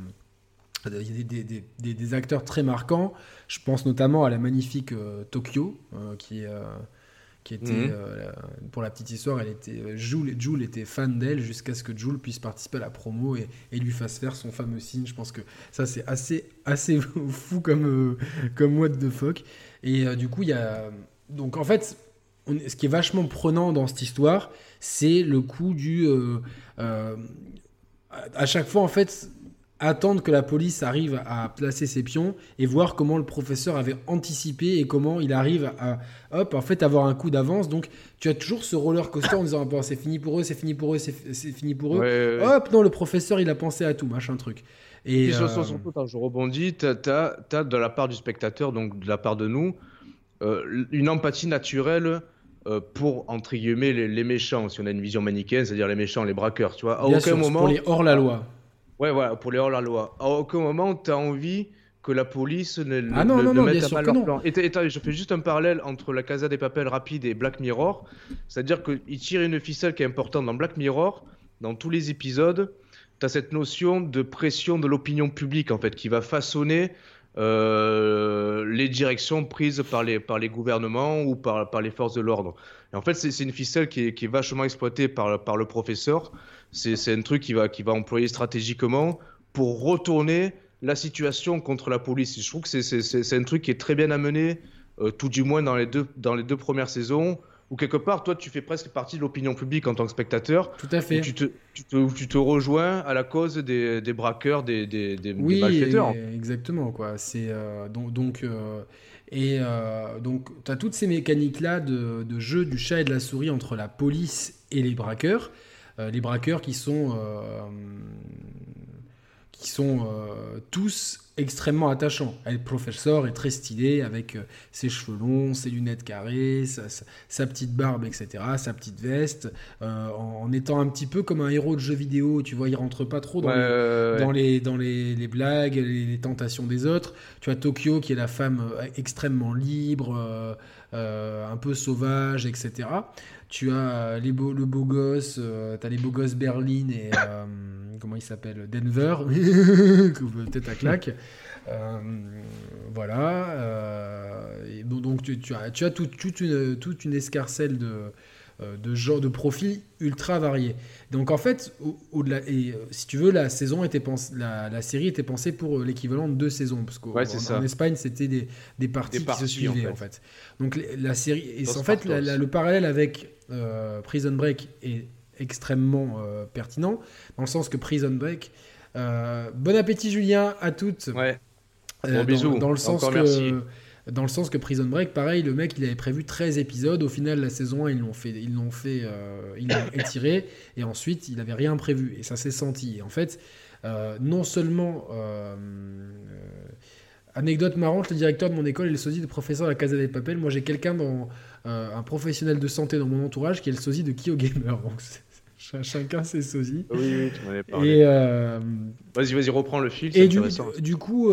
des acteurs très marquants. Je pense notamment à la magnifique Tokyo, qui était, pour la petite histoire, Joule était fan d'elle jusqu'à ce que Joule puisse participer à la promo et lui fasse faire son fameux signe. Je pense que ça, c'est assez fou comme what the fuck. Et du coup, il y a... Donc, en fait, ce qui est vachement prenant dans cette histoire, c'est le coup à chaque fois, en fait... attendre que la police arrive à placer ses pions et voir comment le professeur avait anticipé et comment il arrive à avoir un coup d'avance. Donc tu as toujours ce roller coaster en disant bon, c'est fini pour eux, c'est fini pour eux, c'est fini pour eux. Ouais. Non, le professeur il a pensé à tout, machin truc. Et surtout, quand je rebondis, t'as de la part du spectateur, donc de la part de nous, une empathie naturelle pour, entre guillemets, les méchants, si on a une vision manichéenne, c'est-à-dire les méchants, les braqueurs, tu vois. À bien aucun sûr, moment, pour les hors-la-loi. Ouais, voilà, pour les hors-la-loi. À aucun moment, tu as envie que la police ne non, mette bien à sûr mal que leur non. plan. Et je fais juste un parallèle entre la Casa des Papel rapide et Black Mirror. C'est-à-dire qu'ils tirent une ficelle qui est importante dans Black Mirror. Dans tous les épisodes, tu as cette notion de pression de l'opinion publique, en fait, qui va façonner les directions prises par les gouvernements ou par les forces de l'ordre. Et en fait, c'est une ficelle qui est vachement exploitée par le professeur. C'est un truc qu'il va employer stratégiquement pour retourner la situation contre la police. Je trouve que c'est un truc qui est très bien amené, tout du moins dans les deux premières saisons, où quelque part, toi, tu fais presque partie de l'opinion publique en tant que spectateur. Tout à fait. Où tu te rejoins à la cause des braqueurs, des oui, malfaiteurs. Exactement, quoi. C'est Et donc, tu as toutes ces mécaniques-là de jeu du chat et de la souris entre la police et les braqueurs. Les braqueurs qui sont tous extrêmement attachants. Le professeur est très stylé avec ses cheveux longs, ses lunettes carrées, sa petite barbe, etc., sa petite veste, en étant un petit peu comme un héros de jeu vidéo. Tu vois, il rentre pas trop dans les blagues, les tentations des autres. Tu as Tokyo qui est la femme extrêmement libre, un peu sauvage, etc. Tu as le beau gosse, tu as les beaux gosses Berlin et comment il s'appelle, Denver, tête à claque. Voilà. Et donc tu as toute une escarcelle de genres de profils ultra variés. Donc en fait, au-delà, et si tu veux, la série était pensée pour l'équivalent de 2 saisons, parce qu'en Espagne c'était des parties qui se suivaient en fait. Donc la série, et en fait le parallèle avec Prison Break est extrêmement pertinent, dans le sens que Prison Break, bon appétit Julien à toutes. Ouais. Bon bisous. Dans le sens encore que merci. Dans le sens que Prison Break, pareil, le mec il avait prévu 13 épisodes, au final la saison 1 ils l'ont étiré, et ensuite il avait rien prévu, et ça s'est senti. Et en fait, non seulement anecdote marrante, le directeur de mon école est le sosie de professeur à la Casa de Papel. Moi j'ai quelqu'un un professionnel de santé dans mon entourage qui est le sosie de Kyo Gamer, donc chacun ses sosies. Oui, tu m'en avais parlé. Et vas-y, reprends le fil, c'est et intéressant. du coup,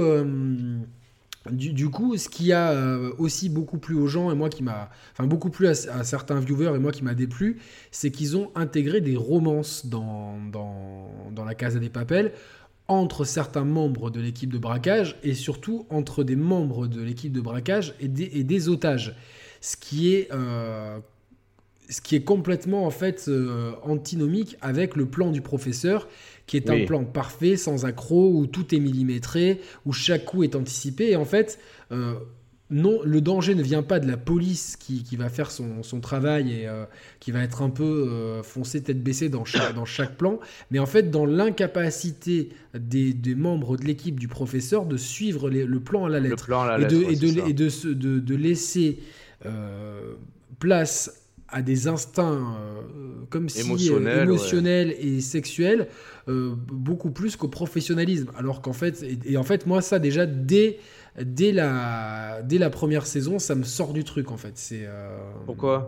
ce qui a aussi beaucoup plu aux gens, et moi beaucoup plu à certains viewers, et moi qui m'a déplu, c'est qu'ils ont intégré des romances dans la Casa de Papel, entre certains membres de l'équipe de braquage, et surtout entre des membres de l'équipe de braquage et des otages. Ce qui est complètement en fait antinomique avec le plan du professeur, qui est un plan parfait, sans accroc, où tout est millimétré, où chaque coup est anticipé. Et en fait, non, le danger ne vient pas de la police qui va faire son travail et qui va être un peu foncé tête baissée dans chaque plan, mais en fait dans l'incapacité des membres de l'équipe du professeur de suivre le plan à la lettre. Et de laisser place à des instincts comme si émotionnels et sexuels, beaucoup plus qu'au professionnalisme. Alors qu'en fait, en fait, moi, ça déjà dès la première saison, ça me sort du truc en fait. Pourquoi ?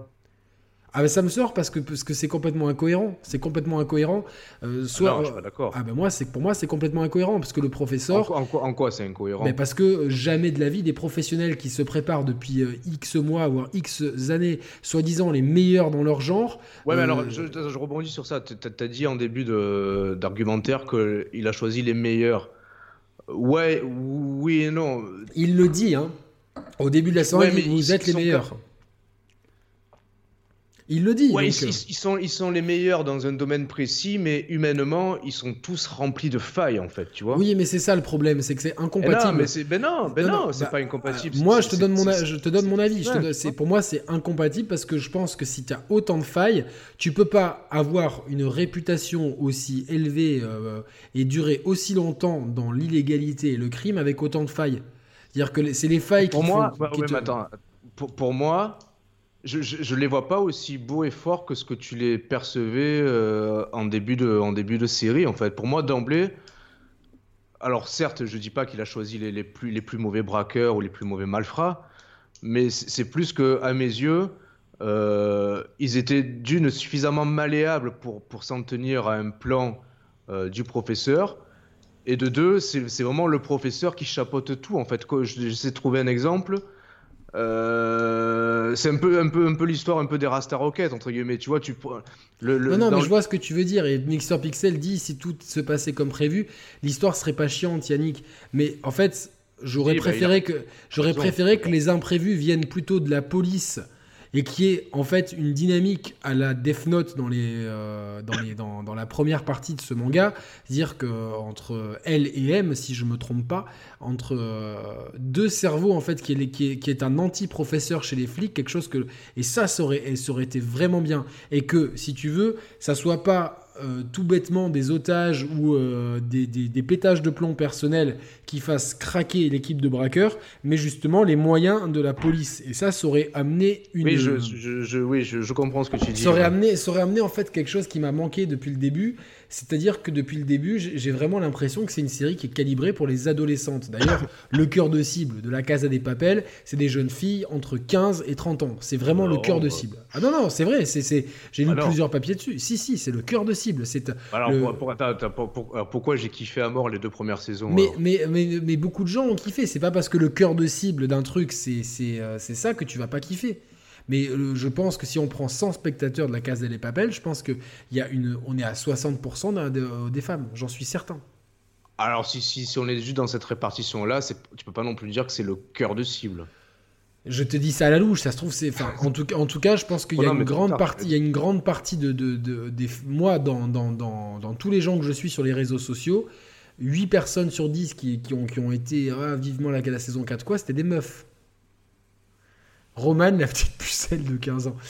Ah ben ça me sort parce que c'est complètement incohérent. C'est complètement incohérent. Non, je suis pas d'accord. Ah ben pour moi c'est complètement incohérent parce que le professeur. En quoi c'est incohérent ? Mais parce que jamais de la vie des professionnels qui se préparent depuis X mois voire X années, soi-disant les meilleurs dans leur genre. Ouais, mais alors je rebondis sur ça. T'as dit en début d'argumentaire qu'il a choisi les meilleurs. Ouais, oui et non. Il le dit, hein. Au début de la série, vous êtes les meilleurs. Il le dit. Ouais, donc... ils sont les meilleurs dans un domaine précis, mais humainement, ils sont tous remplis de failles, en fait, tu vois. Oui, mais c'est ça le problème, c'est que c'est incompatible. Non, c'est pas incompatible. Moi, je te donne mon avis. Pour moi, c'est incompatible parce que je pense que si tu as autant de failles, tu peux pas avoir une réputation aussi élevée et durer aussi longtemps dans l'illégalité et le crime avec autant de failles. C'est-à-dire que c'est les failles pour moi, attends, pour moi. Je les vois pas aussi beaux et forts que ce que tu les percevais en début de série, en fait. Pour moi, d'emblée, alors certes, je dis pas qu'il a choisi les plus mauvais braqueurs ou les plus mauvais malfrats, mais c'est plus que à mes yeux, ils étaient d'une suffisamment malléables pour s'en tenir à un plan du professeur, et de deux, c'est vraiment le professeur qui chapeaute tout, en fait. J'essaie de trouver un exemple. C'est un peu l'histoire un peu des Rasta Rockets entre guillemets, tu vois. Mais je vois ce que tu veux dire, et Mixer Pixel dit si tout se passait comme prévu, l'histoire serait pas chiante, Yannick. Mais en fait, j'aurais préféré que les imprévus viennent plutôt de la police et qui est en fait une dynamique à la Death Note dans la première partie de ce manga, c'est-à-dire que entre L et M, si je me trompe pas, entre deux cerveaux en fait qui est un anti-professeur chez les flics, quelque chose que et ça aurait été vraiment bien, et que si tu veux, ça soit pas tout bêtement des otages ou des pétages de plomb personnels qui fassent craquer l'équipe de braqueurs, mais justement les moyens de la police. Et ça aurait amené une... Oui, je comprends ce que tu dis. Ça aurait amené en fait quelque chose qui m'a manqué depuis le début. C'est-à-dire que depuis le début, j'ai vraiment l'impression que c'est une série qui est calibrée pour les adolescentes. D'ailleurs, le cœur de cible de La Casa de Papel, c'est des jeunes filles entre 15 et 30 ans. C'est vraiment le cœur de cible. Ah non, c'est vrai. J'ai lu plusieurs papiers dessus. Si, c'est le cœur de cible. Alors, pourquoi j'ai kiffé à mort les 2 premières saisons mais beaucoup de gens ont kiffé. C'est pas parce que le cœur de cible d'un truc, c'est ça que tu vas pas kiffer. Mais je pense que si on prend 100 spectateurs de La Casa de Papel, je pense qu'on est à 60% des femmes, j'en suis certain. Alors si on est juste dans cette répartition-là, tu peux pas non plus dire que c'est le cœur de cible. Je te dis ça à la louche, ça se trouve, en tout cas, je pense qu'il y a une grande partie des moi, dans tous les gens que je suis sur les réseaux sociaux, 8 personnes sur 10 qui ont été vivement la saison 4, c'était des meufs. Romane, la petite pucelle de 15 ans.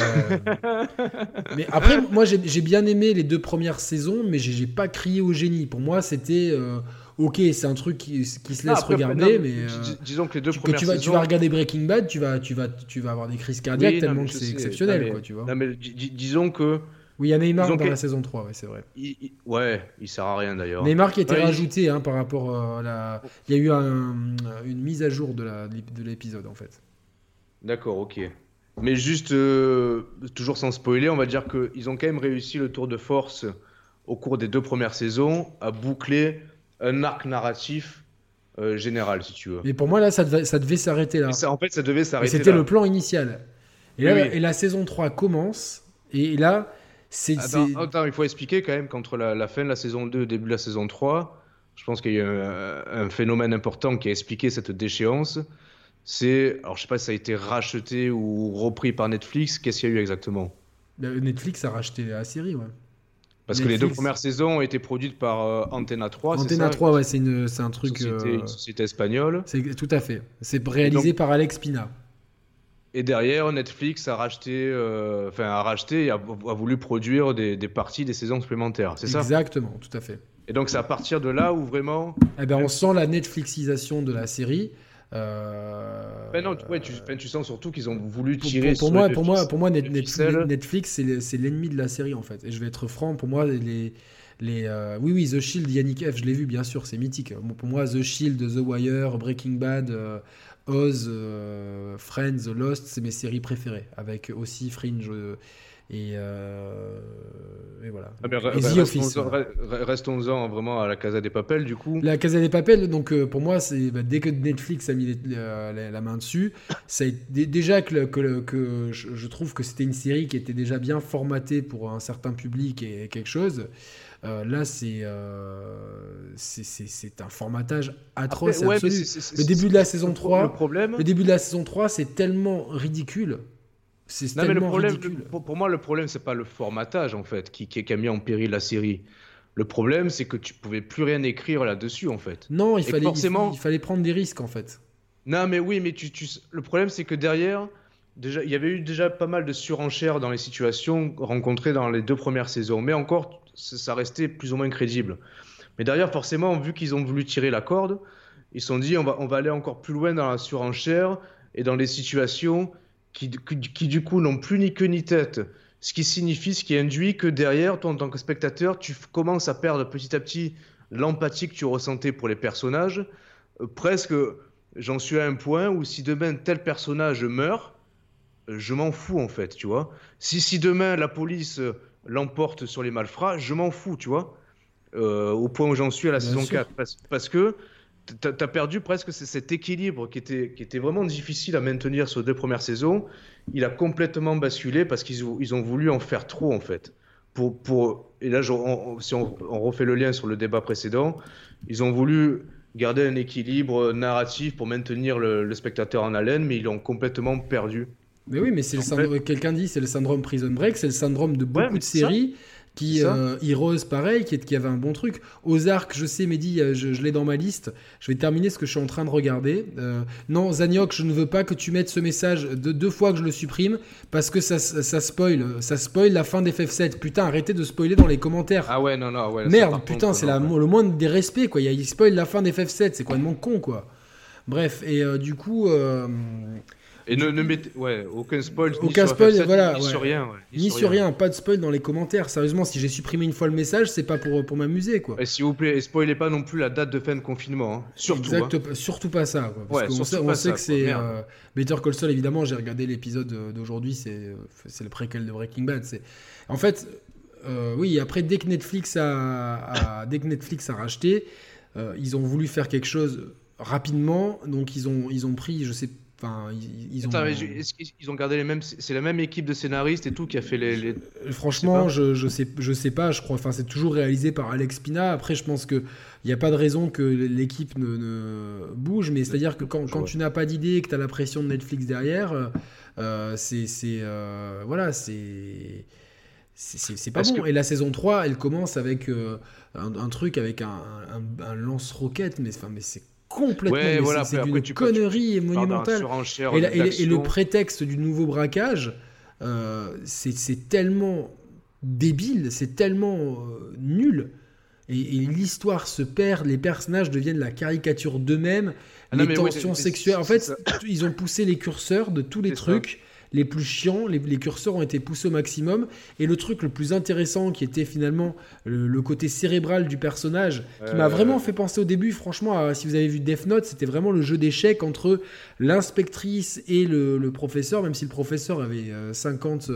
Mais après, moi, j'ai bien aimé les 2 premières saisons, mais j'ai pas crié au génie. Pour moi, c'était... ok, c'est un truc qui se laisse regarder, mais... disons que les 2 premières saisons... Tu vas regarder Breaking Bad, tu vas avoir des crises cardiaques tellement que c'est exceptionnel, quoi, tu vois. Non, mais disons que... Oui, il y a Neymar dans la saison 3, ouais, c'est vrai. Il sert à rien, d'ailleurs. Neymar qui a été rajouté par rapport à la... Il y a eu une mise à jour de l'épisode, en fait. D'accord, ok. Mais juste, toujours sans spoiler, on va dire qu'ils ont quand même réussi le tour de force au cours des 2 premières saisons à boucler un arc narratif général, si tu veux. Mais pour moi, là, ça devait s'arrêter là. En fait, ça devait s'arrêter là. C'était le plan initial. Et la saison 3 commence, et là, Attends, il faut expliquer quand même qu'entre la fin de la saison 2 et le début de la saison 3, je pense qu'il y a eu un phénomène important qui a expliqué cette déchéance. Alors je sais pas si ça a été racheté ou repris par Netflix, qu'est-ce qu'il y a eu exactement? Netflix a racheté la série, ouais. Parce que les 2 premières saisons ont été produites par Antena 3, Antena 3, ouais, c'est un truc... Une société espagnole. Tout à fait. C'est réalisé par Alex Pina. Et derrière, Netflix a racheté et a voulu produire des parties des saisons supplémentaires, c'est ça? Exactement, tout à fait. Et donc c'est à partir de là où vraiment... on sent la Netflixisation de la série. Non, tu sens surtout qu'ils ont voulu tirer pour moi, Netflix, c'est l'ennemi de la série, en fait. Et je vais être franc, pour moi, oui, The Shield, Yannick F, je l'ai vu, bien sûr, c'est mythique. Pour moi, The Shield, The Wire, Breaking Bad, Oz, Friends, Lost, c'est mes séries préférées, avec aussi Fringe et voilà. Et The Office. Restons-en vraiment à La Casa de Papel, du coup. La Casa de Papel, donc pour moi, c'est dès que Netflix a mis la main dessus, déjà que je trouve que c'était une série qui était déjà bien formatée pour un certain public et quelque chose. Là, c'est un formatage atroce et absolu. Le début de la saison 3, le début de la saison 3, c'est tellement ridicule. Ridicule. Pour moi, le problème, c'est pas le formatage, en fait, qui a mis en péril la série. Le problème, c'est que tu pouvais plus rien écrire là-dessus, en fait. Non, il fallait prendre des risques, en fait. Non, mais oui, mais le problème, c'est que derrière, déjà, il y avait eu déjà pas mal de surenchères dans les situations rencontrées dans les 2 premières saisons. Mais encore, ça restait plus ou moins crédible. Mais derrière, forcément, vu qu'ils ont voulu tirer la corde, ils se sont dit, on va aller encore plus loin dans la surenchère et dans les situations qui du coup n'ont plus ni queue ni tête, ce qui induit que derrière, toi en tant que spectateur, tu commences à perdre petit à petit l'empathie que tu ressentais pour les personnages. Presque, j'en suis à un point où si demain tel personnage meurt, je m'en fous en fait, tu vois. Si demain la police l'emporte sur les malfrats, je m'en fous, tu vois. Au point où j'en suis à la saison 4, parce que t'as perdu presque cet équilibre qui était vraiment difficile à maintenir sur les 2 premières saisons. Il a complètement basculé parce qu'ils ont voulu en faire trop, en fait. Et là, si on refait le lien sur le débat précédent, ils ont voulu garder un équilibre narratif pour maintenir le spectateur en haleine, mais ils l'ont complètement perdu. Mais oui, mais quelqu'un dit c'est le syndrome Prison Break, c'est le syndrome de beaucoup de séries Heroes, pareil, qui avait un bon truc. Ozark, je sais, Mehdi, je l'ai dans ma liste. Je vais terminer ce que je suis en train de regarder. Non, Zaniok, je ne veux pas que tu mettes ce message de 2 fois que je le supprime, parce que ça spoil la fin d'FF7. Putain, arrêtez de spoiler dans les commentaires. Ah ouais, non, ouais. Merde, putain, c'est le moindre des respects, quoi. Il spoil la fin d'FF7, c'est complètement con, quoi. Bref, et du coup... Et ne mettez aucun spoil, aucun spoil, voilà, ni sur rien. Ni sur rien, pas de spoil dans les commentaires. Sérieusement, si j'ai supprimé une fois le message, c'est pas pour m'amuser, quoi. Et s'il vous plaît, spoilez pas non plus la date de fin de confinement, hein. Surtout. Surtout pas ça, quoi. Parce qu'on sait que c'est Better Call Saul. Évidemment, j'ai regardé l'épisode d'aujourd'hui, c'est le préquel de Breaking Bad. En fait, oui. Après, dès que Netflix a racheté, ils ont voulu faire quelque chose rapidement, donc ils ont pris, je sais. Enfin, ils ont gardé les mêmes. C'est la même équipe de scénaristes et tout qui a fait les... Franchement, je sais pas. Je crois. Enfin, c'est toujours réalisé par Alex Pina. Après, je pense que il y a pas de raison que l'équipe ne bouge. Mais c'est-à-dire que quand tu n'as pas d'idée et que tu as la pression de Netflix derrière, voilà, c'est pas bon. Et la saison 3, elle commence avec un truc avec un lance-roquette, mais c'est complètement, c'est d'une connerie monumentale. Et le prétexte du nouveau braquage, c'est tellement débile, c'est tellement nul. Et l'histoire se perd, les personnages deviennent la caricature d'eux-mêmes, les tensions sexuelles. En fait, ils ont poussé les curseurs de tous les trucs. Les plus chiants, les curseurs ont été poussés au maximum. Et le truc le plus intéressant, qui était finalement le côté cérébral du personnage, qui m'a vraiment fait penser au début, franchement, si vous avez vu Death Note, c'était vraiment le jeu d'échecs entre l'inspectrice et le professeur, même si le professeur avait 50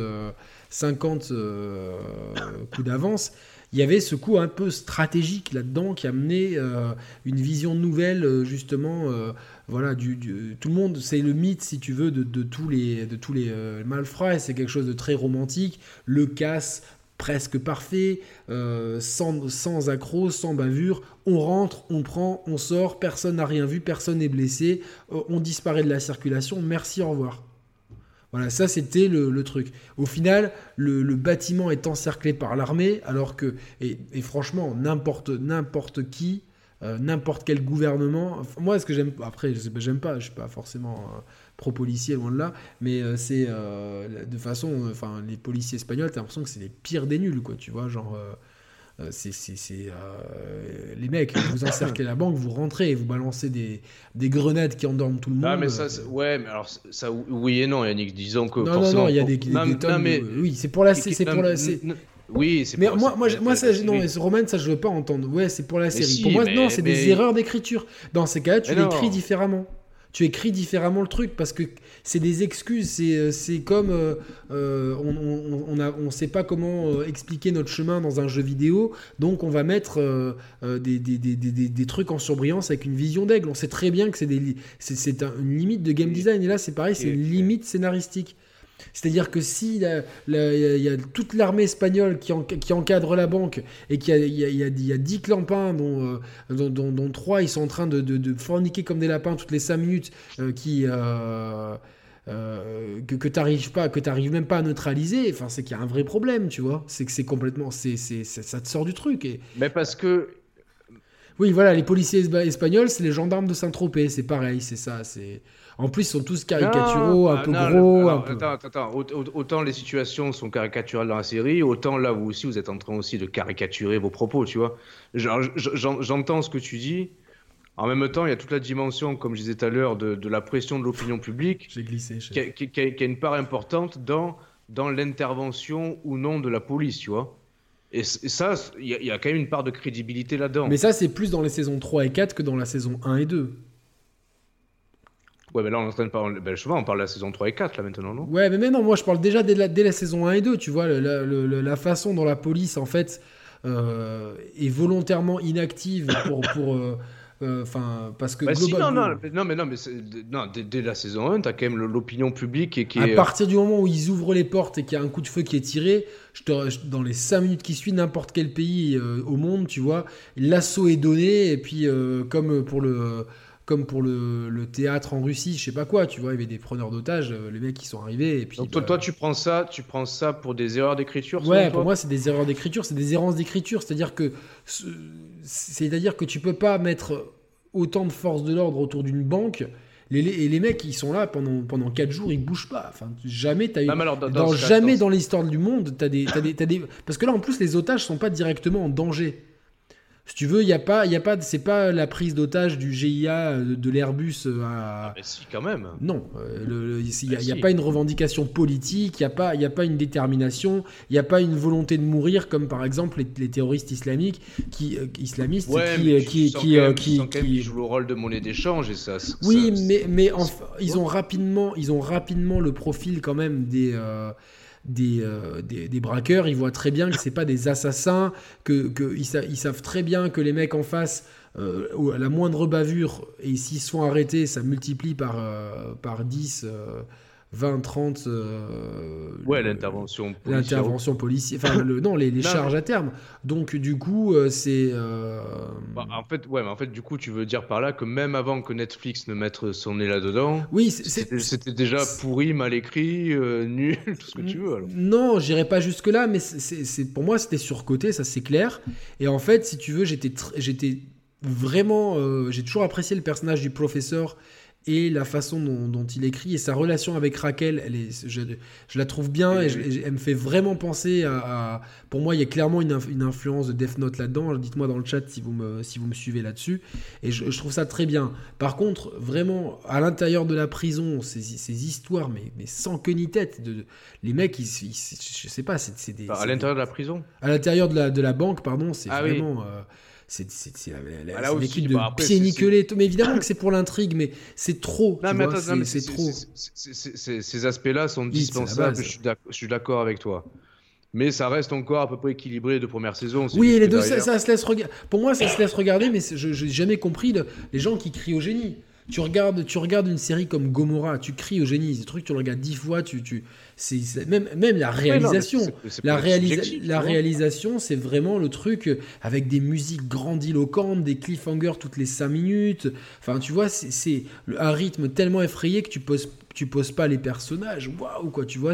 coups d'avance. Il y avait ce coup un peu stratégique là-dedans qui amenait une vision nouvelle, justement. Voilà, tout le monde, c'est le mythe, si tu veux, de tous les malfrats, et c'est quelque chose de très romantique. Le casse presque parfait, sans accroc, sans bavure. On rentre, on prend, on sort, personne n'a rien vu, personne n'est blessé, on disparaît de la circulation, merci, au revoir. Voilà, ça c'était le truc. Au final, le bâtiment est encerclé par l'armée, alors que, et franchement, n'importe qui, n'importe quel gouvernement, moi ce que j'aime, après j'aime pas, je suis pas forcément pro-policier, loin de là, mais c'est de façon, enfin les policiers espagnols, t'as l'impression que c'est les pires des nuls, quoi, tu vois, genre... les mecs, vous encerclez la banque, vous rentrez et vous balancez des grenades qui endorment tout le monde. Ah, mais ça, mais alors ça, oui et non, Yannick, disons que non, il y a des tonnes. Mais... Oui, c'est pour la. Oui, c'est. Mais moi, ça, non, Roman, ça, je veux pas entendre. Ouais, c'est pour la série. Si, pour moi, non, c'est des erreurs d'écriture. Dans ces cas-là, tu l'écris différemment. Tu écris différemment le truc parce que c'est des excuses. C'est comme on sait pas comment expliquer notre chemin dans un jeu vidéo, donc on va mettre des trucs en surbrillance avec une vision d'aigle. On sait très bien que c'est une limite de game design. Et là, c'est pareil, c'est une limite scénaristique. C'est-à-dire que si il y a toute l'armée espagnole qui encadre la banque et qu'il y a 10 clampins dont 3 ils sont en train de forniquer comme des lapins toutes les 5 minutes, que t'arrives même pas à neutraliser, enfin c'est qu'il y a un vrai problème, tu vois. C'est que c'est complètement, ça te sort du truc. Mais parce que oui, voilà, les policiers espagnols, c'est les gendarmes de Saint-Tropez, c'est pareil, c'est ça, c'est... En plus, ils sont tous caricaturaux, un peu gros. Attends. Autant les situations sont caricaturales dans la série, autant là, vous aussi, vous êtes en train aussi de caricaturer vos propos, tu vois. J'entends ce que tu dis. En même temps, il y a toute la dimension, comme je disais tout à l'heure, de la pression de l'opinion publique. J'ai glissé. Qui a une part importante dans l'intervention ou non de la police, tu vois. Et ça, il y a quand même une part de crédibilité là-dedans. Mais ça, c'est plus dans les saisons 3 et 4 que dans la saison 1 et 2. Ouais, mais là, on est en train de parler. Souvent, on parle de la saison 3 et 4, là, maintenant, non ? Ouais, mais non, moi, je parle déjà dès la saison 1 et 2, tu vois, la façon dont la police, en fait, est volontairement inactive parce que dès la saison 1, t'as quand même l'opinion publique qui est... À partir du moment où ils ouvrent les portes et qu'il y a un coup de feu qui est tiré, dans les 5 minutes qui suivent, n'importe quel pays au monde, tu vois, l'assaut est donné, et puis comme comme pour le théâtre en Russie, je sais pas quoi, tu vois, il y avait des preneurs d'otages, les mecs qui sont arrivés et puis. Donc toi, tu prends ça pour des erreurs d'écriture, selon Ouais, toi? pour moi, c'est des erreurs d'écriture, c'est des errances d'écriture, c'est-à-dire que tu peux pas mettre autant de forces de l'ordre autour d'une banque. Et les mecs, ils sont là pendant 4 jours, ils bougent pas. Enfin, jamais t'as eu. Non, mais alors, dans ce cas, Jamais dans l'histoire du monde, t'as des. Parce que là, en plus, les otages sont pas directement en danger. Si tu veux, c'est pas la prise d'otage du GIA de l'Airbus à. Ah, mais si, quand même. Non, il n'y a, Si. pas une revendication politique, il n'y a pas une détermination, il n'y a pas une volonté de mourir comme par exemple les terroristes islamistes Ouais, mais tu sens quand même qu'ils jouent le rôle de monnaie d'échange et ça. Oui, mais enfin, ils ont rapidement le profil quand même des braqueurs. Ils voient très bien que c'est pas des assassins, ils savent très bien que les mecs en face, à la moindre bavure, et s'ils se font arrêter, ça multiplie par 10, 20, 30. Ouais, l'intervention policière. Enfin, les charges à terme. Donc, du coup, c'est. Mais en fait, du coup, tu veux dire par là que même avant que Netflix ne mette son nez là-dedans, Oui, c'était déjà pourri, mal écrit, nul, tout ce que tu veux. Alors. Non, j'irai pas jusque-là, mais pour moi, c'était surcoté, ça c'est clair. Et en fait, si tu veux, j'étais vraiment. J'ai toujours apprécié le personnage du professeur et la façon dont il écrit et sa relation avec Raquel, je la trouve bien et elle me fait vraiment penser à pour moi, il y a clairement une influence de Death Note là-dedans. Dites-moi dans le chat si vous me suivez là-dessus. Et je trouve ça très bien. Par contre, vraiment, à l'intérieur de la prison, ces histoires, mais sans queue ni tête, les mecs, je sais pas, c'est des... À l'intérieur de la prison? À l'intérieur de la banque, pardon, c'est vraiment... Oui. C'est une équipe de pieds nickelés. Mais évidemment que c'est pour l'intrigue, mais c'est trop. C'est trop. Ces aspects-là sont dispensables, je suis d'accord avec toi. Mais ça reste encore à peu près équilibré les 2 premières saisons. Oui, les deux, ça se laisse regarder. Pour moi, ça se laisse regarder, mais je n'ai jamais compris les gens qui crient au génie. Tu regardes une série comme Gomorrah, tu cries au génie. Ce truc, tu le regardes 10 fois. Même la réalisation. La réalisation, c'est vraiment le truc avec des musiques grandiloquentes, des cliffhangers toutes les 5 minutes. Enfin, tu vois, c'est un rythme tellement effrayé que tu poses pas les personnages. Waouh, quoi. Tu vois,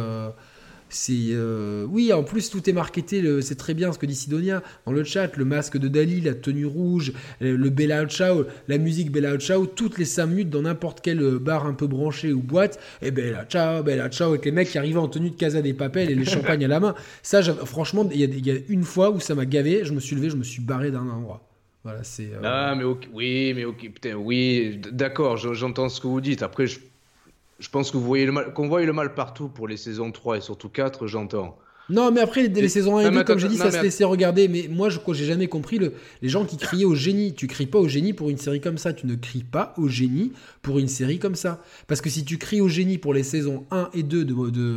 oui, en plus tout est marketé, c'est très bien ce que dit Sidonia dans le chat, le masque de Dali, la tenue rouge, le Bella Ciao, la musique Bella Ciao, toutes les 5 minutes dans n'importe quel bar un peu branché ou boîte, et Bella Ciao, avec les mecs qui arrivaient en tenue de Casa des Papel et les champagnes à la main. Ça, franchement, il y a une fois où ça m'a gavé, je me suis levé, je me suis barré d'un endroit. Voilà, c'est... Ah, mais ok, putain, oui, d'accord, j'entends ce que vous dites. Après, je pense que qu'on voit le mal partout pour les saisons 3 et surtout 4, j'entends. Non, mais après, les saisons 1 et 2, comme j'ai dit, ça se laissait regarder. Mais moi, j'ai jamais compris les gens qui criaient au génie. Tu cries pas au génie pour une série comme ça. Tu ne cries pas au génie pour une série comme ça. Parce que si tu cries au génie pour les saisons 1 et 2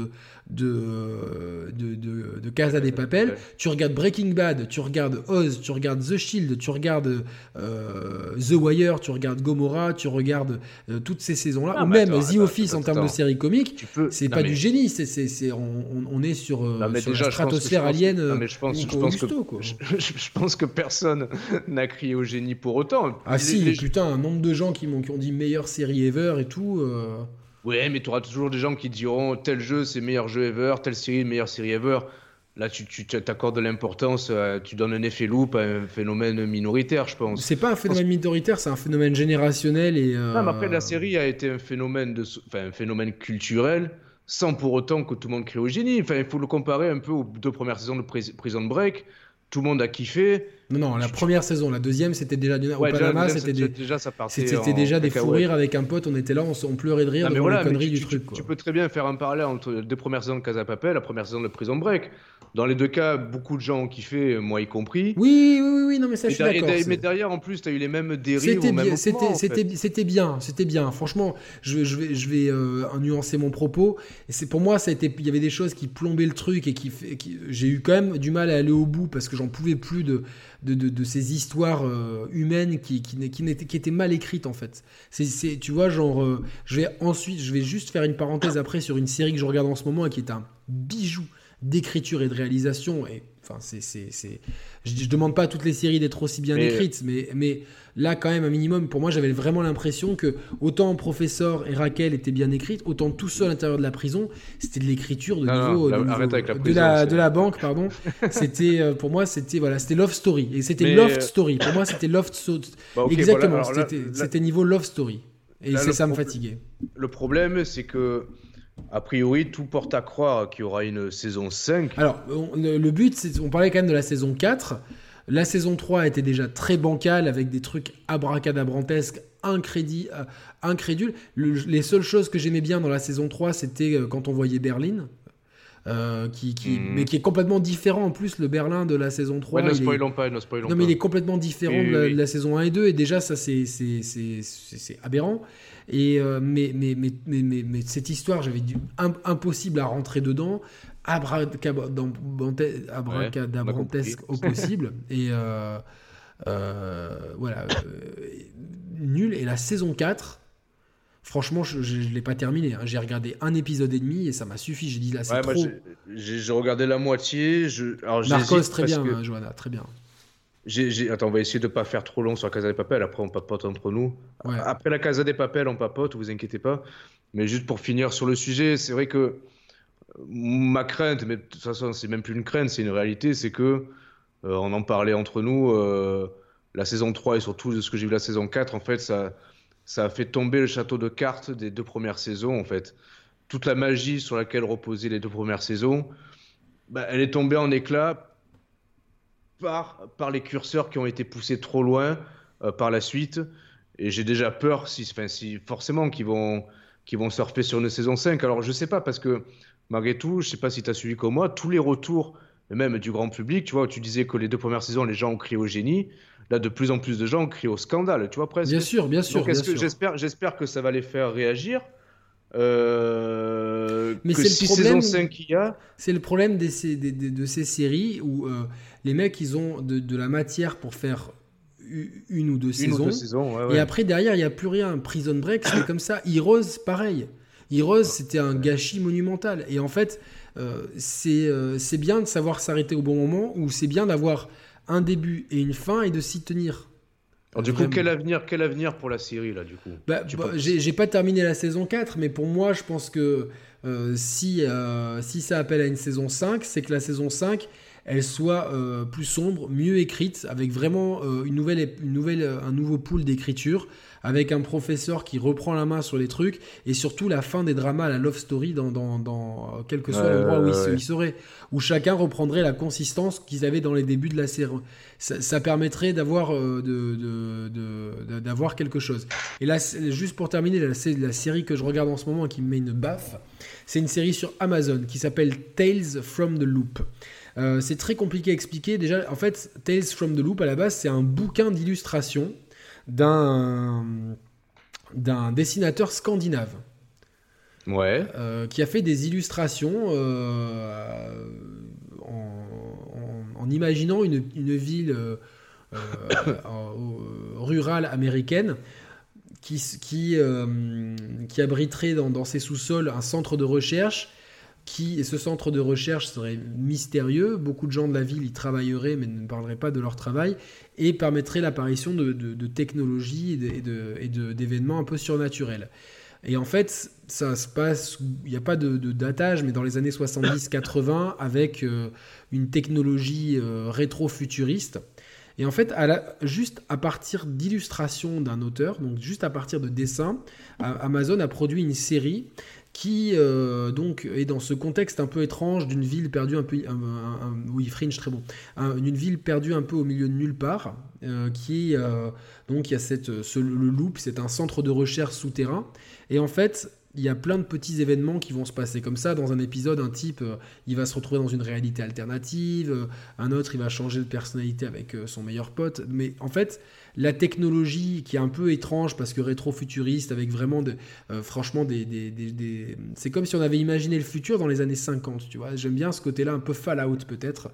de Casa des Papel, tu regardes Breaking Bad, tu regardes Oz, tu regardes The Shield, tu regardes The Wire, tu regardes Gomorrah, tu regardes toutes ces saisons-là, ou même The Office en termes de série comique, c'est pas du génie, on est sur la stratosphère alien. Je pense que personne n'a crié au génie pour autant. Ah si, putain, un nombre de gens qui ont dit meilleure série ever et tout. Ouais, mais tu auras toujours des gens qui diront tel jeu c'est meilleur jeu ever, telle série meilleure série ever. Là, tu t'accordes de l'importance, tu donnes un effet loupe à un phénomène minoritaire, je pense. C'est pas un phénomène minoritaire, c'est un phénomène générationnel. Non, mais après, la série a été un phénomène culturel, sans pour autant que tout le monde crie au génie. Enfin, il faut le comparer un peu aux 2 premières saisons de Prison Break. Tout le monde a kiffé. Non, la première saison, la deuxième, c'était déjà au Panama, c'était déjà des fous rires avec un pote, on était là, on pleurait de rire devant les conneries du truc. Tu peux très bien faire un parallèle entre les 2 premières saisons de Casa Papel, la première saison de Prison Break. Dans les 2 cas, beaucoup de gens ont kiffé, moi y compris. Oui, non mais ça je suis d'accord. Mais derrière, en plus, tu as eu les mêmes dérives au même moment. C'était bien. Franchement, je vais nuancer mon propos. Et pour moi, il y avait des choses qui plombaient le truc et j'ai eu quand même du mal à aller au bout parce que j'en pouvais plus de ces histoires humaines qui étaient mal écrites en fait. Tu vois, genre, je vais juste faire une parenthèse après sur une série que je regarde en ce moment et qui est un bijou d'écriture et de réalisation. Et enfin, je demande pas à toutes les séries d'être aussi bien écrites, mais là, quand même, un minimum, pour moi, j'avais vraiment l'impression que autant Professeur et Raquel étaient bien écrites, autant tout seul à l'intérieur de la prison, c'était de l'écriture de la banque, pardon. C'était, pour moi, c'était Love Story. Et c'était Love Story. Pour moi, c'était Love Story. Exactement, voilà. C'était niveau Love Story. Et ça me fatiguait. Le problème, c'est que a priori, tout porte à croire qu'il y aura une saison 5. Alors, le but, on parlait quand même de la saison 4. La saison 3 était déjà très bancale, avec des trucs abracadabrantesques, incrédules. Les seules choses que j'aimais bien dans la saison 3, c'était quand on voyait Berlin. Mais qui est complètement différent en plus, le Berlin de la saison 3. Ouais, ne spoilons pas. Non, mais il est complètement différent de la saison 1 et 2, et déjà ça c'est aberrant. Et mais cette histoire, j'avais impossible à rentrer dedans, abracadabrantesque au possible, et voilà, nul. Et la saison 4, franchement, je ne l'ai pas terminé. J'ai regardé un épisode et demi et ça m'a suffi. J'ai dit là, c'est trop. J'ai regardé la moitié. Narcos, très bien, Johanna, très bien. Attends, on va essayer de ne pas faire trop long sur la Casa des Papel. Après, on papote entre nous. Ouais. Après la Casa des Papel, on papote, vous inquiétez pas. Mais juste pour finir sur le sujet, c'est vrai que ma crainte, mais de toute façon, c'est même plus une crainte, c'est une réalité, c'est que, on en parlait entre nous, la saison 3 et surtout de ce que j'ai vu la saison 4, en fait, ça a fait tomber le château de cartes des 2 premières saisons, en fait. Toute la magie sur laquelle reposaient les 2 premières saisons, elle est tombée en éclats par les curseurs qui ont été poussés trop loin par la suite. Et j'ai déjà peur si forcément qu'ils vont surfer sur une saison 5. Alors je sais pas, parce que malgré tout, je sais pas si tu as suivi comme moi, tous les retours, même du grand public, tu vois, tu disais que les 2 premières saisons, les gens ont crié au génie. Là, de plus en plus de gens crient au scandale, tu vois, presque. Bien sûr. Donc, j'espère que ça va les faire réagir. Mais que si saison 5 il y a... C'est le problème de ces séries où les mecs, ils ont de la matière pour faire une ou deux saisons. Ouais. Et après, derrière, il n'y a plus rien. Prison Break, c'était comme ça. Heroes, pareil. Heroes, c'était un gâchis monumental. Et en fait, c'est bien de savoir s'arrêter au bon moment, ou c'est bien d'avoir un début et une fin et de s'y tenir. Alors, du coup, quel avenir pour la série, là, du coup j'ai pas terminé la saison 4, mais pour moi, je pense que si ça appelle à une saison 5, c'est que la saison 5, elle soit plus sombre, mieux écrite, avec vraiment un nouveau pool d'écriture, avec un professeur qui reprend la main sur les trucs, et surtout la fin des dramas à la love story dans quel que soit l'endroit où ils seraient, où chacun reprendrait la consistance qu'ils avaient dans les débuts de la série. Ça permettrait d'avoir quelque chose. Et là, juste pour terminer, la série que je regarde en ce moment et qui me met une baffe, c'est une série sur Amazon qui s'appelle Tales from the Loop. C'est très compliqué à expliquer. Déjà, en fait, Tales from the Loop, à la base, c'est un bouquin d'illustration d'un dessinateur scandinave. Ouais. Qui a fait des illustrations en imaginant une ville rurale américaine qui abriterait dans ses sous-sols un centre de recherche. Et ce centre de recherche serait mystérieux, beaucoup de gens de la ville y travailleraient mais ne parleraient pas de leur travail, et permettrait l'apparition de technologies et d'événements un peu surnaturels. Et en fait, ça se passe, il n'y a pas de datage, mais dans les années 70-80, avec une technologie rétro-futuriste. Et en fait, juste à partir d'illustrations d'un auteur, donc juste à partir de dessins, Amazon a produit une série qui donc est dans ce contexte un peu étrange d'une ville perdue un peu, oui, Fringe, très bon, d'une ville perdue un peu au milieu de nulle part, donc il y a le Loop, c'est un centre de recherche souterrain, et en fait il y a plein de petits événements qui vont se passer comme ça. Dans un épisode, un type il va se retrouver dans une réalité alternative, un autre il va changer de personnalité avec son meilleur pote, mais en fait la technologie qui est un peu étrange parce que rétro-futuriste, avec vraiment franchement c'est comme si on avait imaginé le futur dans les années 50, tu vois. J'aime bien ce côté-là, un peu Fallout peut-être.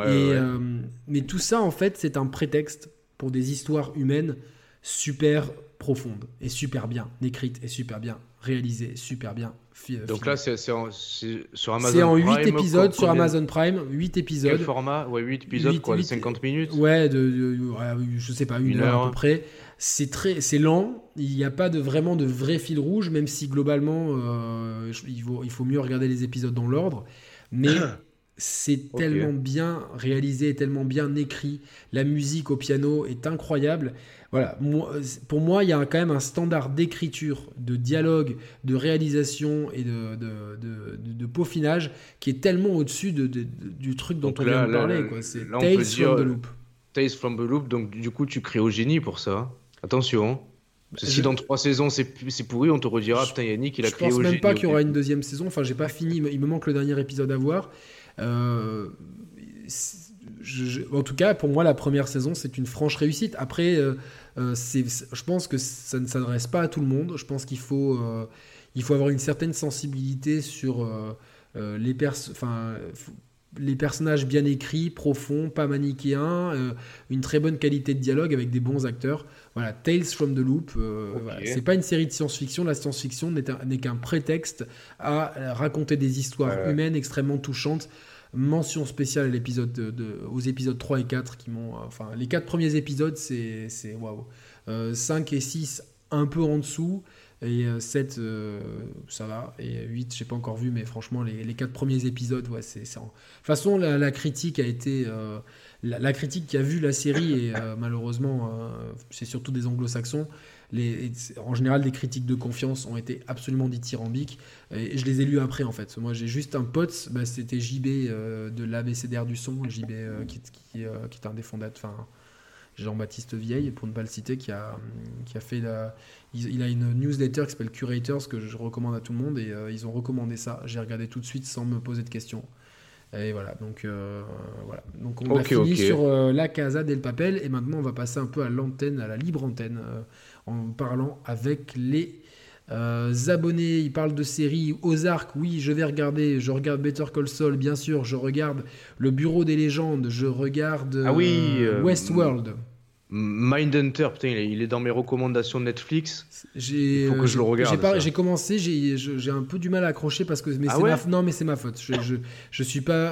Mais tout ça, en fait, c'est un prétexte pour des histoires humaines super profonde et super bien écrite et super bien réalisée, super bien Donc là, c'est sur Amazon c'est en 8 Prime. épisodes sur Amazon Prime, 8 épisodes. Quel format? Ouais, 8 épisodes, 8, quoi, de 8, 50 minutes? Ouais, je sais pas, une heure à peu près. C'est lent, il n'y a pas vraiment de vrai fil rouge, même si globalement, il faut mieux regarder les épisodes dans l'ordre. Mais c'est tellement bien réalisé, tellement bien écrit. La musique au piano est incroyable. Voilà, pour moi, il y a quand même un standard d'écriture, de dialogue, de réalisation et de peaufinage qui est tellement au-dessus du truc dont on vient de parler. C'est Tales from the Loop. Tales from the Loop, donc du coup, tu crées au génie pour ça. Attention. Hein. Parce que si dans 3 saisons c'est pourri, on te redira putain, Yannick, il a créé au génie. Je pense même pas qu'il y aura une deuxième saison. Enfin, j'ai pas fini. Il me manque le dernier épisode à voir. En tout cas, pour moi, la première saison, c'est une franche réussite. Après, je pense que ça ne s'adresse pas à tout le monde. Je pense qu'il faut avoir une certaine sensibilité sur les personnages bien écrits, profonds, pas manichéens, une très bonne qualité de dialogue avec des bons acteurs. Voilà, Tales from the Loop. Voilà. C'est pas une série de science-fiction. La science-fiction n'est qu'un prétexte à raconter des histoires humaines extrêmement touchantes. Mention spéciale aux épisodes 3 et 4 qui m'ont. Enfin, les 4 premiers épisodes, c'est waouh. 5 et 6, un peu en dessous. Et 7, ça va. Et 8, je n'ai pas encore vu, mais franchement, les 4 premiers épisodes, ouais, c'est. De toute façon, la critique a été. La critique qui a vu la série, et malheureusement, c'est surtout des anglo-saxons. En général, des critiques de confiance ont été absolument dithyrambiques. Et je les ai lus après, en fait. Moi, j'ai juste un pote, c'était JB de l'ABCDR du son, JB qui est un des fondateurs. Enfin, Jean-Baptiste Vieille, pour ne pas le citer, qui a fait il a une newsletter qui s'appelle Curators, que je recommande à tout le monde, et ils ont recommandé ça. J'ai regardé tout de suite sans me poser de questions. Et voilà, donc on a fini sur La Casa del Papel, et maintenant on va passer un peu à l'antenne, à la libre antenne, en parlant avec les abonnés. Ils parlent de séries. Ozark, oui, je regarde Better Call Saul, bien sûr, je regarde Le Bureau des légendes, je regarde Westworld. Mindhunter, putain, il est dans mes recommandations Netflix. Il faut que je le regarde. J'ai commencé, j'ai un peu du mal à accrocher parce que c'est ma faute. Je suis pas.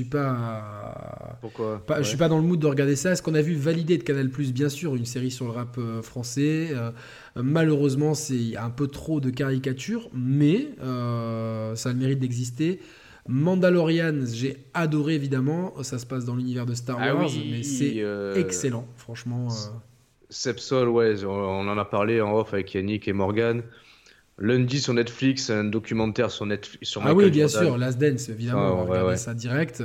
Pourquoi Je suis pas dans le mood de regarder ça. Ce qu'on a vu Validé de Canal+, bien sûr, une série sur le rap français. Malheureusement, c'est un peu trop de caricatures, mais ça a le mérite d'exister. Mandalorian, j'ai adoré évidemment, ça se passe dans l'univers de Star Wars, mais c'est excellent, franchement. Sepsol, ouais, on en a parlé en off avec Yannick et Morgan. Lundi sur Netflix, un documentaire sur Netflix. Sur Michael bien Jordan. sûr, Last Dance, évidemment, on va regarder ça direct.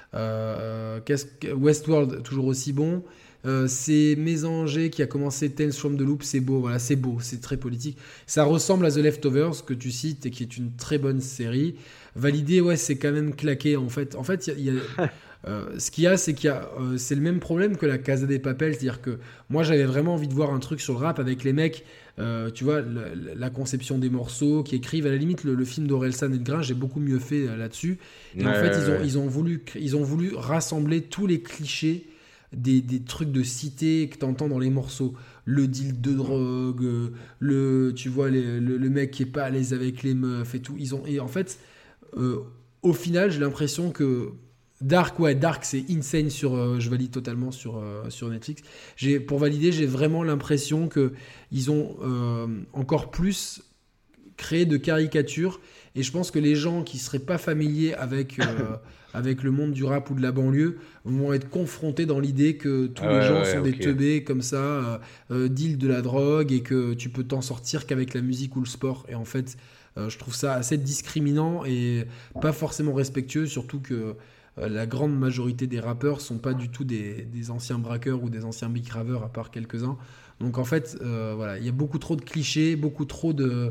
Westworld, toujours aussi bon. C'est Mésanger qui a commencé Tales from the Loop, c'est beau, voilà, c'est beau, c'est très politique. Ça ressemble à The Leftovers que tu cites et qui est une très bonne série. Validé, ouais, c'est quand même claqué en fait. En fait, ce qu'il y a, c'est c'est le même problème que la Casa des Papel, c'est-à-dire que moi j'avais vraiment envie de voir un truc sur le rap avec les mecs, tu vois, la conception des morceaux, qui écrivent à la limite le film d'Orelsan et de Grain, j'ai beaucoup mieux fait là-dessus. Et en fait, ils ont voulu rassembler tous les clichés des trucs de cité que t'entends dans les morceaux, le deal de drogue, tu vois le mec qui est pas à l'aise avec les meufs et tout. Et en fait, au final, j'ai l'impression que Dark, c'est insane je valide totalement sur Netflix. Pour valider, j'ai vraiment l'impression que ils ont encore plus créé de caricatures, et je pense que les gens qui seraient pas familiers avec avec le monde du rap ou de la banlieue vont être confrontés dans l'idée que tous les gens sont des teubés comme ça, deal de la drogue, et que tu peux t'en sortir qu'avec la musique ou le sport. Et en fait, je trouve ça assez discriminant et pas forcément respectueux, surtout que la grande majorité des rappeurs sont pas du tout des anciens braqueurs ou des anciens big raveurs, à part quelques-uns. Donc en fait, il y a beaucoup trop de clichés, beaucoup trop de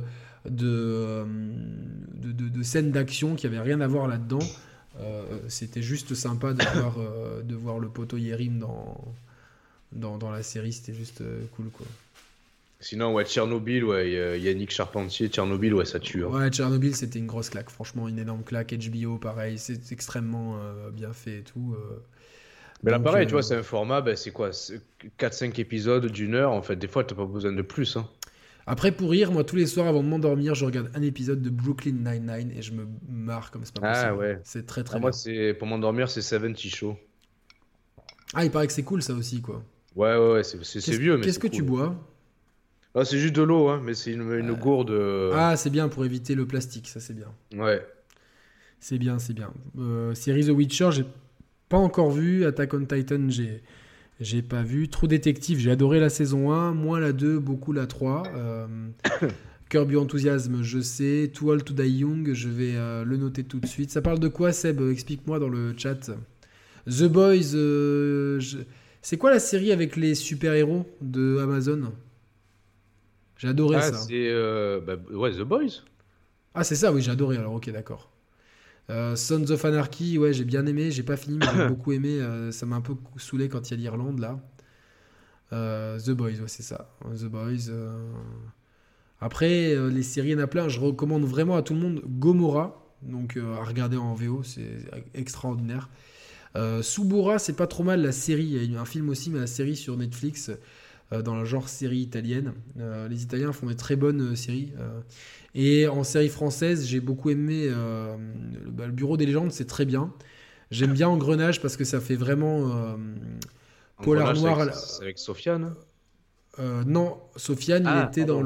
scènes d'action qui n'avaient rien à voir là-dedans. C'était juste sympa de voir le poteau Yérim dans la série, c'était juste cool, quoi. Sinon, Tchernobyl, Yannick Charpentier, Tchernobyl, ça tue. Hein. Ouais, Tchernobyl, c'était une grosse claque, franchement, une énorme claque. HBO, pareil, c'est extrêmement bien fait et tout. Mais là, Donc, pareil, tu vois, c'est un format, ben, c'est quoi? 4-5 épisodes d'une heure, en fait. Des fois, t'as pas besoin de plus, hein. après, pour rire, moi, tous les soirs avant de m'endormir, je regarde un épisode de Brooklyn Nine-Nine et je me marre comme c'est pas Ah possible. ouais. C'est très Ah, très moi, bien. c'est pour m'endormir, c'est 70 Show. Ah, il paraît que c'est cool ça aussi, quoi. Ouais, c'est vieux, mais Qu'est-ce c'est que tu cool. bois? Ah, c'est juste de l'eau, hein, mais c'est une gourde. Ah, c'est bien pour éviter le plastique, ça c'est bien. Ouais. C'est bien, c'est bien. Série The Witcher, j'ai pas encore vu. Attack on Titan, j'ai pas vu. True Detective, j'ai adoré la saison 1, moins la 2, beaucoup la 3. Curb Your Enthusiasm, je sais. Too Old to Die Young, je vais le noter tout de suite. Ça parle de quoi, Seb? Explique-moi dans le chat. The Boys, c'est quoi la série avec les super-héros de Amazon? J'ai adoré Ah, ça. c'est. Ouais, The Boys. Ah, c'est ça, oui, j'ai adoré. Alors, ok, d'accord. Sons of Anarchy, ouais, j'ai bien aimé. J'ai pas fini, mais j'ai beaucoup aimé. Ça m'a un peu saoulé quand il y a l'Irlande, là. The Boys, ouais, c'est ça. The Boys. Après, les séries, il y en a plein. Je recommande vraiment à tout le monde Gomorrah. Donc, à regarder en VO, c'est extraordinaire. Subura, c'est pas trop mal la série. Il y a eu un film aussi, mais la série sur Netflix, dans le genre série italienne. Les Italiens font des très bonnes séries. Et en série française, j'ai beaucoup aimé le Bureau des légendes, c'est très bien. J'aime bien Engrenage parce que ça fait vraiment polar Engrenage, noir. c'est avec Sofiane. Non, Sofiane, Ah, pardon.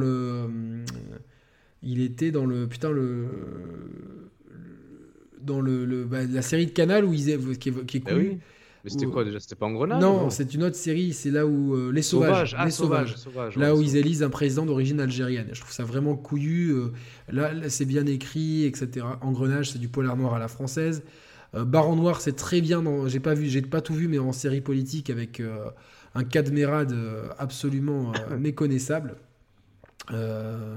il était dans le putain la série de Canal où qui est Eh cool. oui. Mais c'était quoi déjà? C'était pas Engrenage, Non, non? c'est une autre série, c'est là où Les Sauvages, Ah, Les Sauvages. Sauvage, Là ouais, où ils Sauvage. élisent un président d'origine algérienne. Je trouve ça vraiment couillu. Là, c'est bien écrit, etc. Engrenage, c'est du polar noir à la française. Baron Noir, c'est très bien. J'ai pas tout vu, mais en série politique avec un Cadmerade absolument méconnaissable. Euh,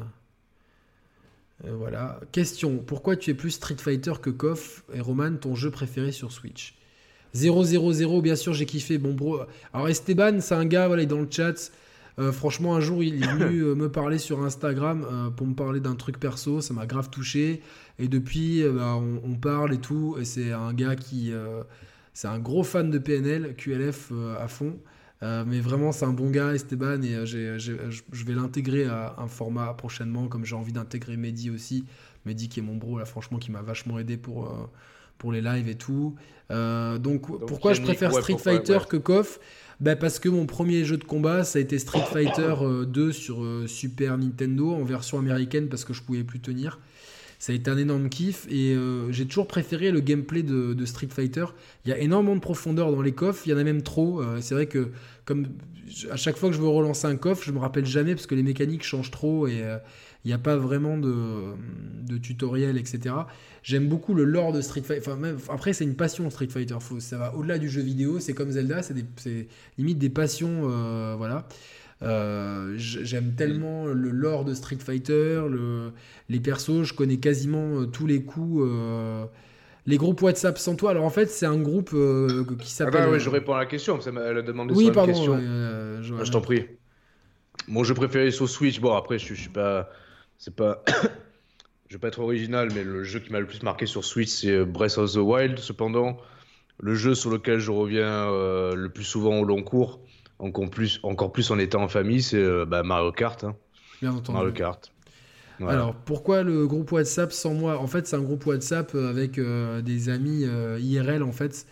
voilà. Question, pourquoi tu es plus Street Fighter que KOF et Roman, ton jeu préféré sur Switch? 000, bien sûr, j'ai kiffé. Bon, bro. Alors, Esteban, c'est un gars, voilà, il est dans le chat. Franchement, un jour, il est venu me parler sur Instagram pour me parler d'un truc perso. Ça m'a grave touché. Et depuis, on parle et tout. Et c'est un gars c'est un gros fan de PNL, QLF à fond. Mais vraiment, c'est un bon gars, Esteban. Et je vais l'intégrer à un format prochainement, comme j'ai envie d'intégrer Mehdi aussi. Mehdi qui est mon bro, là, franchement, qui m'a vachement aidé pour les lives et tout. Donc pourquoi je Yannick, préfère ouais, Street pourquoi, Fighter ouais. que KOF? Parce que mon premier jeu de combat, ça a été Street Fighter 2 sur Super Nintendo en version américaine parce que je pouvais plus tenir. Ça a été un énorme kiff et j'ai toujours préféré le gameplay de Street Fighter. Il y a énormément de profondeur dans les KOF, il y en a même trop. C'est vrai que comme à chaque fois que je veux relancer un KOF, je me rappelle jamais parce que les mécaniques changent trop et il n'y a pas vraiment de tutoriel, etc. J'aime beaucoup le lore de Street Fighter. Enfin, même, après, c'est une passion Street Fighter. Ça va au-delà du jeu vidéo. C'est comme Zelda, c'est limite des passions. Voilà. J'aime tellement le lore de Street Fighter, les persos. Je connais quasiment tous les coups. Les groupes WhatsApp sans toi. Alors en fait, c'est un groupe qui Ah s'appelle. bah ouais, je réponds à la question, parce qu'elle a demandé Oui, sur une pardon. question. Ah, je Johanna. t'en prie. Mon jeu préféré sur Switch, bon après je suis pas. C'est pas. Je vais pas être original, mais le jeu qui m'a le plus marqué sur Switch, c'est Breath of the Wild. Cependant, le jeu sur lequel je reviens le plus souvent au long cours, encore plus en étant en famille, c'est Mario Kart, hein. Bien Mario entendu. Kart. Voilà. Alors, pourquoi le groupe WhatsApp sans moi? En fait, c'est un groupe WhatsApp avec des amis IRL, en fait,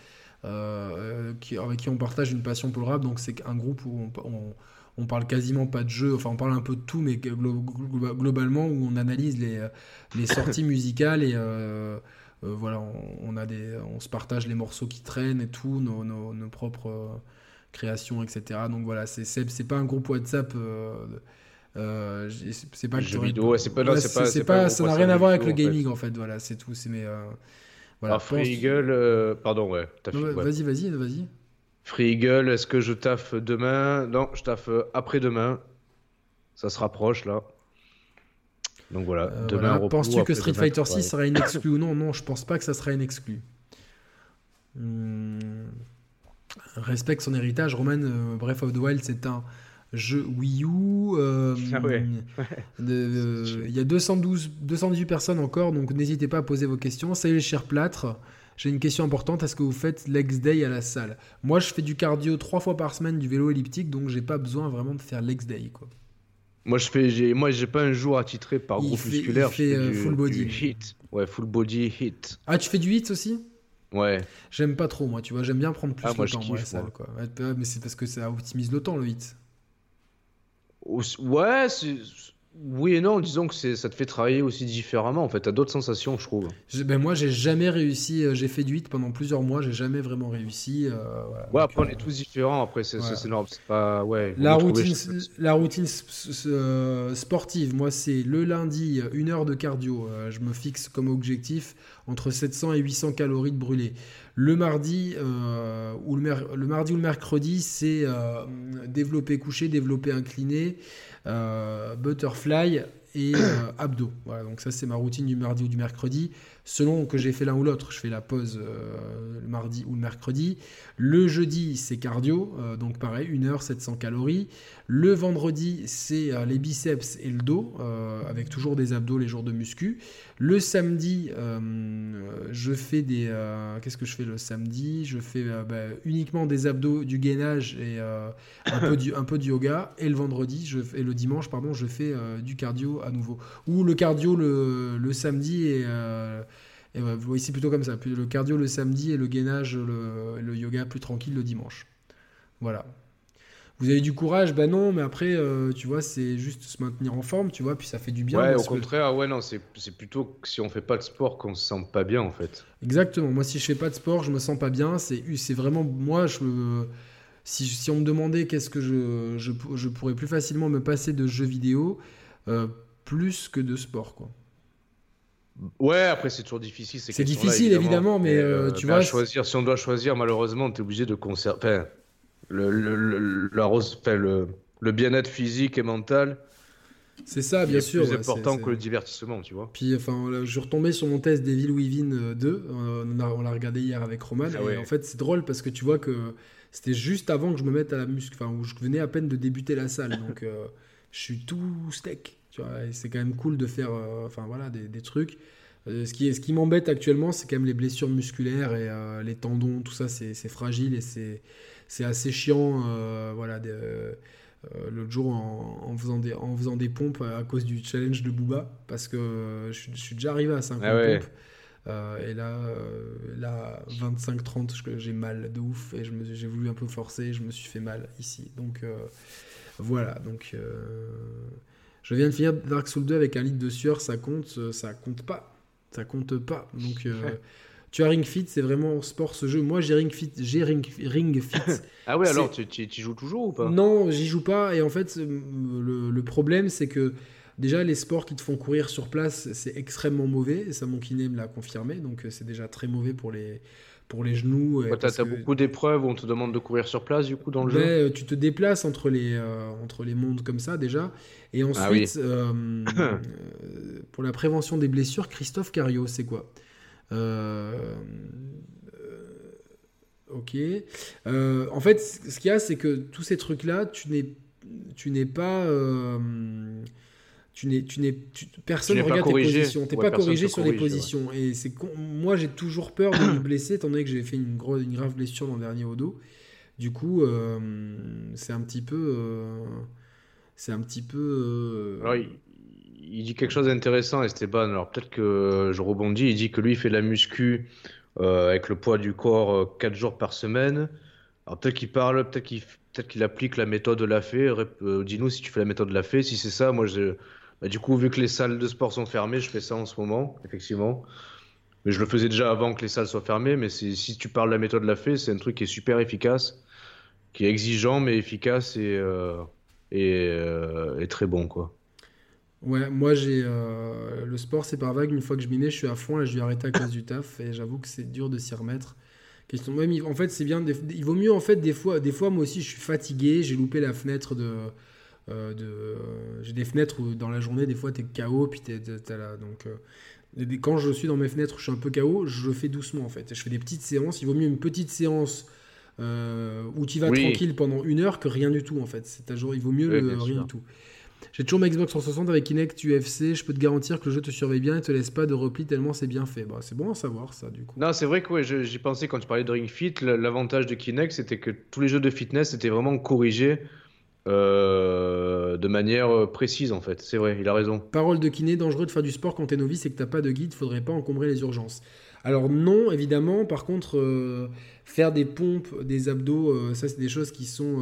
avec qui on partage une passion pour le rap. Donc, c'est un groupe où on parle quasiment pas de jeu. Enfin, on parle un peu de tout, mais globalement, où on analyse les sorties musicales et voilà, on se partage les morceaux qui traînent et tout, nos propres créations, etc. Donc, voilà, c'est pas un groupe WhatsApp. C'est pas que Jeux t'aurais- vidéo, ouais, c'est pas, non, Ouais, c'est pas un gros ça n'a WhatsApp rien à de voir avec vidéo, le en fait. gaming en fait, voilà, c'est tout. Voilà, Alors Free Eagle, pardon, ouais, Non, ouais. vas-y. Free Eagle, est-ce que je taffe demain? Non, je taffe après-demain. Ça se rapproche là. Donc voilà, demain Voilà. repos, Penses-tu que Street après-demain Fighter 6 travail. sera une exclue ou non? Non, je pense pas que ça sera une exclue. Respecte son héritage. Roman, Breath of the Wild, c'est un jeu Wii U. Ah ouais. Il y a 218 personnes encore, donc n'hésitez pas à poser vos questions. Salut les chers plâtres. J'ai une question importante. Est-ce que vous faites legs day à la salle? Moi, je fais du cardio 3 fois par semaine, du vélo elliptique, donc j'ai pas besoin vraiment de faire legs day, quoi. Moi, j'ai pas un jour attitré par groupe musculaire. Il fait full body. Du hit. Ouais, full body hit. Ah, tu fais du hit aussi? Ouais. J'aime pas trop, moi, tu vois. J'aime bien prendre plus Moi, le je temps, kiffe, moi, la salle, moi. quoi. Ouais, mais c'est parce que ça optimise le temps, le hit. Ouais, oui et non, disons que ça te fait travailler aussi différemment. En fait, t'as d'autres sensations, je trouve. Moi, j'ai jamais réussi. J'ai fait du hit pendant plusieurs mois. J'ai jamais vraiment réussi. Voilà, Ouais, donc, après, on est tous différents. Après, voilà. c'est normal. C'est pas. Ouais, on La doit trouver. routine sportive, moi, c'est le lundi, 1 heure de cardio. Je me fixe comme objectif entre 700 et 800 calories de brûlé. Le mardi, le mardi ou le mercredi, c'est développé couché, développé incliné, butterfly et abdos. Voilà, donc ça, c'est ma routine du mardi ou du mercredi. Selon que j'ai fait l'un ou l'autre, je fais la pause le mardi ou le mercredi. Le jeudi, c'est cardio, donc pareil, 1 heure, 700 calories. Le vendredi, c'est les biceps et le dos, avec toujours des abdos les jours de muscu. Le samedi, je fais qu'est-ce que je fais le samedi? Je fais uniquement des abdos, du gainage et un peu de yoga. Et le vendredi, et le dimanche, pardon, je fais du cardio à nouveau. Ou le cardio le samedi et vous voyez, c'est plutôt comme ça. Le cardio le samedi et le gainage, le yoga plus tranquille le dimanche. Voilà. Vous avez du courage? Ben non, mais après, tu vois, c'est juste se maintenir en forme, tu vois, puis ça fait du bien. Ouais, au parce que- contraire, ouais, non, c'est plutôt que si on fait pas de sport qu'on se sent pas bien, en fait. Exactement. Moi, si je fais pas de sport, je me sens pas bien. C'est vraiment moi. Si on me demandait qu'est-ce que je pourrais plus facilement me passer de jeux vidéo euh, plus que de sport, quoi. Ouais, après, c'est toujours difficile, ces C'est questions-là, difficile évidemment, mais tu vois. si on doit choisir, malheureusement, t'es obligé de conserver. Enfin, le bien-être physique et mental, C'est ça, il bien est sûr. plus Ouais, important que le divertissement, tu vois. Puis, enfin, là, je retombais sur mon test Devil Within 2. On l'a regardé hier avec Roman. Ah Et ouais. en fait, c'est drôle parce que tu vois que c'était juste avant que je me mette à la muscu. Enfin, où je venais à peine de débuter la salle. Donc, je suis tout steak. Tu vois, et c'est quand même cool de faire enfin, voilà, des trucs. Ce qui m'embête actuellement, c'est quand même les blessures musculaires et les tendons. Tout ça, c'est fragile et c'est assez chiant. Voilà, l'autre jour en faisant des pompes à cause du challenge de Booba parce que je suis déjà arrivé à 50 Ah ouais. pompes et là 25-30 j'ai mal de ouf et j'ai voulu un peu forcer, je me suis fait mal ici donc voilà donc je viens de finir Dark Souls 2 avec 1 litre de sueur, ça compte pas donc tu as Ring Fit, c'est vraiment sport ce jeu. Moi j'ai Ring Fit. Ah ouais, C'est- alors, tu joues toujours ou pas? Non, j'y joue pas. Et en fait, le problème, c'est que déjà, les sports qui te font courir sur place, c'est extrêmement mauvais. Et ça, mon kiné me l'a confirmé. Donc, c'est déjà très mauvais pour les genoux. Ouais, Parce t'as que beaucoup d'épreuves où on te demande de courir sur place, du coup, dans le jeu? tu te déplaces entre les mondes comme ça, déjà. Et Ah oui. ensuite, pour la prévention des blessures, Christophe Cario, c'est quoi? Euh, Ok. En fait, ce qu'il y a, c'est que tous ces trucs-là, tu n'es pas, personne Tu ne n'es pas regarde tes corrigé. positions. T'es Ouais, pas personne corrigé te sur les corrige, ouais. positions. Et moi, j'ai toujours peur de me blesser, étant donné que j'ai fait une grave blessure l'an dernier au dos. Du coup, c'est un petit peu, Alors, il dit quelque chose d'intéressant, Esteban. Alors, peut-être que je rebondis. Il dit que lui, il fait de la muscu avec le poids du corps 4 jours par semaine. Alors, peut-être qu'il applique la méthode Lafay. Dis-nous si tu fais la méthode Lafay. Si c'est ça, bah, du coup, vu que les salles de sport sont fermées, je fais ça en ce moment, effectivement. Mais je le faisais déjà avant que les salles soient fermées. Mais si tu parles de la méthode Lafay, c'est un truc qui est super efficace, qui est exigeant, mais efficace et très bon, quoi. Ouais, moi j'ai le sport c'est par vague. Une fois que je m'y mets, je suis à fond. Là, je vais arrêter à cause du taf et j'avoue que c'est dur de s'y remettre. Question même, en fait, c'est bien. Il vaut mieux en fait des fois moi aussi je suis fatigué. J'ai loupé la fenêtre j'ai des fenêtres où dans la journée des fois t'es KO puis t'as là donc quand je suis dans mes fenêtres où je suis un peu KO, je le fais doucement en fait. Et je fais des petites séances. Il vaut mieux une petite séance où tu vas Oui, tranquille pendant 1 heure que rien du tout en fait. Il vaut mieux oui, bien rien sûr. du tout. J'ai toujours ma Xbox 360 avec Kinect UFC. Je peux te garantir que le jeu te surveille bien et te laisse pas de repli tellement c'est bien fait. Bah, c'est bon à savoir ça du coup. Non, c'est vrai que ouais, j'y pensais quand tu parlais de Ring Fit. L'avantage de Kinect, c'était que tous les jeux de fitness étaient vraiment corrigés de manière précise, en fait. C'est vrai, il a raison. Parole de kiné, dangereux de faire du sport quand t'es novice et que t'as pas de guide, faudrait pas encombrer les urgences. Alors non, évidemment, par contre, faire des pompes, des abdos, ça c'est des choses qui sont...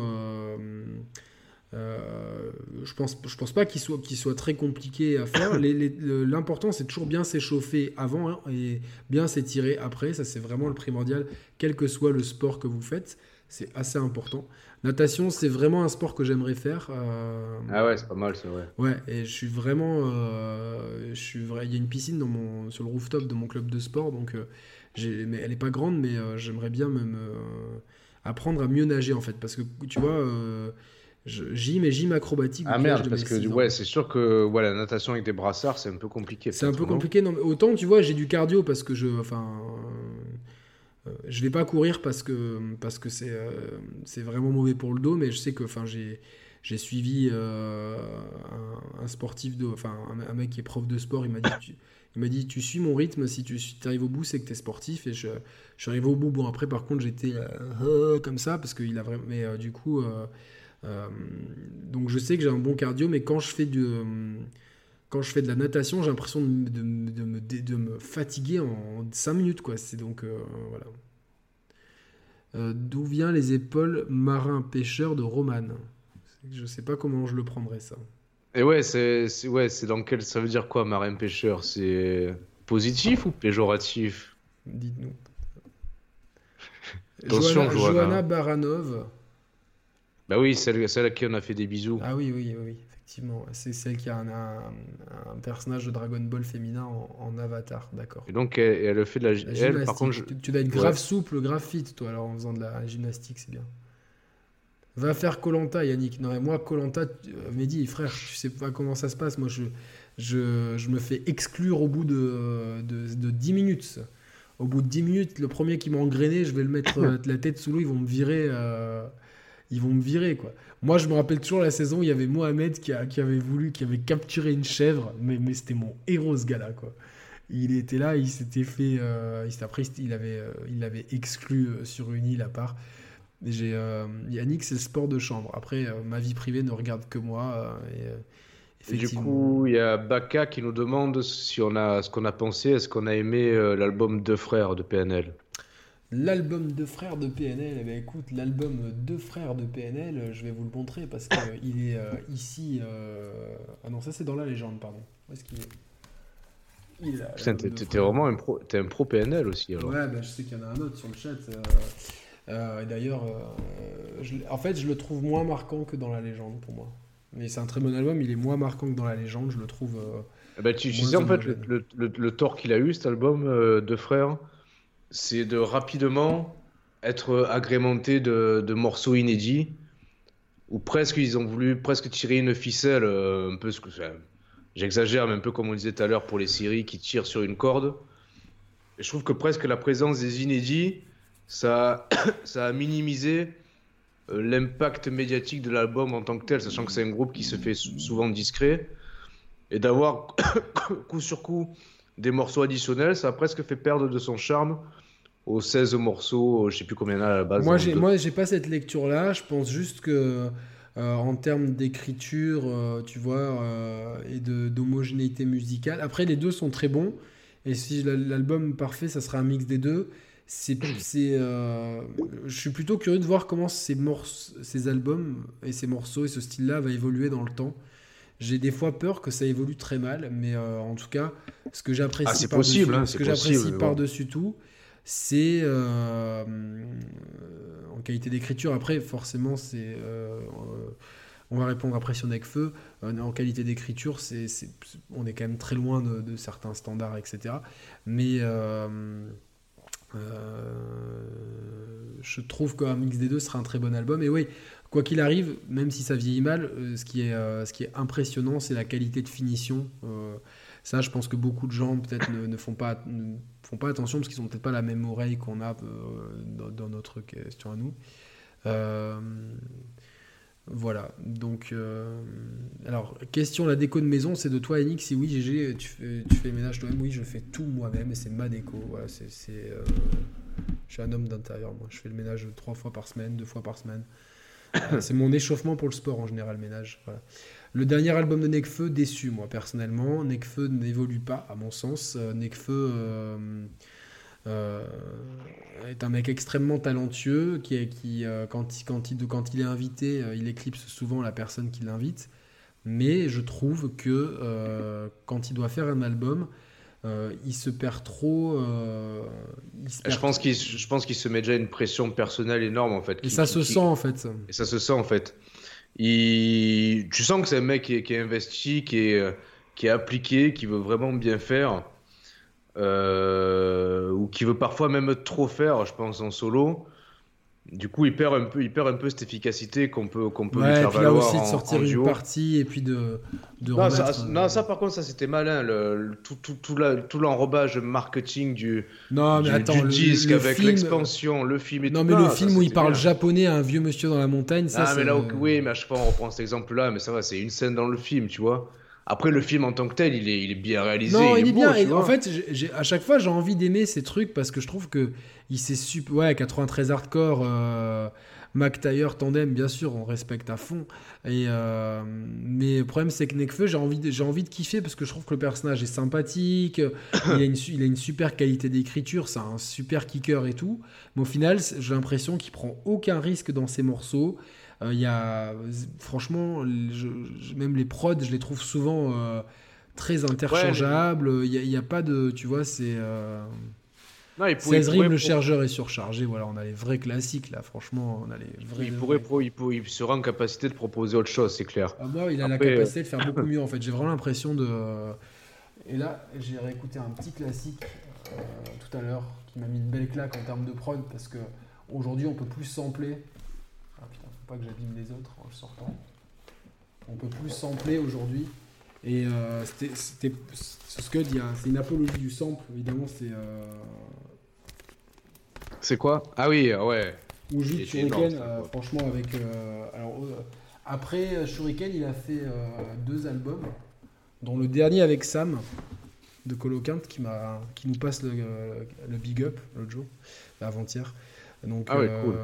je pense pas qu'ils soient très compliqués à faire. L'important c'est toujours bien s'échauffer avant hein, et bien s'étirer après. Ça c'est vraiment le primordial, quel que soit le sport que vous faites. C'est assez important. Natation, c'est vraiment un sport que j'aimerais faire. Ah ouais, c'est pas mal, c'est vrai. Ouais, et je suis vraiment. Il y a une piscine sur le rooftop de mon club de sport, donc mais elle est pas grande, mais j'aimerais bien apprendre à mieux nager en fait, parce que tu vois, gym acrobatique Ah depuis l'âge merde, de mes parce que 6 ans. ouais, c'est sûr que ouais, la natation avec des brassards, c'est un peu compliqué, C'est un peu peut-être, non? compliqué, non, mais autant tu vois, j'ai du cardio parce que je vais pas courir parce que c'est vraiment mauvais pour le dos, mais je sais que j'ai suivi un sportif un mec qui est prof de sport, il m'a dit tu suis mon rythme, si tu arrives au bout c'est que tu es sportif et je suis arrivé au bout. Bon après par contre j'étais comme ça parce qu'il a vraiment mais du coup euh, donc je sais que j'ai un bon cardio, mais quand je fais de la natation, j'ai l'impression de me fatiguer en 5 minutes quoi. C'est donc voilà. D'où vient les épaules marin-pêcheur de Roman? Je sais pas comment je le prendrais ça. Et ouais, ouais, c'est dans quel ça veut dire quoi, marin pêcheur? C'est positif ou péjoratif? Dites-nous. Attention, Johanna Johanna. Baranov. Bah oui, celle à qui on a fait des bisous. Ah oui, oui, oui, oui, effectivement. C'est celle qui a un personnage de Dragon Ball féminin en avatar, d'accord. Et donc, elle fait de la... La Elle, par contre, gymnastique. Tu dois être ouais. grave souple, grave fit, toi, alors en faisant de la gymnastique, c'est bien. Va faire Koh-Lanta, Yannick. Non, mais moi, Koh-Lanta, Mehdi, frère, tu sais pas comment ça se passe. Moi, je me fais exclure au bout de 10 minutes. Au bout de 10 minutes, le premier qui m'a engrainé, je vais le mettre la tête sous l'eau, ils vont me virer. Ils vont me virer, quoi. Moi, je me rappelle toujours la saison où il y avait Mohamed qui avait capturé une chèvre, mais c'était mon héros, ce gars-là, quoi. Il était là, il s'était fait. Après, il l'avait exclu sur une île à part. Yannick, c'est le sport de chambre. Après, ma vie privée ne regarde que moi. Et du Effectivement. coup, il y a Baka qui nous demande si on a ce qu'on a pensé, est-ce qu'on a aimé l'album Deux Frères de PNL. L'album Deux Frères de PNL, eh ben, écoute, l'album Deux Frères de PNL, je vais vous le montrer parce qu'il est ici. Ah non, ça c'est dans la légende, pardon. Où est-ce qu'il est? Il est là, Putain, l'album Deux t'es Frères. vraiment t'es un pro PNL aussi, alors. Ouais, bah, je sais qu'il y en a un autre sur le chat. Et d'ailleurs, en fait, je le trouve moins marquant que dans la légende pour moi. Mais c'est un très bon album, il est moins marquant que dans la légende, je le trouve Eh ben, tu moins sais, en fait, homogène. le tort qu'il a eu, cet album, Deux Frères, c'est de rapidement être agrémenté de morceaux inédits, ou presque, ils ont voulu presque tirer une ficelle, un peu ce que... enfin, j'exagère, mais un peu comme on disait tout à l'heure pour les séries qui tirent sur une corde. Et je trouve que presque la présence des inédits, ça, ça a minimisé l'impact médiatique de l'album en tant que tel, sachant que c'est un groupe qui se fait souvent discret. Et d'avoir coup sur coup des morceaux additionnels, ça a presque fait perdre de son charme aux 16 morceaux, je sais plus combien il y en a à la base dans le 2. Moi, j'ai pas cette lecture-là. Je pense juste que, en termes d'écriture, tu vois, et d'homogénéité musicale. Après, les deux sont très bons. Et si l'album parfait, ça sera un mix des deux. Je suis plutôt curieux de voir comment ces albums et ces morceaux et ce style-là va évoluer dans le temps. J'ai des fois peur que ça évolue très mal, mais en tout cas, ce que Ah, j'apprécie c'est possible, hein, ce c'est que j'apprécie possible. Mais bon. par-dessus tout, c'est en qualité d'écriture. Après, forcément, on va répondre après sur Necfeu. En qualité d'écriture, on est quand même très loin de certains standards, etc. Mais je trouve qu'un mix des deux sera un très bon album. Et oui, quoi qu'il arrive, même si ça vieillit mal, ce qui est impressionnant, c'est la qualité de finition. Ça, je pense que beaucoup de gens peut-être ne font pas attention parce qu'ils n'ont peut-être pas la même oreille qu'on a dans notre question à nous. Euh, Voilà, donc alors question, la déco de maison, c'est de toi Yannick? Si oui, GG, tu fais le ménage toi-même? Oui, je fais tout moi-même et c'est ma déco. Voilà, je suis un homme d'intérieur, moi. Je fais le ménage 3 fois par semaine, 2 fois par semaine. C'est mon échauffement pour le sport en général, le ménage. Voilà. Le dernier album de Nekfeu, déçu moi personnellement. Nekfeu n'évolue pas à mon sens. Nekfeu euh, est un mec extrêmement talentueux quand il est invité, il éclipse souvent la personne qui l'invite. Mais je trouve que quand il doit faire un album, il se perd trop. Je pense qu'il se met déjà une pression personnelle énorme en fait. Et ça se sent en fait. Et ça se sent en fait. Tu sens que c'est un mec qui est investi, qui est appliqué, qui veut vraiment bien faire, ou qui veut parfois même trop faire, je pense, en solo. Du coup, il perd un peu cette efficacité qu'on peut lui Ouais, et faire puis là valoir aussi de sortir en une duo. partie et puis de Non, ça, remettre. non, ça par contre, ça c'était malin, tout l'enrobage marketing Non, mais attends, du disque le avec film. l'expansion, le film et Non, tout. mais le Non, ça film où il c'était parle bien. japonais à un vieux monsieur dans la montagne, ça Ah, mais c'est. là, oui, mais à chaque fois on reprend cet exemple-là, mais ça va, c'est une scène dans le film, tu vois. Après, le film en tant que tel, il est bien réalisé, Non, il est il est beau, bien. tu Et en vois. fait, à chaque fois, j'ai envie d'aimer ces trucs parce que je trouve que il s'est super. Ouais, 93 hardcore, Mac Taylor Tandem, bien sûr, on respecte à fond. Mais le problème, c'est que Nekfeu, j'ai envie de kiffer parce que je trouve que le personnage est sympathique. Il a une super qualité d'écriture, c'est un super kicker et tout. Mais au final, j'ai l'impression qu'il prend aucun risque dans ses morceaux. Il y a, franchement, même les prods, je les trouve souvent très Ouais, interchangeables. Il y a pas de, tu vois, c'est non, 16 rimes, le chargeur est surchargé. Voilà, on a les vrais classiques là. Franchement, on a les vrais. il sera en capacité de proposer autre chose, c'est clair. Ah, moi, il a la Après, capacité de faire beaucoup mieux en fait. J'ai vraiment l'impression de. Et là, j'ai réécouté un petit classique tout à l'heure qui m'a mis une belle claque en termes de prod parce que aujourd'hui, on peut plus sampler. Ah putain, faut pas que j'abîme les autres en le sortant. On peut plus sampler aujourd'hui. Et ce Scud, c'est une apologie du sample, évidemment, c'est quoi? Ah oui, ouais. ou Il juste était énorme, Shuriken, ça, quoi. franchement, avec. Après Shuriken, il a fait 2 albums, dont le dernier avec Sam de Coloquinte qui nous passe le big up l'autre jour, avant-hier. Donc, Ah ouais, cool.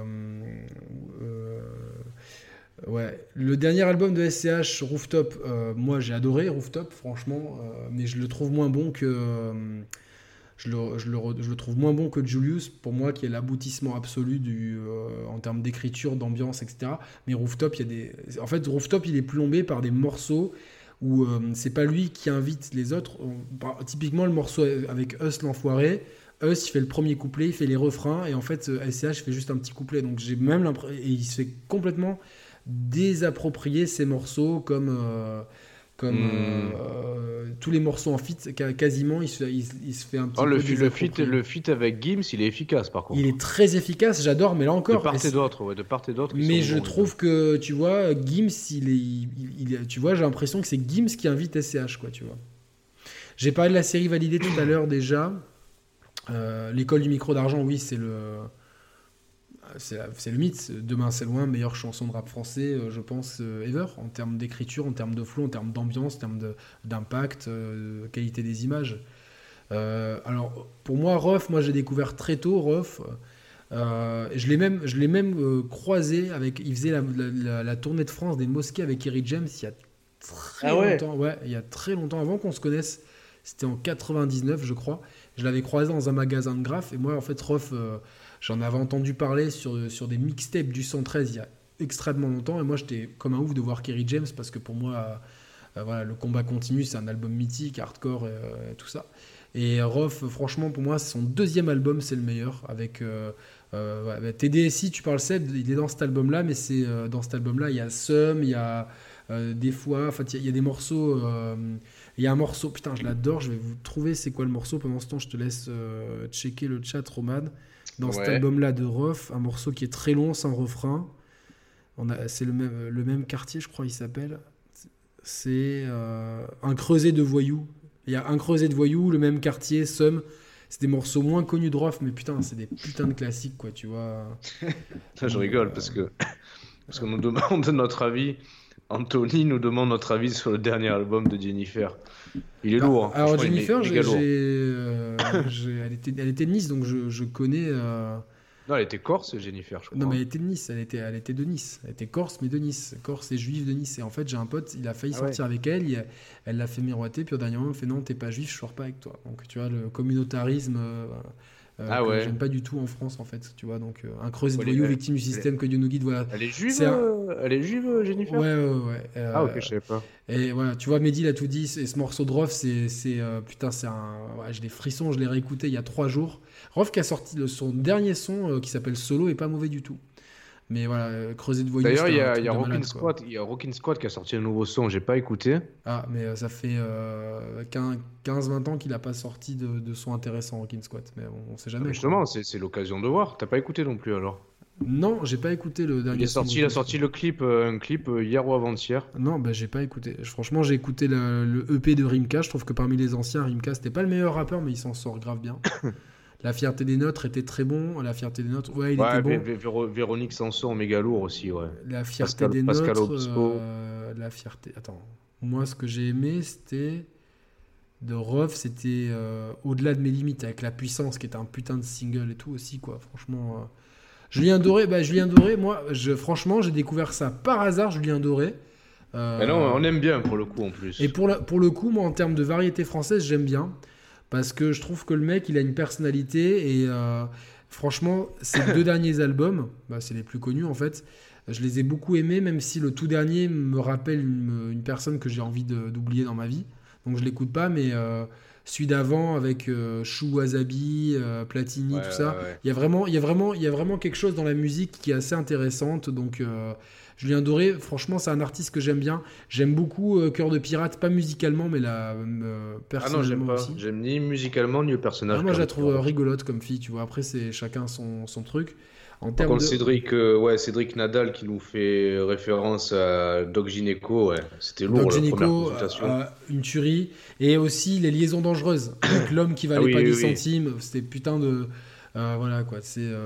ouais, le dernier album de SCH, Rooftop, moi j'ai adoré Rooftop, franchement, mais je le trouve moins bon que. Je le trouve moins bon que Julius, pour moi, qui est l'aboutissement absolu en termes d'écriture, d'ambiance, etc. Mais Rooftop, en fait, Rooftop, il est plombé par des morceaux où c'est pas lui qui invite les autres. Typiquement, le morceau avec Us l'enfoiré, Us, il fait le premier couplet, il fait les refrains, et en fait, SCH fait juste un petit couplet. Donc j'ai même l'impression. Et il se fait complètement désapproprier ces morceaux comme tous les morceaux en feat, quasiment, il se fait un petit Oh, peu désapproprier. le feat avec Gims, il est efficace par Il contre. est très efficace, j'adore, mais là De encore. part et d'autre, ouais, de part et d'autre, ils Mais sont je bons, les trouve que, tu vois, Gims, tu vois, j'ai l'impression que c'est Gims qui invite SCH, quoi, tu vois. J'ai parlé de la série validée tout à l'heure déjà. L'école du micro d'argent, oui, c'est le mythe. Demain c'est loin, meilleure chanson de rap français, je pense, ever, en termes d'écriture, en termes de flow, en termes d'ambiance, en termes d'impact, qualité des images. Alors, pour moi, Rof, moi j'ai découvert très tôt Rof. Je l'ai même croisé avec. Il faisait la tournée de France des mosquées avec Kerry James il y a très Ah ouais. longtemps. Ouais, il y a très longtemps, avant qu'on se connaisse. C'était en 99, je crois. Je l'avais croisé dans un magasin de graphes. Et moi, en fait, Rof, j'en avais entendu parler sur des mixtapes du 113 il y a extrêmement longtemps. Et moi, j'étais comme un ouf de voir Kerry James parce que pour moi, voilà, le combat continue, c'est un album mythique, hardcore et tout ça. Et Rof, franchement, pour moi, c'est son deuxième album, c'est le meilleur. Avec ouais, TDSI, tu parles Seb, il est dans cet album-là, mais dans cet album-là, il y a Sum, il y a des fois, enfin, il y a des morceaux. Il y a un morceau, putain, je l'adore, je vais vous trouver c'est quoi le morceau. Pendant ce temps, je te laisse checker le chat, Roman. Dans cet Ouais. album-là de Rof, un morceau qui est très long, sans refrain. C'est le même quartier, je crois, il s'appelle. C'est un creuset de voyous. Il y a un creuset de voyous, le même quartier, Somme. C'est des morceaux moins connus de Rof, mais putain, c'est des putains de classiques, quoi, tu vois. Ça, je rigole parce que Parce qu'on nous demande notre avis. Anthony nous demande notre avis sur le dernier album de Jennifer. Il est lourd. Hein. Alors Franchement, il est Jennifer, méga lourd. elle était de Nice, donc je connais. Non, elle était corse, Jennifer, je crois. Non, mais elle était de Nice, elle était de Nice. Elle était corse, mais de Nice. Corse et juive de Nice. Et en fait, j'ai un pote, il a failli sortir avec elle, elle l'a fait miroiter, puis au dernier moment, il me fait non, t'es pas juif, je sors pas avec toi. Donc, tu vois, le communautarisme, que j'aime pas du tout en France, en fait. Tu vois, donc, un creusé de voyous, victime du système, que Dieu nous guide, voilà. Elle est juive, elle est juive, Jennifer? Ouais. Ok, je savais pas. Et voilà, tu vois, Mehdi, il a tout dit. Et ce morceau de Rof, putain, c'est un. Ouais, j'ai des frissons, je l'ai réécouté il y a 3 jours. Rof qui a sorti son dernier son qui s'appelle Solo est pas mauvais du tout. Mais voilà, creuser de voyous. D'ailleurs, il y a Rockin' Squad, qui a sorti un nouveau son, j'ai pas écouté. Ah, mais ça fait 15-20 ans qu'il a pas sorti de son intéressant, Rockin' Squad. Mais on sait jamais. Justement, c'est l'occasion de voir. T'as pas écouté non plus alors? Non, j'ai pas écouté le dernier son. Il a sorti un clip hier ou avant-hier. Non, bah j'ai pas écouté. Franchement, j'ai écouté le EP de Rimka. Je trouve que parmi les anciens, Rimka, c'était pas le meilleur rappeur, mais il s'en sort grave bien. La fierté des nôtres était très bon. La fierté des nôtres, il était bon. Véronique Sanson, méga lourd aussi, ouais. La fierté des nôtres. La fierté. Attends. Moi, ce que j'ai aimé, c'était de Rof, c'était Au-delà de mes limites, avec La Puissance, qui était un putain de single et tout aussi, quoi. Franchement. Julien Doré, moi, franchement, j'ai découvert ça par hasard, Julien Doré. Mais non, on aime bien pour le coup en plus. Et pour le coup, moi, en termes de variété française, j'aime bien. Parce que je trouve que le mec, il a une personnalité. Et franchement, ses 2 derniers albums, c'est les plus connus en fait, je les ai beaucoup aimés, même si le tout dernier me rappelle une personne que j'ai envie d'oublier dans ma vie. Donc je l'écoute pas, mais celui d'avant avec Chou Wasabi, Platini, tout ça. Ouais. Il y a vraiment quelque chose dans la musique qui est assez intéressante. Donc Julien Doré, franchement, c'est un artiste que j'aime bien. J'aime beaucoup Cœur de Pirate, pas musicalement, mais personnellement j'aime pas. aussi. J'aime ni musicalement ni le personnage. Moi, je la trouve rigolote comme fille, tu vois. Après, c'est chacun son truc. Par contre, Cédric Nadal qui nous fait référence à Doc Gynéco, c'était lourd. Doc Gynéco, la première consultation. Une tuerie. Et aussi les liaisons dangereuses. Avec l'homme qui valait pas 10 centimes. C'était putain de. Voilà quoi.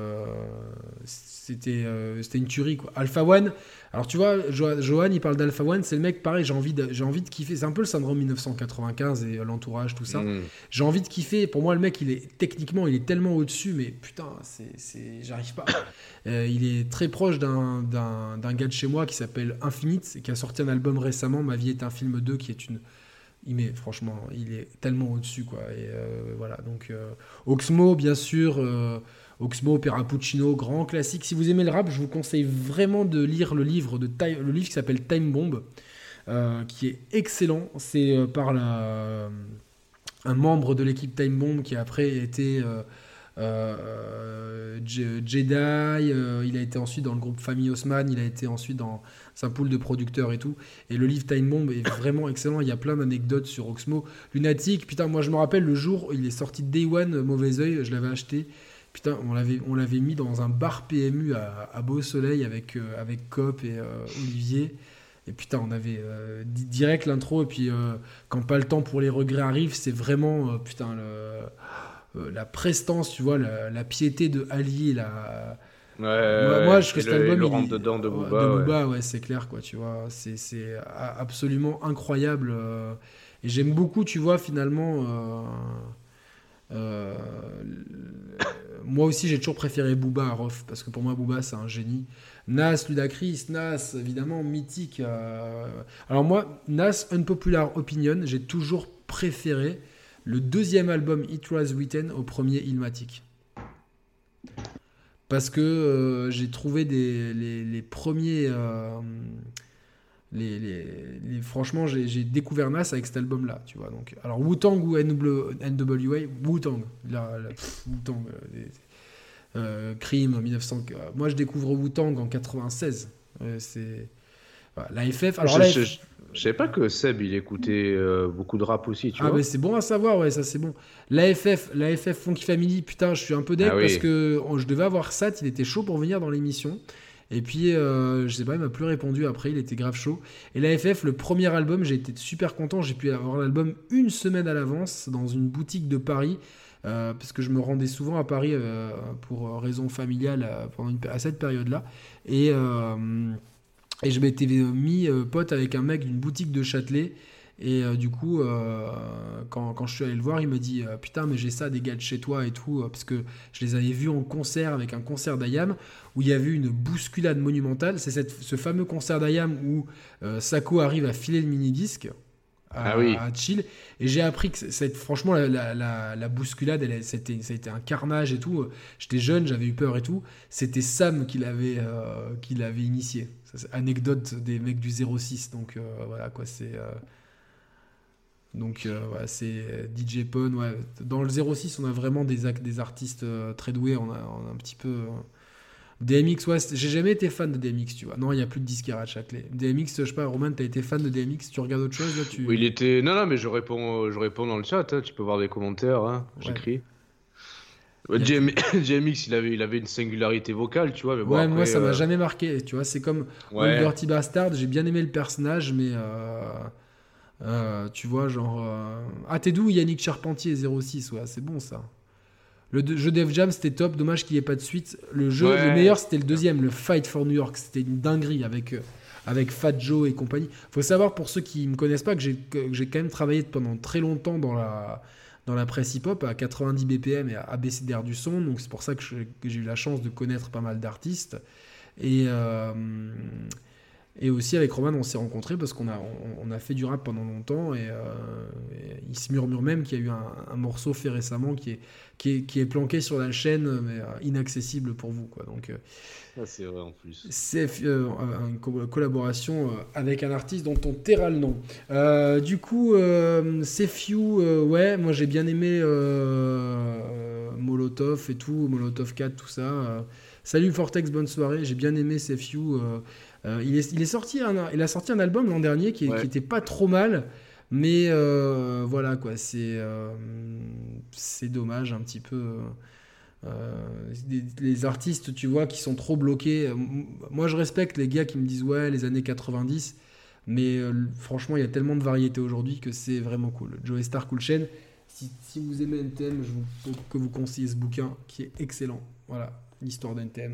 C'était une tuerie quoi. Alpha One. Alors tu vois, Johan il parle d'Alpha One, c'est le mec pareil, j'ai envie de kiffer. C'est un peu le syndrome 1995 et l'entourage, tout ça. J'ai envie de kiffer. Pour moi, le mec, techniquement, il est tellement au-dessus, mais putain, j'arrive pas. Il est très proche d'un gars de chez moi qui s'appelle Infinite, qui a sorti un album récemment, Ma vie est un film 2, qui est une. Franchement, il est tellement au-dessus, quoi. Et voilà, donc Oxmo, bien sûr. Oxmo, Perapuccino, grand classique. Si vous aimez le rap, je vous conseille vraiment de lire le livre qui s'appelle Time Bomb, qui est excellent. C'est par un membre de l'équipe Time Bomb qui a après été Jedi. Il a été ensuite dans le groupe Famille Haussmann. Il a été ensuite dans sa pool de producteurs et tout. Et le livre Time Bomb est vraiment excellent. Il y a plein d'anecdotes sur Oxmo. Lunatic, putain, moi je me rappelle le jour où il est sorti Day One, Mauvais Oeil, je l'avais acheté. Putain, on l'avait mis dans un bar PMU à Beau Soleil avec Cop et Olivier. Et putain, on avait direct l'intro. Et puis, quand Pas le temps pour les regrets arrive, c'est vraiment la prestance, tu vois, la piété de Ali. Moi, je trouve cet album. Le rentre dedans de Booba. Ouais, c'est clair, quoi, tu vois. C'est absolument incroyable. Et j'aime beaucoup, tu vois, finalement. Moi aussi j'ai toujours préféré Booba à Rof parce que pour moi Booba c'est un génie. Nas, Ludacris, Nas évidemment mythique. Alors moi Nas, Unpopular Opinion, j'ai toujours préféré le 2e album It Was Written au premier Illmatic parce que j'ai trouvé les premiers franchement j'ai découvert Nas avec cet album là, tu vois. Donc alors Wu-Tang ou NWA, Wu-Tang, Wu-Tang, Crime 1900, moi je découvre Wu-Tang en 96. C'est la FF. Alors je savais pas que Seb il écoutait beaucoup de rap aussi, tu vois. Mais c'est bon à savoir, ouais, ça c'est bon. La FF Funky Family, putain, je suis un peu deg parce que je devais avoir Sat, il était chaud pour venir dans l'émission. Et puis, je sais pas, il m'a plus répondu après, il était grave chaud. Et la FF, le premier album, j'ai été super content. J'ai pu avoir l'album une semaine à l'avance dans une boutique de Paris, parce que je me rendais souvent à Paris pour raison familiale à cette période-là. Et Et je m'étais mis pote avec un mec d'une boutique de Châtelet. Et du coup, quand je suis allé le voir, il me dit putain, mais j'ai ça des gars de chez toi et tout, parce que je les avais vus en concert avec un concert d'Ayam où il y avait une bousculade monumentale. C'est ce fameux concert d'Ayam où Sako arrive à filer le mini-disque Ah oui. à Chill. Et j'ai appris que franchement, la bousculade, ça a été un carnage et tout. J'étais jeune, j'avais eu peur et tout. C'était Sam qui l'avait initié. Ça, c'est anecdote des mecs du 06. Donc voilà quoi, c'est. Donc ouais, c'est DJ Pone. Ouais. Dans le 06, on a vraiment des artistes très doués. On a un petit peu. DMX, ouais, j'ai jamais été fan de DMX, tu vois. Non, il n'y a plus de disquaire à Châtelet. DMX, je sais pas, Roman, t'as été fan de DMX? Tu regardes autre chose là Oui, il était. Non, non, mais je réponds dans le chat. Hein. Tu peux voir des commentaires. Hein. Ouais. J'écris. Il y a- JMX, il avait une singularité vocale, tu vois. Mais bon, Ouais, après, moi ça m'a jamais marqué, tu vois. C'est comme One Ouais. Dirty Bastard, j'ai bien aimé le personnage, mais tu vois, genre. Ah, t'es d'où Yannick Charpentier 06, ouais, c'est bon ça. Jeu Def Jam c'était top, dommage qu'il n'y ait pas de suite. Le Ouais. meilleur c'était le deuxième, le Fight for New York, c'était une dinguerie avec Fat Joe et compagnie. Faut savoir pour ceux qui me connaissent pas que j'ai quand même travaillé pendant très longtemps dans la presse hip-hop à 90 BPM et à ABCDR du son, donc c'est pour ça que j'ai eu la chance de connaître pas mal d'artistes. Et aussi avec Roman, on s'est rencontrés parce qu'on a fait du rap pendant longtemps et il se murmure même qu'il y a eu un morceau fait récemment qui est planqué sur la chaîne mais inaccessible pour vous, quoi. Donc Ah, c'est vrai en plus. c'est une collaboration avec un artiste dont on taira le nom. Du coup, c'est Few, ouais, moi j'ai bien aimé Molotov et tout, Molotov 4, tout ça. Salut Vortex, bonne soirée, j'ai bien aimé C'est Few. Il a sorti un album l'an dernier qui était pas trop mal, mais voilà quoi, c'est dommage un petit peu. Les artistes, tu vois, qui sont trop bloqués. Moi, je respecte les gars qui me disent ouais, les années 90, mais franchement, il y a tellement de variétés aujourd'hui que c'est vraiment cool. Joey Star, Cool Chain. Si vous aimez NTM, je peux que vous conseiller ce bouquin qui est excellent. Voilà, l'histoire d'NTM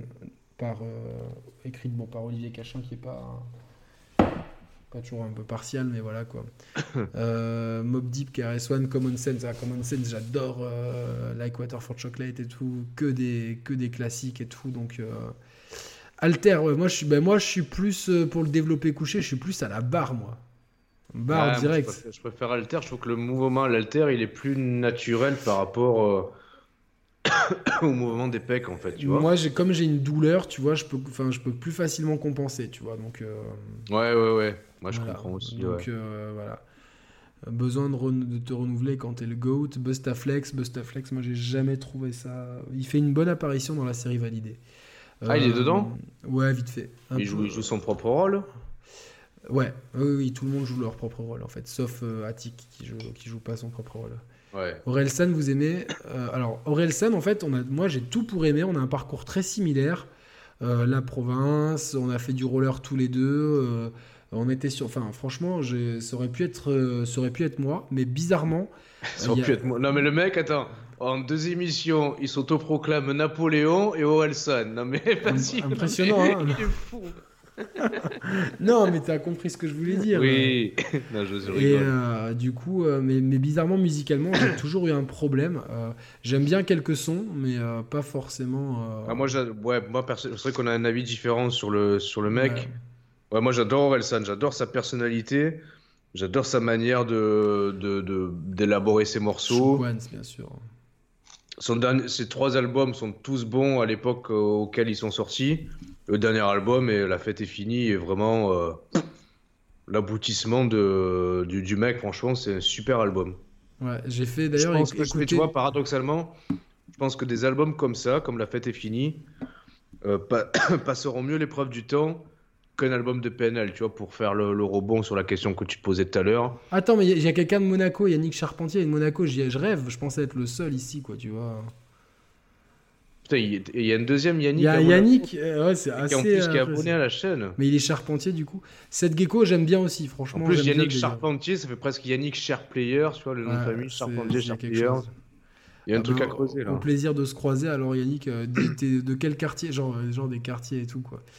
écrite par Olivier Cachin, qui est pas toujours un peu partial, mais voilà quoi. Mobb Deep, KRS-One, Common Sense. Common Sense, j'adore Like Water for Chocolate et tout, que des classiques et tout. Donc Alter, ouais, moi je suis plus pour le développer couché, je suis plus à la barre, moi. Barre Moi, direct. je préfère Alter. Je trouve que le mouvement à l'Alter, il est plus naturel par rapport au mouvement des pecs, en fait, tu vois. Moi, comme j'ai une douleur, tu vois, je peux plus facilement compenser, tu vois. Donc Ouais. Moi, je voilà. comprends aussi. Donc Ouais. voilà. Besoin de te renouveler quand t'es le GOAT. Bustaflex, moi j'ai jamais trouvé ça. Il fait une bonne apparition dans la série Validée. Ah, il est dedans? Ouais, vite fait. Il joue son propre rôle? Ouais, oui, tout le monde joue leur propre rôle en fait, sauf Attic qui joue pas son propre rôle. Ouais. Orelsan, vous aimez alors Orelsan, en fait, moi j'ai tout pour aimer. On a un parcours très similaire. La province, on a fait du roller tous les deux. On était sur, enfin, franchement, ça aurait pu être moi, mais bizarrement, Ça aurait pu être moi. Non, mais le mec, attends. En 2 émissions, il s'autoproclame Napoléon et Orelsan. Non, mais vas-y. Impressionnant, mais hein. Il est fou. Non, mais t'as compris ce que je voulais dire. Oui. Non, je Et rigole. du coup, mais bizarrement, musicalement, j'ai toujours eu un problème. J'aime bien quelques sons, mais pas forcément. Ah, moi, c'est vrai qu'on a un avis différent sur le mec. Ouais. Ouais, moi, j'adore Orelsan. J'adore sa personnalité. J'adore sa manière d'élaborer ses morceaux. Chouquans, bien sûr. Ses 3 albums sont tous bons à l'époque auquel ils sont sortis. Le dernier album, et La Fête est finie, est vraiment l'aboutissement du mec. Franchement, c'est un super album. Ouais, j'ai fait Je d'ailleurs pense que, écouter. tu vois, paradoxalement, je pense que des albums comme ça, comme La Fête est finie, passeront mieux l'épreuve du temps qu'un album de PNL, tu vois, pour faire le rebond sur la question que tu posais tout à l'heure. Attends, mais il y a quelqu'un de Monaco, Yannick Charpentier de Monaco. Je rêve, je pensais être le seul ici, quoi, tu vois. Putain, il y a une deuxième Il Yannick y a à Monaco, Yannick, ouais, c'est qui en assez. plus qui est abonné à la chaîne. Mais il est Charpentier du coup. Seth Gecko, j'aime bien aussi, En franchement. plus, j'aime bien Yannick le délire. Charpentier, ça fait presque Yannick Sharplayer, tu vois, le nom de Ouais, famille, Charpentier, il y a quelque Sharplayer. chose. Il y a un Ah truc ben, à creuser au là. plaisir de se croiser. Alors Yannick, t'es de quel quartier, genre des quartiers et tout quoi.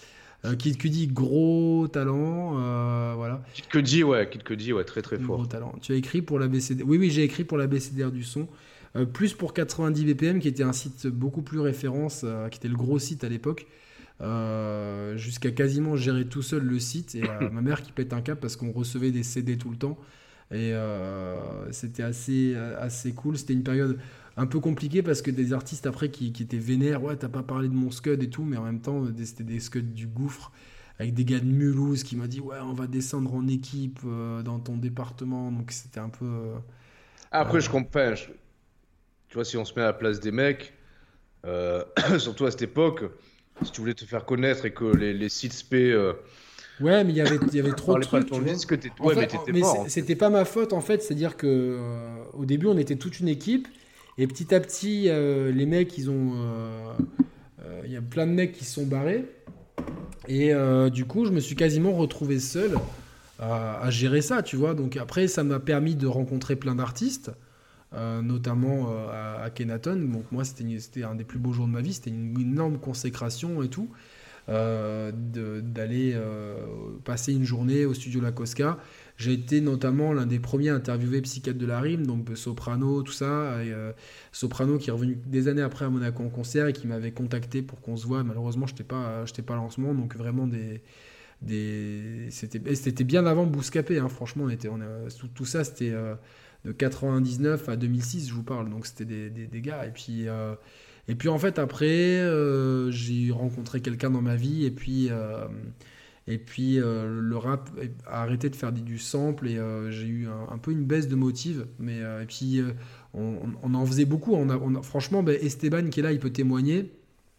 Kid Cudi, gros talent. Voilà. Kid Cudi, ouais, très très Gros fort. talent. Tu as écrit pour l'ABCD. Oui, j'ai écrit pour l'ABCDR du son. Plus pour 90 BPM, qui était un site beaucoup plus référence, qui était le gros site à l'époque. Jusqu'à quasiment gérer tout seul le site. Et ma mère qui pète un câble parce qu'on recevait des CD tout le temps. Et c'était assez cool. C'était une période un peu compliquée parce que des artistes après qui étaient vénères, ouais, t'as pas parlé de mon scud et tout, mais en même temps, c'était des scuds du gouffre avec des gars de Mulhouse qui m'a dit, ouais, on va descendre en équipe dans ton département. Donc c'était un peu. Après, je comprends. Tu vois, si on se met à la place des mecs, surtout à cette époque, si tu voulais te faire connaître et que les sites spé Ouais, mais il y avait trop de parlaient pas de trucs, ton tu vois. disque, En ouais, mais fait, t'étais mais mort. c'était pas ma faute en fait, c'est-à-dire que au début on était toute une équipe et petit à petit les mecs il y a plein de mecs qui se sont barrés et du coup je me suis quasiment retrouvé seul à gérer ça, tu vois. Donc après ça m'a permis de rencontrer plein d'artistes, notamment à Kenaton. Donc moi c'était un des plus beaux jours de ma vie, c'était une énorme consécration et tout. D'aller passer une journée au studio La Cosca. J'ai été notamment l'un des premiers à interviewer Psychiatre de la Rime, donc Soprano, tout ça. Et, Soprano qui est revenu des années après à Monaco en concert et qui m'avait contacté pour qu'on se voit. Malheureusement, je n'étais pas à lancement, donc vraiment c'était bien avant Bouscapé, hein. Franchement, tout ça, c'était de 99 à 2006, je vous parle, donc c'était des gars. Et puis en fait après j'ai rencontré quelqu'un dans ma vie et puis le rap a arrêté de faire du sample et j'ai eu un peu une baisse de motive, mais et puis on en faisait beaucoup. Franchement, Esteban qui est là, il peut témoigner.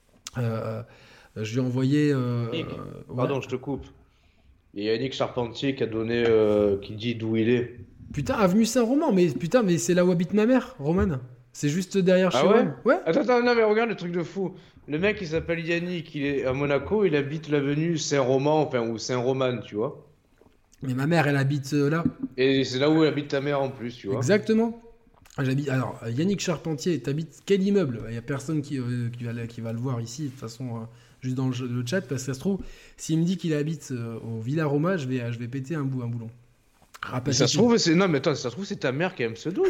Je lui ai envoyé Yannick, ouais. pardon, je te coupe. Il y a Yannick Charpentier qui a donné, qui dit d'où il est. Putain, avenue Saint-Roman, mais putain, mais c'est là où habite ma mère, Romane. C'est juste derrière Ah chez moi. ouais? Ouais. Attends, non, mais regarde le truc de fou. Le mec, il s'appelle Yannick, il est à Monaco, il habite l'avenue Saint-Roman, enfin, ou Saint-Roman, tu vois. Mais ma mère, elle habite là. Et c'est là où habite ta mère en plus, tu vois. Exactement. J'habite. Alors, Yannick Charpentier, t'habites quel immeuble? Il n'y a personne qui va le voir ici, de toute façon, juste dans le chat, parce que ça se trouve, s'il me dit qu'il habite au Villa Roma, je vais péter un boulon. Mais ça se trouve, c'est... Non, mais attends, ça se trouve, c'est ta mère qui a un pseudo.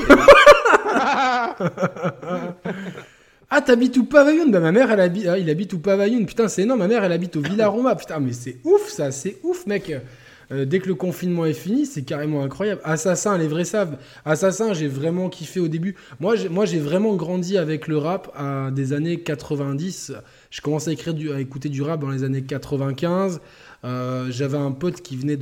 Ah, t'habites où Pavaillon? Bah, ma mère, il habite où Pavaillon. Putain, c'est énorme. Ma mère, elle habite au Villa Roma. Putain, mais c'est ouf, ça. C'est ouf, mec. Dès que le confinement est fini, c'est carrément incroyable. Assassin, les vrais savent. Assassin, j'ai vraiment kiffé au début. Moi, j'ai vraiment grandi avec le rap à des années 90. Je commençais à écouter du rap dans les années 95. J'avais un pote qui venait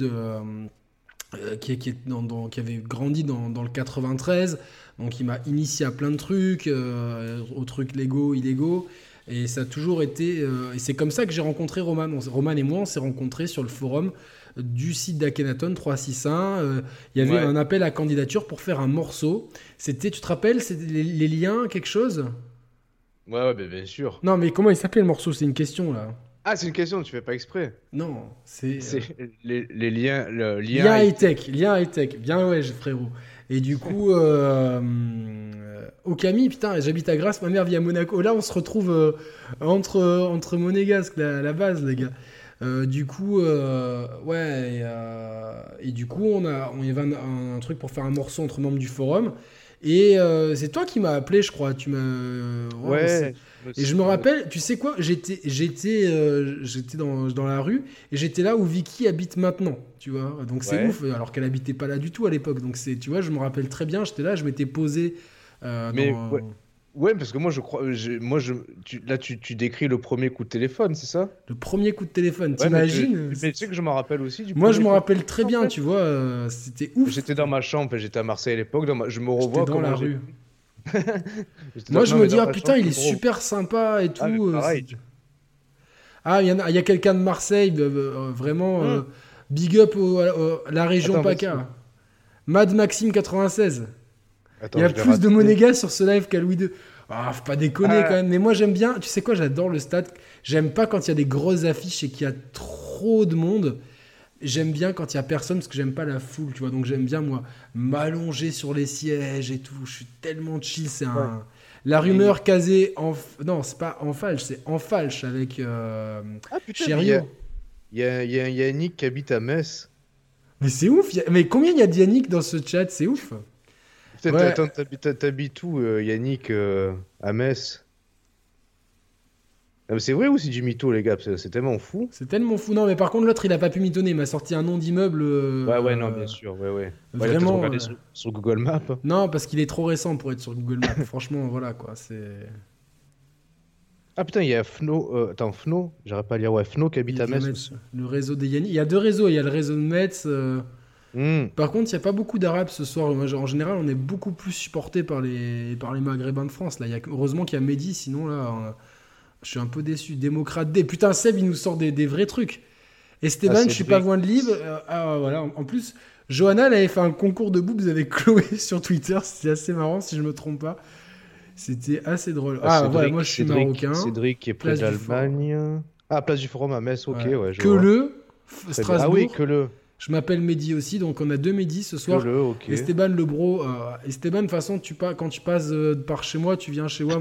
qui avait grandi dans le 93. Donc, il m'a initié à plein de trucs, aux trucs légaux, illégaux. Et ça a toujours été... et c'est comme ça que j'ai rencontré Roman. Roman et moi, on s'est rencontrés sur le forum du site d'Akhenaton 361. Il y avait un appel à candidature pour faire un morceau. C'était, tu te rappelles, c'était les liens, quelque chose? Ouais, bien sûr. Non, mais comment il s'appelait le morceau? C'est une question, là. Ah, c'est une question, tu fais pas exprès. Non, c'est... C'est les liens... Le Lien high-tech. Lien high-tech. Bien ouais, frérot. Et du coup, Okami, putain, j'habite à Grasse, ma mère vit à Monaco. Là, on se retrouve entre Monégasque, la base, les gars. Du coup, ouais, et du coup, il y avait un truc pour faire un morceau entre membres du forum. Et c'est toi qui m'as appelé, je crois. Ouais. Et je me rappelle, tu sais quoi, j'étais dans la rue et j'étais là où Vicky habite maintenant, tu vois. Donc c'est ouf, alors qu'elle habitait pas là du tout à l'époque. Donc tu vois, je me rappelle très bien, j'étais là, je m'étais posé. Mais ouais, parce que moi je crois, tu décris le premier coup de téléphone, c'est ça? Le premier coup de téléphone, Ouais, t'imagines? mais tu sais que je me rappelle aussi du Moi, je me premier coup de rappelle très téléphone, bien, en fait. tu vois, c'était ouf. J'étais dans ma chambre, j'étais à Marseille à l'époque, je me revois J'étais dans la comment rue. j'étais Moi, je non, me mais dis, dans ah ma putain, chambre, il est je me revois. super sympa et Ah, mais tout. pareil. Ah, il y a quelqu'un de Marseille, vraiment, big up à la région Attends, PACA. vas-y. Mad Maxime 96. Attends, Il y a je vais plus de rater. monégas sur ce live qu'à Louis II. Ah, faut pas déconner Ah. quand même. Mais moi, j'aime bien. Tu sais quoi, j'adore le stade. J'aime pas quand il y a des grosses affiches et qu'il y a trop de monde. J'aime bien quand il y a personne parce que j'aime pas la foule, tu vois. Donc j'aime bien, moi, m'allonger sur les sièges et tout. Je suis tellement chill. C'est Ouais. La rumeur casée en... Non, c'est pas en falche, c'est en falche avec Ah putain, mais Cherio. y a un Yannick qui habite à Metz. Mais c'est ouf. Mais combien il y a de Yannick dans ce chat? C'est ouf. Putain, Ouais. attends, t'habites où, Yannick, à Metz? Ah, mais c'est vrai ou c'est du mytho, les gars? C'est tellement fou. C'est tellement fou. Non, mais par contre, l'autre, il a pas pu mitonner. Il m'a sorti un nom d'immeuble. Ouais, non, bien sûr, ouais. Ouais, il a peut-être Vraiment. regardé sur Google Maps. Non, parce qu'il est trop récent pour être sur Google Maps. Franchement, voilà quoi. C'est. Ah putain, il y a Fno. Attends, Fno? J'arrive pas à lire. Ouais, Fno qui habite à Metz Metz, aussi. le réseau des Yannick. Il y a deux réseaux. Il y a le réseau de Metz. Hmm. Par contre, il n'y a pas beaucoup d'Arabes ce soir. Moi, en général, on est beaucoup plus supporté par les Maghrébins de France. Là, heureusement qu'il y a Mehdi, sinon là, je suis un peu déçu. Démocrate D. Putain, Seb, il nous sort des vrais trucs. Esteban, je suis pas loin de libre. Voilà. En plus, Johanna, elle avait fait un concours de boobs avec Chloé sur Twitter. C'était assez marrant, si je me trompe pas. C'était assez drôle. Cédric, moi, je suis Cédric, marocain. Cédric qui est près Place du d'Allemagne. Ah, place du Forum à Metz, ok, ouais, je que vois. le Très bien. Strasbourg. Ah oui, que le. Je m'appelle Mehdi aussi, donc on a deux Mehdi ce soir. Que le, ok. Esteban le bro. Esteban, de toute façon, quand tu passes par chez moi, tu viens chez moi,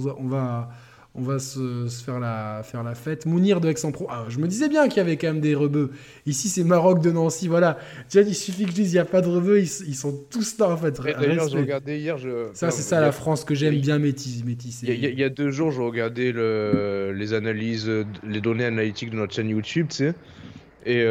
on va se faire la fête. Mounir de Aix-en-Provence. Ah, je me disais bien qu'il y avait quand même des rebeux. Ici, c'est Maroc de Nancy, voilà. Tu vois, il suffit que je dise, il n'y a pas de rebeux, ils sont tous là, en fait. D'ailleurs, je regardais hier. Ça, c'est ça la France que j'aime bien métisser. Il y a 2 jours, je regardais les analyses, les données analytiques de notre chaîne YouTube, tu sais. Et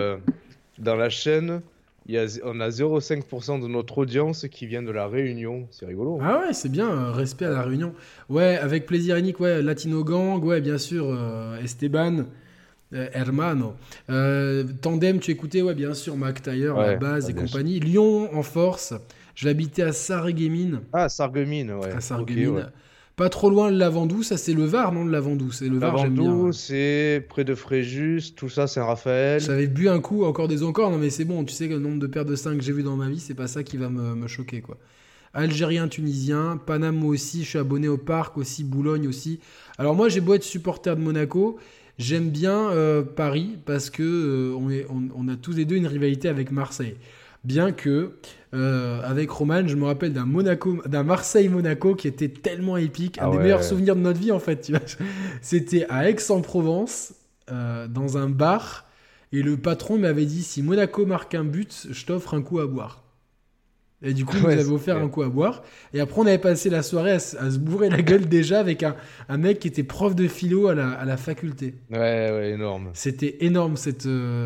dans la chaîne, on a 0,5% de notre audience qui vient de la Réunion. C'est rigolo. Ah ouais, c'est bien, respect à la Réunion. Ouais, avec plaisir, Yannick, ouais, Latino Gang, ouais, bien sûr, Esteban, Hermano. Tandem, tu écoutais, ouais, bien sûr, Mac Taylor, Ouais, la base et bien compagnie. Lyon, en force. Je l'habitais à Sarreguemines, Ah, Sarreguemines, ouais. à Sarreguemines. Ok, ouais. Pas trop loin le Lavandou, ça c'est le Var, non, le Lavandou. C'est le Var, j'aime bien. Lavandou, c'est près de Fréjus, tout ça, Saint-Raphaël. J'avais bu un coup, encore des encore, non mais c'est bon, tu sais que le nombre de paires de 5 que j'ai vu dans ma vie, c'est pas ça qui va me choquer, quoi. Algérien, Tunisien, Paname moi aussi, je suis abonné au parc aussi, Boulogne aussi. Alors moi j'ai beau être supporter de Monaco, j'aime bien Paris parce que on a tous les deux une rivalité avec Marseille. Bien que avec Roman, je me rappelle d'un Marseille-Monaco qui était tellement épique, un Ah des ouais. meilleurs souvenirs de notre vie en fait. Tu vois. C'était à Aix-en-Provence, dans un bar, et le patron m'avait dit si Monaco marque un but, je t'offre un coup à boire. Et du coup, il nous Ouais, avait c'est offert clair. un coup à boire. Et après, on avait passé la soirée à se bourrer la gueule déjà avec un mec qui était prof de philo à la faculté. Ouais, énorme. C'était énorme cette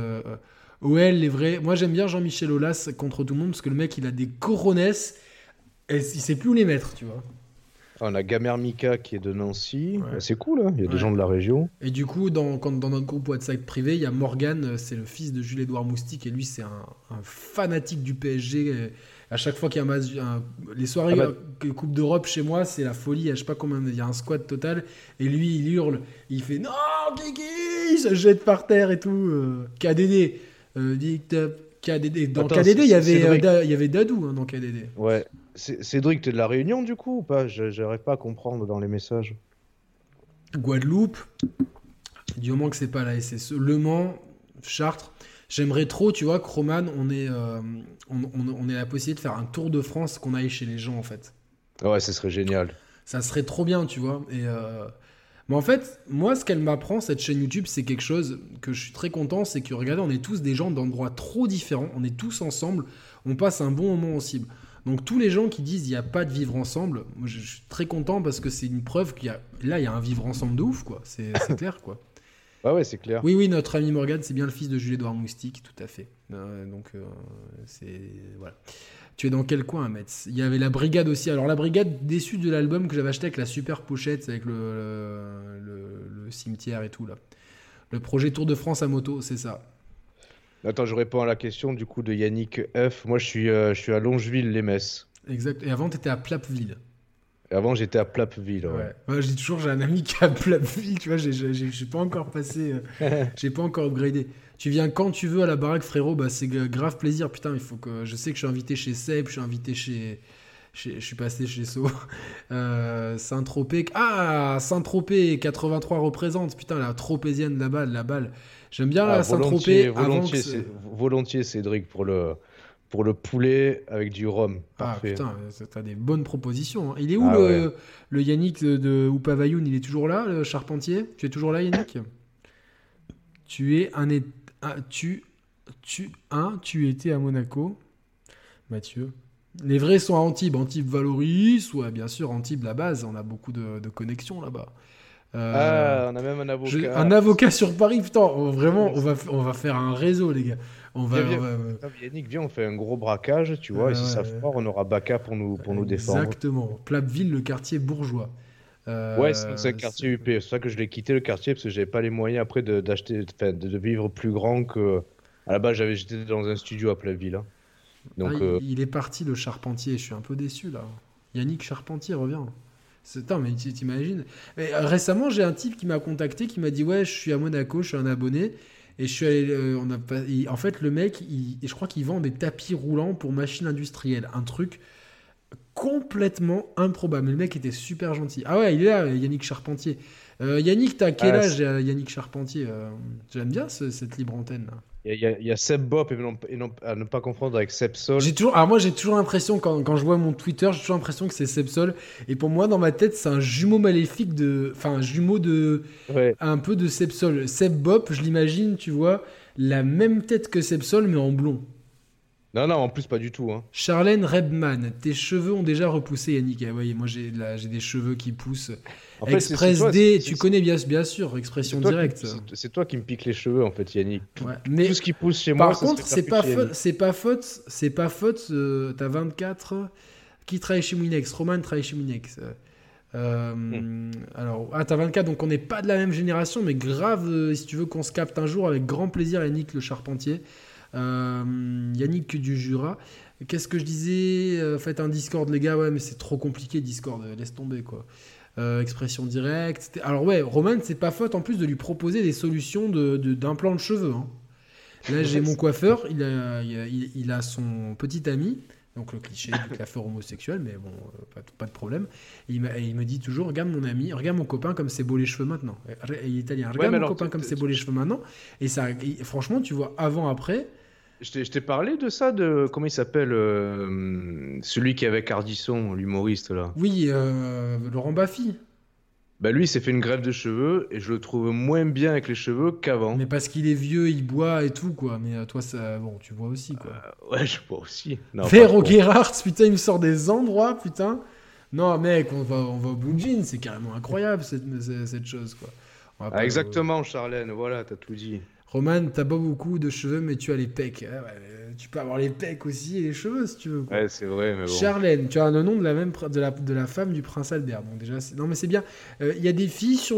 OL, les vrais. Moi, j'aime bien Jean-Michel Aulas contre tout le monde parce que le mec, il a des coronesses et il sait plus où les mettre, tu vois. Ah, on a Gamer Mika qui est de Nancy. Ouais. C'est cool, hein. Il y a des Ouais. gens de la région. Et du coup, dans notre groupe WhatsApp privé, il y a Morgan, c'est le fils de Jules-Édouard Moustique, et lui, c'est un fanatique du PSG. Et à chaque fois qu'il y a les soirées Coupe d'Europe chez moi, c'est la folie. Je sais pas combien, il y a un squat total. Et lui, il hurle, il fait non, Kiki, il se jette par terre et tout. KDD, KDD. Dans Attends, KDD, il y avait Cédric. il y avait Dadou, hein, dans KDD. Ouais. Cédric, t'es de la Réunion du coup ou pas? J'arrive pas à comprendre dans les messages. Guadeloupe, du moment que c'est pas la SSE, Le Mans, Chartres. J'aimerais trop, tu vois, que Roman, on ait la possibilité de faire un tour de France, qu'on aille chez les gens, en fait. Ouais, ce serait génial. Ça serait trop bien, tu vois. Mais en fait, moi, ce qu'elle m'apprend, cette chaîne YouTube, c'est quelque chose que je suis très content, c'est que, regardez, on est tous des gens d'endroits trop différents, on est tous ensemble, on passe un bon moment ensemble. Donc tous les gens qui disent il n'y a pas de vivre ensemble, moi, je suis très content parce que c'est une preuve qu'il y a un vivre ensemble de ouf, quoi. C'est clair, quoi. Ouais, c'est clair. Oui, notre ami Morgan, c'est bien le fils de Jules-Édouard Moustique, tout à fait. C'est... Voilà. Tu es dans quel coin, Metz? Il y avait la Brigade aussi. Alors, la Brigade, déçue de l'album que j'avais acheté avec la super pochette, avec le cimetière et tout, là. Le projet Tour de France à moto, c'est ça. Attends, je réponds à la question du coup de Yannick F. Moi, je suis à Longeville-les-Messes. Exact. Et avant, tu étais à Plapville. Et avant, j'étais à Plapville. Ouais. Ouais, je dis toujours, j'ai un ami qui est à Plapville, tu vois, j'ai pas encore passé, j'ai pas encore upgradé. Tu viens quand tu veux à la baraque, frérot, bah c'est grave plaisir. Putain, il faut que. Je sais que je suis invité chez Seb, je suis invité je suis passé chez So. Saint-Tropez. Ah, Saint-Tropez 83 représente. Putain, la tropézienne la balle. J'aime bien la Saint-Tropez. Volontiers, Cédric, pour le poulet avec du rhum. Parfait. Ah putain, t'as des bonnes propositions, hein. Il est où ouais. le Yannick de Oupavayoun? Il est toujours là, le charpentier? Tu es toujours là, Yannick? Tu étais à Monaco. Mathieu. Les vrais sont à Antibes. Antibes Valoris. Ouais, bien sûr, Antibes, la base. On a beaucoup de connexions là-bas. On a même un avocat. Un avocat sur Paris, putain. Vraiment, on va faire un réseau, les gars. Yannick, viens, on fait un gros braquage, tu vois. Et si ça fort, on aura Baka pour nous défendre. Exactement. Plapville, le quartier bourgeois. C'est un quartier UP. C'est pour ça que je l'ai quitté le quartier parce que j'avais pas les moyens après de vivre plus grand que. À la base, j'étais dans un studio à Plapville. Hein. Donc, il est parti, le Charpentier. Je suis un peu déçu là. Yannick Charpentier revient. Attends, mais t'imagines. Récemment, j'ai un type qui m'a contacté, qui m'a dit ouais, je suis à Monaco, je suis un abonné. Et je suis allé. En fait, le mec, je crois qu'il vend des tapis roulants pour machines industrielles. Un truc complètement improbable. Le mec était super gentil. Ah ouais, il est là, Yannick Charpentier. Yannick, t'as quel âge, Yannick Charpentier? J'aime bien cette libre antenne là. Il y a Seb Bop et non, à ne pas confondre avec Seb Sol. Moi, j'ai toujours l'impression, quand je vois mon Twitter, j'ai toujours l'impression que c'est Seb Sol. Et pour moi, dans ma tête, c'est un jumeau maléfique un jumeau un peu de Seb Sol. Seb Bop, je l'imagine, tu vois, la même tête que Seb Sol, mais en blond. Non, en plus, pas du tout. Hein. Charlène Redman, tes cheveux ont déjà repoussé, Yannick. Ah, ouais, moi, j'ai des cheveux qui poussent. En fait, Express D, tu connais bien sûr, expression directe. C'est toi qui me pique les cheveux, en fait, Yannick. Ouais, mais tout ce qui pousse chez moi, par contre, c'est pas faute. T'as 24. Qui travaille chez Mouinex? Roman travaille chez Mouinex. Alors, t'as 24, donc on n'est pas de la même génération, mais grave, si tu veux qu'on se capte un jour, avec grand plaisir, Yannick le Charpentier. Yannick du Jura. Qu'est-ce que je disais? Faites un Discord, les gars. Ouais, mais c'est trop compliqué, Discord. Laisse tomber, quoi. Expression directe. Alors, ouais, Roman, c'est pas faute en plus de lui proposer des solutions d'implants de cheveux. Hein. Là, j'ai mon coiffeur. Il a son petit ami. Donc, le cliché du coiffeur homosexuel, mais bon, pas de problème. Et il me dit toujours, regarde mon ami, regarde mon copain comme c'est beau les cheveux maintenant. Il est italien. Regarde mon copain comme c'est beau les cheveux maintenant. Et ça, franchement, tu vois, avant, après. Je t'ai parlé de ça, comment il s'appelle celui qui est avec Ardisson, l'humoriste là. Oui, Laurent Baffy. Bah lui, il s'est fait une greffe de cheveux et je le trouve moins bien avec les cheveux qu'avant. Mais parce qu'il est vieux, il boit et tout quoi. Mais toi, ça, bon, tu vois aussi quoi. Ouais, je bois aussi. Véro Gerhardt, putain, il me sort des endroits, putain. Non, mec, on va au Blue Jean, c'est carrément incroyable cette chose quoi. Exactement, Charlène. Voilà, t'as tout dit. Roman, t'as pas beaucoup de cheveux, mais tu as les pecs. Tu peux avoir les pecs aussi et les cheveux si tu veux. Quoi. Ouais, c'est vrai, mais bon. Charlène, tu as le nom de la femme du prince Albert. Donc déjà, non mais c'est bien. Il y a des filles sur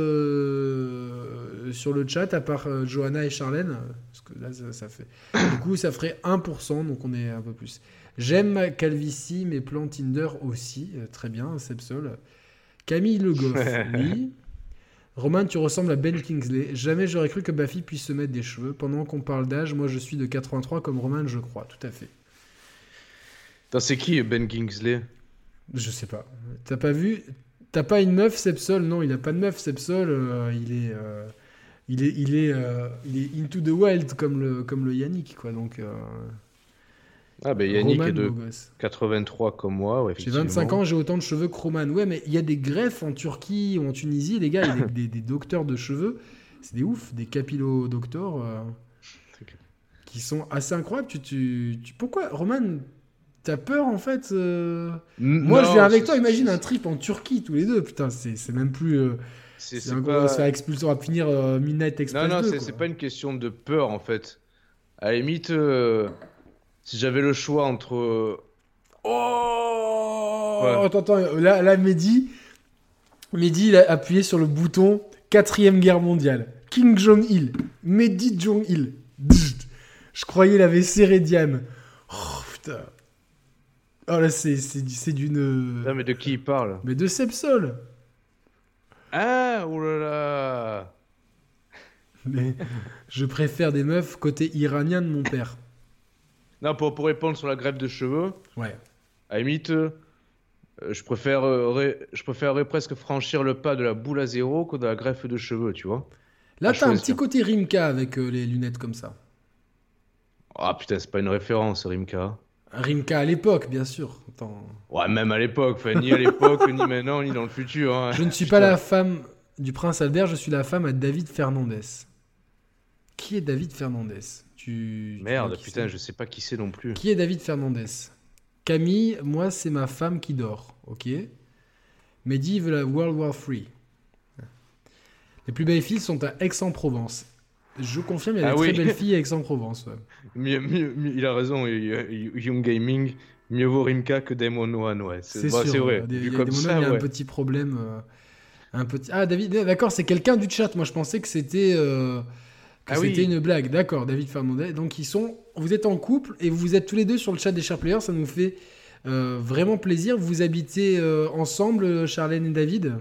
le chat à part Johanna et Charlène, parce que là ça fait. Du coup, ça ferait 1%, donc on est un peu plus. J'aime ma calvitie, mes plans Tinder aussi. Très bien, Sepsol. Camille Le Goff, oui. Roman, tu ressembles à Ben Kingsley. Jamais j'aurais cru que Baffy puisse se mettre des cheveux. Pendant qu'on parle d'âge, moi je suis de 83 comme Roman, je crois. Tout à fait. C'est qui Ben Kingsley? Je sais pas. T'as pas vu? T'as pas une meuf, Sepsol? Non, il a pas de meuf, Sepsol. Il est into the wild comme le Yannick, quoi. Donc. Yannick Roman, est de 83 comme moi. Ouais, j'ai 25 ans, j'ai autant de cheveux que Roman. Ouais, mais il y a des greffes en Turquie ou en Tunisie, les gars. Il y a des docteurs de cheveux. C'est des ouf, des capillo-docteurs qui sont assez incroyables. Pourquoi, Roman, t'as peur en fait Moi, je viens avec toi. Imagine un trip en Turquie tous les deux. Putain, c'est même plus. On va se faire expulser, on va finir Midnight Express. Non, 2, c'est pas une question de peur en fait. À la limite. Si j'avais le choix entre... Attends, là, Mehdi, il a appuyé sur le bouton 4ème guerre mondiale. Kim Jong-il. Mehdi Jong-il. Je croyais il avait serré Diane. Oh, putain. Oh là, c'est d'une... Non, mais de qui il parle? Mais de Sepsol. Ah, oulala. Mais je préfère des meufs côté iranien de mon père. Non, pour répondre sur la greffe de cheveux, ouais. À la limite, je préférerais presque franchir le pas de la boule à zéro que de la greffe de cheveux, tu vois. Là, t'as un petit côté Rimka avec les lunettes comme ça. Ah putain, c'est pas une référence, Rimka. Rimka à l'époque, bien sûr. Attends. Ouais, même à l'époque, enfin, ni à l'époque, ni maintenant, ni dans le futur. Hein. Je ne suis pas la femme du prince Albert, je suis la femme à David Fernandez. Qui est David Fernandez? Tu vois Merde, qui putain, c'est? je sais pas qui c'est non plus. Qui est David Fernandez? Camille, moi, c'est ma femme qui dort. Ok. Mehdi veut la World War III. Les plus belles filles sont à Aix-en-Provence. Je confirme, il y a Ah des très oui, belles filles à Aix-en-Provence. Ouais. il a raison, Young Gaming, mieux vaut Rimka que Damon One, ouais. C'est Bah, sûr. c'est vrai, Il vu y a des comme moments, il ça, y a un ouais. petit problème. Un petit... Ah, David, d'accord, c'est quelqu'un du chat. Moi, je pensais que Ah c'était oui, une blague. D'accord, David Fernandez. Donc, vous êtes en couple et vous êtes tous les deux sur le chat des Sharp Players. Ça nous fait vraiment plaisir. Vous habitez ensemble, Charlène et David?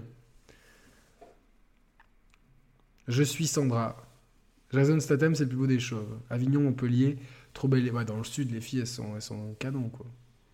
Je suis Sandra. Jason Statham, c'est le plus beau des chauves. Avignon, Montpellier, trop belle. Ouais, dans le sud, les filles, elles sont canon, quoi.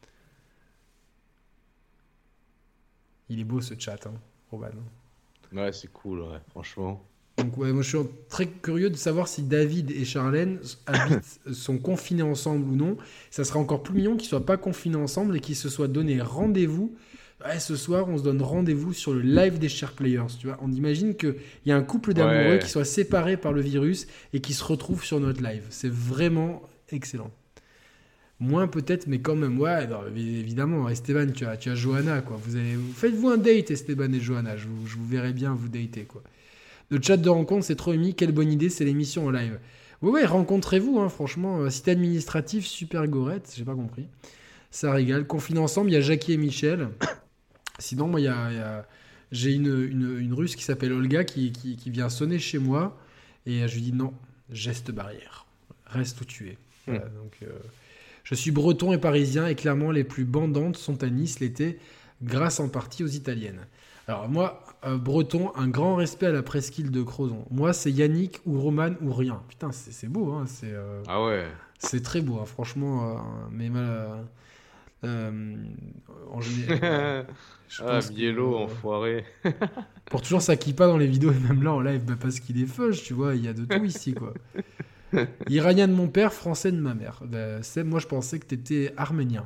Il est beau ce chat, hein, Roban. ouais, c'est cool, ouais, franchement. Donc, ouais, moi, je suis très curieux de savoir si David et Charlène sont confinés ensemble ou non. Ça serait encore plus mignon qu'ils soient pas confinés ensemble et qu'ils se soient donné rendez-vous. Ouais, ce soir, on se donne rendez-vous sur le live des Share Players. Tu vois, on imagine qu'il y a un couple d'amoureux qui Ouais, soit séparés par le virus et qui se retrouvent sur notre live. C'est vraiment excellent. Moins peut-être, mais quand même, ouais, non, évidemment, Esteban, tu as Johanna, quoi. Faites-vous un date, Esteban et Johanna. Je vous verrai bien vous dater, quoi. Le chat de rencontre, c'est trop émis. Quelle bonne idée, c'est l'émission en live. Ouais, ouais, rencontrez-vous, hein, franchement. Cité administrative, super gorette, j'ai pas compris. Ça régale. Confinés ensemble, il y a Jackie et Michel. Sinon, moi, j'ai une Russe qui s'appelle Olga qui vient sonner chez moi. Et je lui dis non, geste barrière. Reste où tu es. hmm. Voilà, donc, je suis breton et parisien et clairement, les plus bandantes sont à Nice l'été, grâce en partie aux italiennes. Alors, moi, breton, un grand respect à la presqu'île de Crozon. Moi, c'est Yannick ou Roman ou rien. Putain, c'est beau, hein. Ah ouais. C'est très beau, hein, franchement. Mais euh, ouais, je Ah, pense que Biello, enfoiré. pour toujours ça qui pas dans les vidéos et même là en live, bah, parce qu'il est fudge, tu vois, il y a de tout ici, quoi. Iranien de mon père, français de ma mère. Bah, Seb, moi je pensais que t'étais arménien.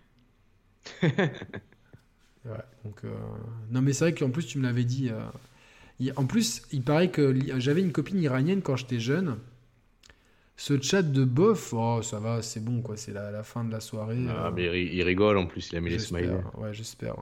Ouais, donc, non, mais c'est vrai qu'en plus tu me l'avais dit. En plus, il paraît que j'avais une copine iranienne quand j'étais jeune. Ce chat de bof, oh, ça va, c'est bon, quoi. C'est la fin de la soirée. Ah, mais il rigole en plus, il a mis les smileys. J'espère, ouais, j'espère.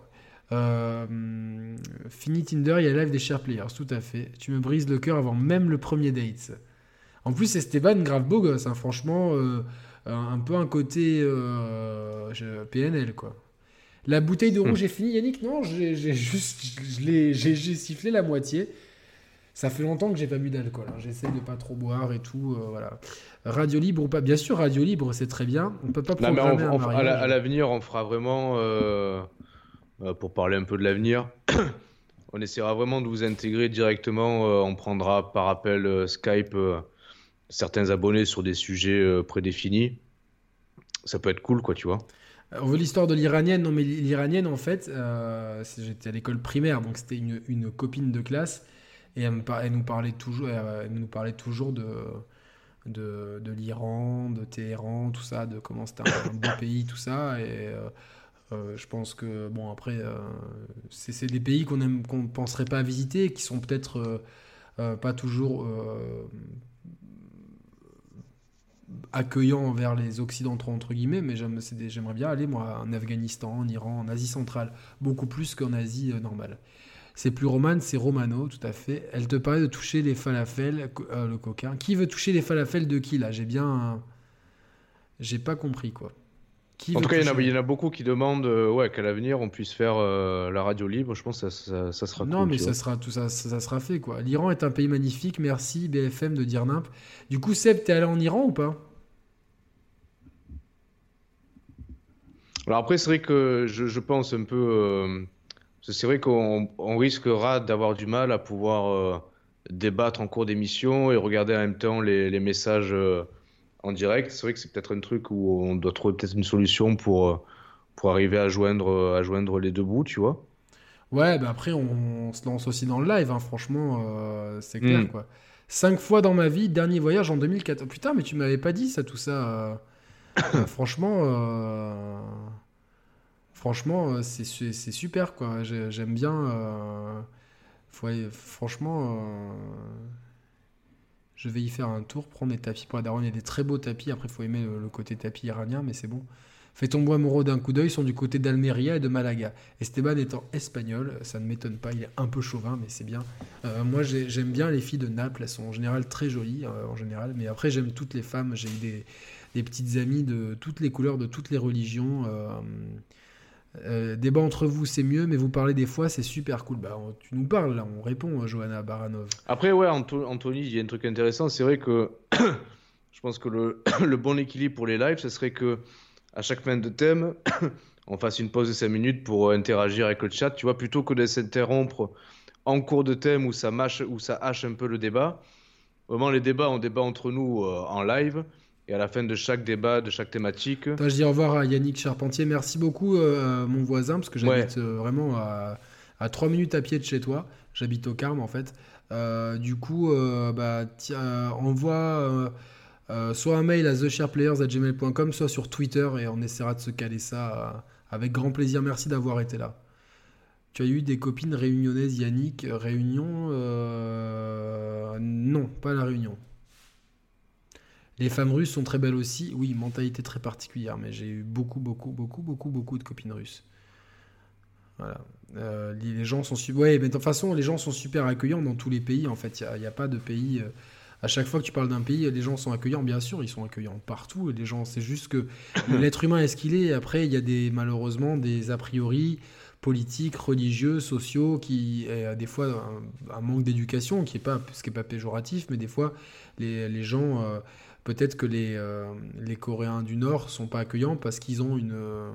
Fini Tinder, il y a live des Share Players, tout à fait. Tu me brises le cœur avant même le premier date. En plus, Esteban, grave beau gosse, hein, franchement, un peu un côté PNL, quoi. La bouteille de rouge est finie, Yannick? Non, j'ai juste, j'ai sifflé la moitié. Ça fait longtemps que j'ai pas bu d'alcool, hein. J'essaie de pas trop boire et tout, voilà. Radio libre ou pas? Bien sûr, radio libre, c'est très bien. On peut pas Non, mais programmer un à mariage. l'avenir, on fera vraiment, pour parler un peu de l'avenir, on essaiera vraiment de vous intégrer directement. On prendra par appel Skype certains abonnés sur des sujets prédéfinis. Ça peut être cool, quoi, tu vois. On veut l'histoire de l'Iranienne. Non, mais l'Iranienne, en fait, j'étais à l'école primaire, donc c'était une copine de classe. Et elle nous parlait toujours de l'Iran, de Téhéran, tout ça, de comment c'était un beau pays, tout ça. Et je pense que, bon, après, c'est des pays qu'on ne penserait pas visiter, qui sont peut-être pas toujours accueillant envers les Occidentaux, entre guillemets, mais j'aimerais bien aller, moi, en Afghanistan, en Iran, en Asie centrale, beaucoup plus qu'en Asie normale. C'est plus romane, c'est romano, tout à fait. Elle te parlait de toucher les falafels, le coquin. Qui veut toucher les falafels de qui, là? J'ai pas compris, quoi. Qui En veut tout cas, toucher? il y en a beaucoup qui demandent ouais, qu'à l'avenir, on puisse faire la radio libre. Je pense que ça sera Non, cool, mais tu vois. ça sera, tout ça, ça sera fait, quoi. L'Iran est un pays magnifique, merci BFM de dire nimp. Du coup, Seb, t'es allé en Iran ou pas? Alors après, c'est vrai que je pense un peu... c'est vrai qu'on risquera d'avoir du mal à pouvoir débattre en cours d'émission et regarder en même temps les messages en direct. C'est vrai que c'est peut-être un truc où on doit trouver peut-être une solution pour arriver à joindre les deux bouts, tu vois. Ouais, bah après, on se lance aussi dans le live, hein, franchement, c'est clair, Hmm. quoi. 5 fois dans ma vie, dernier voyage en 2014. Putain, mais tu m'avais pas dit ça, tout ça. Franchement, c'est super, quoi. J'aime bien. Franchement, Je vais y faire un tour, prendre des tapis pour la daronne. Il y a des très beaux tapis. Après, il faut aimer le côté tapis iranien, mais c'est bon. Fais tomber amoureux d'un coup d'œil, sont du côté d'Almeria et de Malaga. Esteban étant espagnol, ça ne m'étonne pas, il est un peu chauvin, mais c'est bien. Moi, j'aime bien les filles de Naples, elles sont en général très jolies, en général. Mais après, j'aime toutes les femmes. J'ai eu des petites amies de toutes les couleurs, de toutes les religions. Débat entre vous, c'est mieux, mais vous parlez des fois, c'est super cool. Bah, tu nous parles, là, on répond, Johanna Baranov. Après, ouais, Anthony, il y a un truc intéressant. C'est vrai que je pense que le bon équilibre pour les lives, ce serait que à chaque fin de thème, on fasse une pause de 5 minutes pour interagir avec le chat, tu vois, plutôt que de s'interrompre en cours de thème où ça hache un peu le débat. Vraiment, les débats, on débat entre nous en live. Et à la fin de chaque débat, de chaque thématique. Attends, je dis au revoir à Yannick Charpentier. Merci beaucoup, mon voisin, parce que j'habite vraiment à 3 minutes à pied de chez toi. J'habite au Carme, en fait. Du coup, bah, envoie soit un mail à theshareplayers@gmail.com, soit sur Twitter, et on essaiera de se caler ça avec grand plaisir. Merci d'avoir été là. Tu as eu des copines réunionnaises, Yannick? Réunion? Non, pas la Réunion. Les femmes russes sont très belles aussi. Oui, mentalité très particulière, mais j'ai eu beaucoup de copines russes. Voilà. Les gens sont super. Ouais, mais de toute façon, les gens sont super accueillants dans tous les pays. En fait, il y a pas de pays. À chaque fois que tu parles d'un pays, les gens sont accueillants. Bien sûr, ils sont accueillants partout. Les gens, c'est juste que l'être humain est ce qu'il est. Et après, il y a malheureusement des a priori politiques, religieux, sociaux, qui des fois un manque d'éducation, ce qui est pas péjoratif, mais des fois les gens, peut-être que les Coréens du Nord sont pas accueillants parce qu'ils ont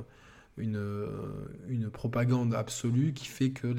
une propagande absolue qui fait que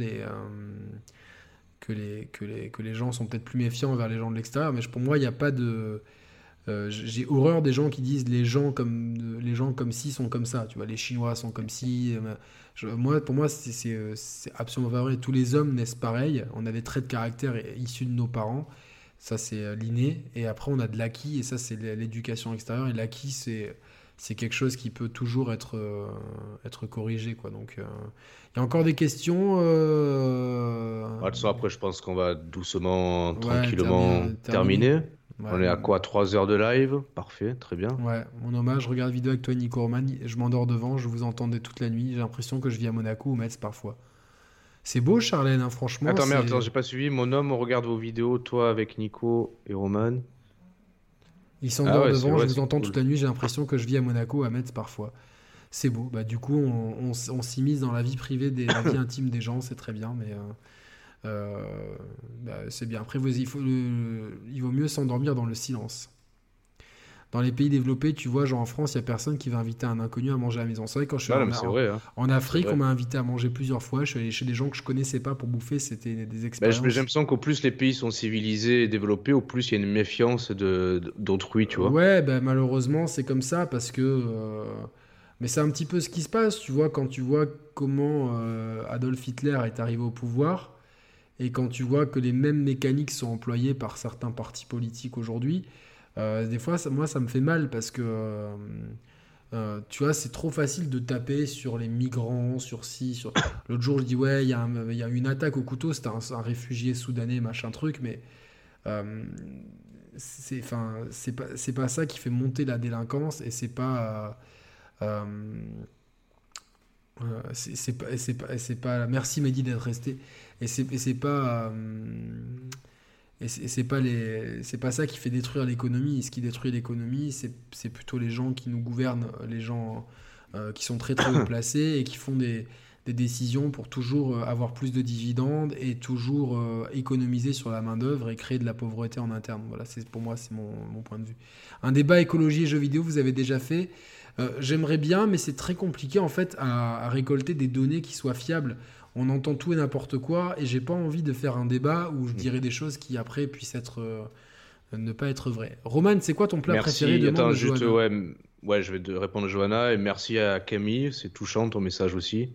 les gens sont peut-être plus méfiants envers les gens de l'extérieur. Mais pour moi, il n'y a pas de... j'ai horreur des gens qui disent les gens comme ci sont comme ça. Tu vois, les Chinois sont comme ci. Pour moi, c'est absolument pas vrai. Tous les hommes naissent pareils. On a des traits de caractère issus de nos parents. Ça, c'est l'inné. Et après, on a de l'acquis. Et ça, c'est l'éducation extérieure. Et l'acquis, c'est quelque chose qui peut toujours être corrigé, quoi. Donc, il y a encore des questions. De toute façon, après, je pense qu'on va doucement, Ouais, tranquillement terminer. Ouais, On est à quoi? 3 heures de live? Parfait, très bien. ouais, mon hommage, je regarde vidéo avec toi, Nico Roman. Je m'endors devant, je vous entendais toute la nuit. J'ai l'impression que je vis à Monaco ou Metz parfois. C'est beau, Charlène, hein, franchement. Attends, merde, attends, j'ai pas suivi. Mon homme, on regarde vos vidéos, toi avec Nico et Roman. Il Ah s'endort ouais, devant, je vous c'est entends cool. toute la nuit. J'ai l'impression que je vis à Monaco ou à Metz parfois. C'est beau. Bah, du coup, on s'immisce dans la vie privée, la vie intime des gens, c'est très bien, mais bah, c'est bien. Après, il vaut mieux s'endormir dans le silence. Dans les pays développés, tu vois, genre en France, il n'y a personne qui va inviter un inconnu à manger à la maison. C'est vrai, quand je suis Non, non, mais c'est vrai, hein. en C'est Afrique, on vrai. m'a invité à manger plusieurs fois. Je suis allé chez des gens que je connaissais pas pour bouffer. C'était des J'ai expériences. l'impression qu'au plus les pays sont civilisés et développés, au plus il y a une méfiance d'autrui, tu vois. Ouais, bah, malheureusement, c'est comme ça parce que. Mais c'est un petit peu ce qui se passe, tu vois, quand tu vois comment Adolf Hitler est arrivé au pouvoir et quand tu vois que les mêmes mécaniques sont employées par certains partis politiques aujourd'hui. Des fois, moi, ça me fait mal parce que, tu vois, c'est trop facile de taper sur les migrants, sur ci, sur... L'autre jour, je dis, ouais, il y a une attaque au couteau, c'était un réfugié soudanais, machin truc, mais euh, c'est pas ça qui fait monter la délinquance et c'est pas... euh, c'est pas... Merci Mehdi d'être resté. Et c'est pas... c'est pas ça qui fait détruire l'économie. Ce qui détruit l'économie, c'est plutôt les gens qui nous gouvernent, les gens qui sont très très haut placés et qui font des décisions pour toujours avoir plus de dividendes et toujours économiser sur la main-d'œuvre et créer de la pauvreté en interne. Voilà, pour moi, c'est mon point de vue. Un débat écologie et jeux vidéo, vous avez déjà fait. J'aimerais bien, mais c'est très compliqué en fait à récolter des données qui soient fiables. On entend tout et n'importe quoi, et j'ai pas envie de faire un débat où je dirais des choses qui après puissent ne pas être vraies. Roman, c'est quoi ton plat préféré? Merci. Demande Attends, de juste, Johanna. ouais, je vais te répondre à Johanna et merci à Camille. C'est touchant ton message aussi.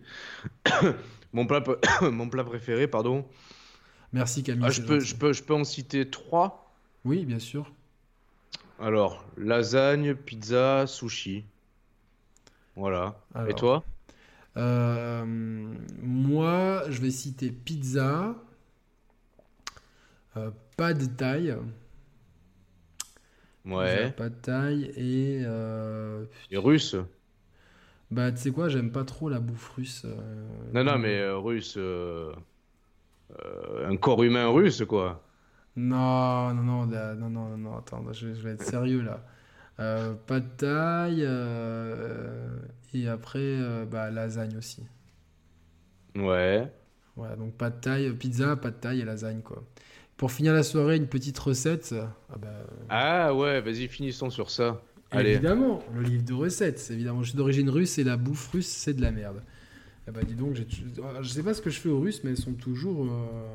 Mon plat préféré, pardon. Merci Camille, Ah, c'est gentil. je peux en citer trois. Oui, bien sûr. Alors, lasagne, pizza, sushi. Voilà. Et Alors, toi? moi, je vais citer pizza, pad thai Déjà, Ouais. pad thai et... Et russe? Bah, tu sais quoi, j'aime pas trop la bouffe russe. Non, non, mais russe, un corps humain russe, quoi. Non, non, non, non, non, non, non, attends, je vais être sérieux là. Pad thai et après, bah, lasagne aussi. Ouais. Voilà, donc pad thai, pizza, pad thai et lasagne, quoi. Pour finir la soirée, une petite recette. Ah bah, Ah ouais, vas-y, finissons sur ça. Allez. évidemment, le livre de recettes. Évidemment, je suis d'origine russe et la bouffe russe, c'est de la merde. Ah bah dis donc, je sais pas ce que je fais aux Russes, mais elles sont toujours.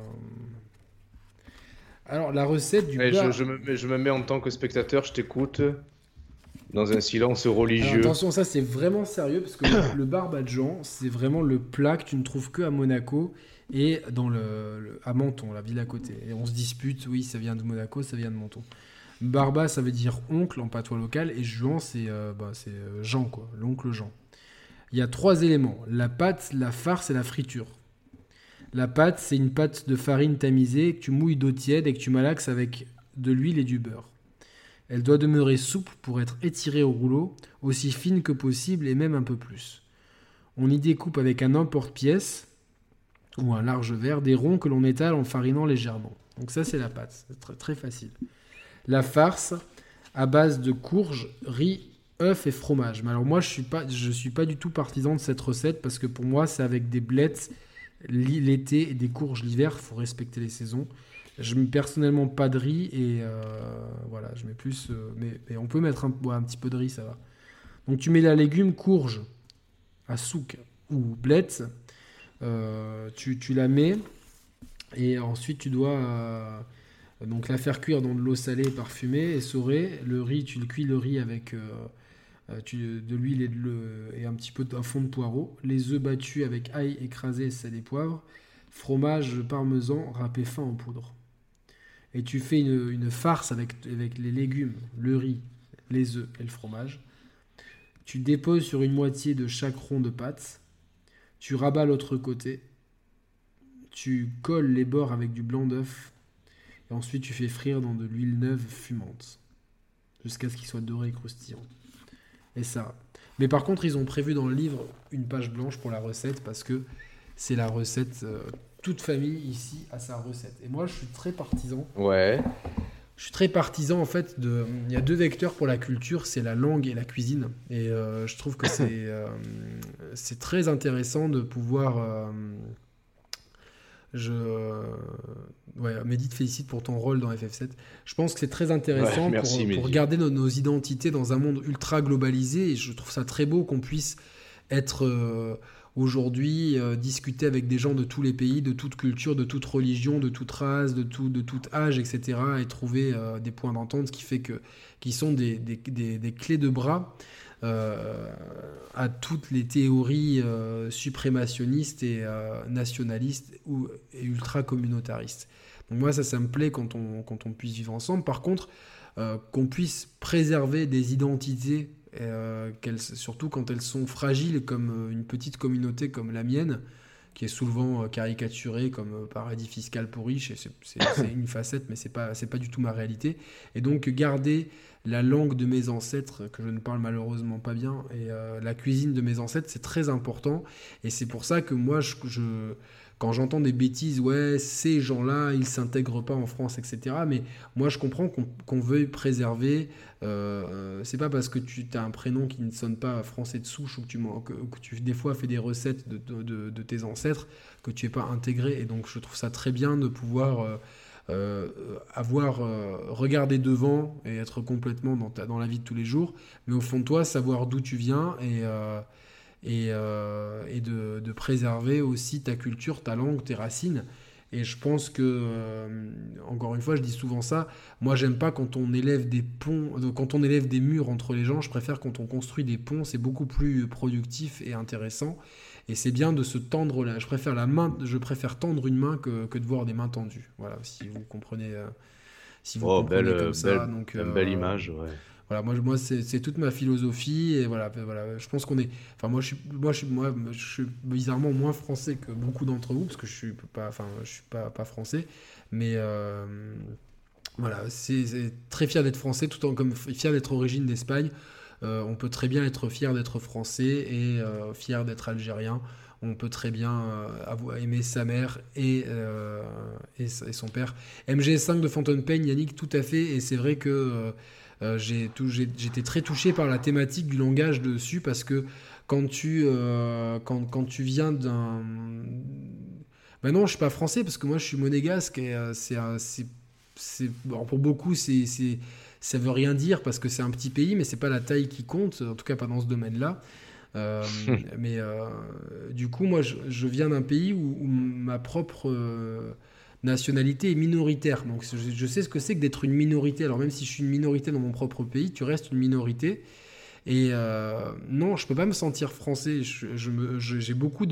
Alors, la recette du Allez, bar. je me mets en tant que spectateur, je t'écoute dans un silence Alors religieux. attention, ça c'est vraiment sérieux parce que le barbadjan, c'est vraiment le plat que tu ne trouves que à Monaco et dans à Menton, la ville à côté. Et on se dispute, oui, ça vient de Monaco, ça vient de Menton. Barba, ça veut dire oncle en patois local et Juan, c'est Jean, quoi, l'oncle Jean. Il y a trois éléments, la pâte, la farce et la friture. La pâte, c'est une pâte de farine tamisée que tu mouilles d'eau tiède et que tu malaxes avec de l'huile et du beurre. Elle doit demeurer souple pour être étirée au rouleau, aussi fine que possible et même un peu plus. On y découpe avec un emporte-pièce ou un large verre des ronds que l'on étale en farinant légèrement. Donc ça c'est la pâte, c'est très, très facile. La farce à base de courges, riz, œufs et fromage. Mais alors moi je suis pas du tout partisan de cette recette parce que pour moi c'est avec des blettes l'été et des courges l'hiver, il faut respecter les saisons. Je mets personnellement pas de riz et voilà, je mets plus. Mais on peut mettre ouais, un petit peu de riz, ça va. Donc tu mets la légume courge à souk ou blette, tu la mets et ensuite tu dois donc la faire cuire dans de l'eau salée et parfumée et saurée. Le riz, tu le cuis le riz avec de l'huile et un petit peu un fond de poireau. Les œufs battus avec ail écrasé, sel et poivre. Fromage parmesan râpé fin en poudre. Et tu fais une farce avec les légumes, le riz, les œufs et le fromage. Tu déposes sur une moitié de chaque rond de pâte. Tu rabats l'autre côté. Tu colles les bords avec du blanc d'œuf. Et ensuite, tu fais frire dans de l'huile neuve fumante. Jusqu'à ce qu'il soit doré et croustillant. Et ça. Mais par contre, ils ont prévu dans le livre une page blanche pour la recette parce que c'est la recette. Toute famille ici a sa recette. Et moi, je suis très partisan. Ouais. Je suis très partisan en fait de. Il y a deux vecteurs pour la culture, c'est la langue et la cuisine. Et je trouve que c'est très intéressant de pouvoir. Ouais, Mehdi te félicite pour ton rôle dans FF7. Je pense que c'est très Ouais, intéressant merci, pour Mehdi. garder nos identités dans un monde ultra globalisé. Et je trouve ça très beau qu'on puisse être aujourd'hui discuter avec des gens de tous les pays, de toute culture, de toute religion, de toute race, de tout âge, etc. et trouver des points d'entente, ce qui fait qui sont des clés de bras à toutes les théories suprémationnistes et nationalistes et ultra-communautaristes. Donc moi, ça me plaît quand on puisse vivre ensemble. Par contre, qu'on puisse préserver des identités surtout quand elles sont fragiles, comme une petite communauté comme la mienne, qui est souvent caricaturée comme paradis fiscal pour riches, et c'est une facette, mais c'est pas du tout ma réalité. Et donc garder la langue de mes ancêtres, que je ne parle malheureusement pas bien, et la cuisine de mes ancêtres, c'est très important. Et c'est pour ça que moi, quand j'entends des bêtises, ouais, ces gens-là, ils s'intègrent pas en France, etc. Mais moi, je comprends qu'on veuille préserver. C'est pas parce que tu as un prénom qui ne sonne pas français de souche ou que tu des fois fais des recettes de tes ancêtres que tu n'es pas intégré. Et donc, je trouve ça très bien de pouvoir avoir regardé devant et être complètement dans la vie de tous les jours. Mais au fond de toi, savoir d'où tu viens et de préserver aussi ta culture, ta langue, tes racines. Et je pense que, encore une fois, je dis souvent ça, moi j'aime pas quand on élève des ponts, quand on élève des murs entre les gens, je préfère quand on construit des ponts, c'est beaucoup plus productif et intéressant. Et c'est bien de se tendre là. Je préfère tendre une main que de voir des mains tendues. Voilà, si vous comprenez, si vous Oh, comprenez comme ça. Donc, une belle image, ouais. voilà, moi c'est toute ma philosophie et voilà, je pense qu'on est. Enfin, moi, je suis bizarrement moins français que beaucoup d'entre vous parce que je suis pas français, mais Voilà, c'est très fier d'être français, tout en comme fier d'être origine d'Espagne. On peut très bien être fier d'être français et fier d'être algérien. On peut très bien aimer sa mère et son père. MGS5 de Phantom Pain, Yannick, tout à fait. Et c'est vrai que j'étais très touché par la thématique du langage dessus parce que quand tu viens d'un... Ben non, je suis pas français parce que moi je suis monégasque et bon, pour beaucoup ça veut rien dire parce que c'est un petit pays, mais c'est pas la taille qui compte, en tout cas pas dans ce domaine-là. Euh, mais du coup, moi je viens d'un pays où ma propre nationalité est minoritaire. Donc je sais ce que c'est que d'être une minorité. Alors même si je suis une minorité dans mon propre pays, tu restes une minorité. Et non, je peux pas me sentir français. J'ai beaucoup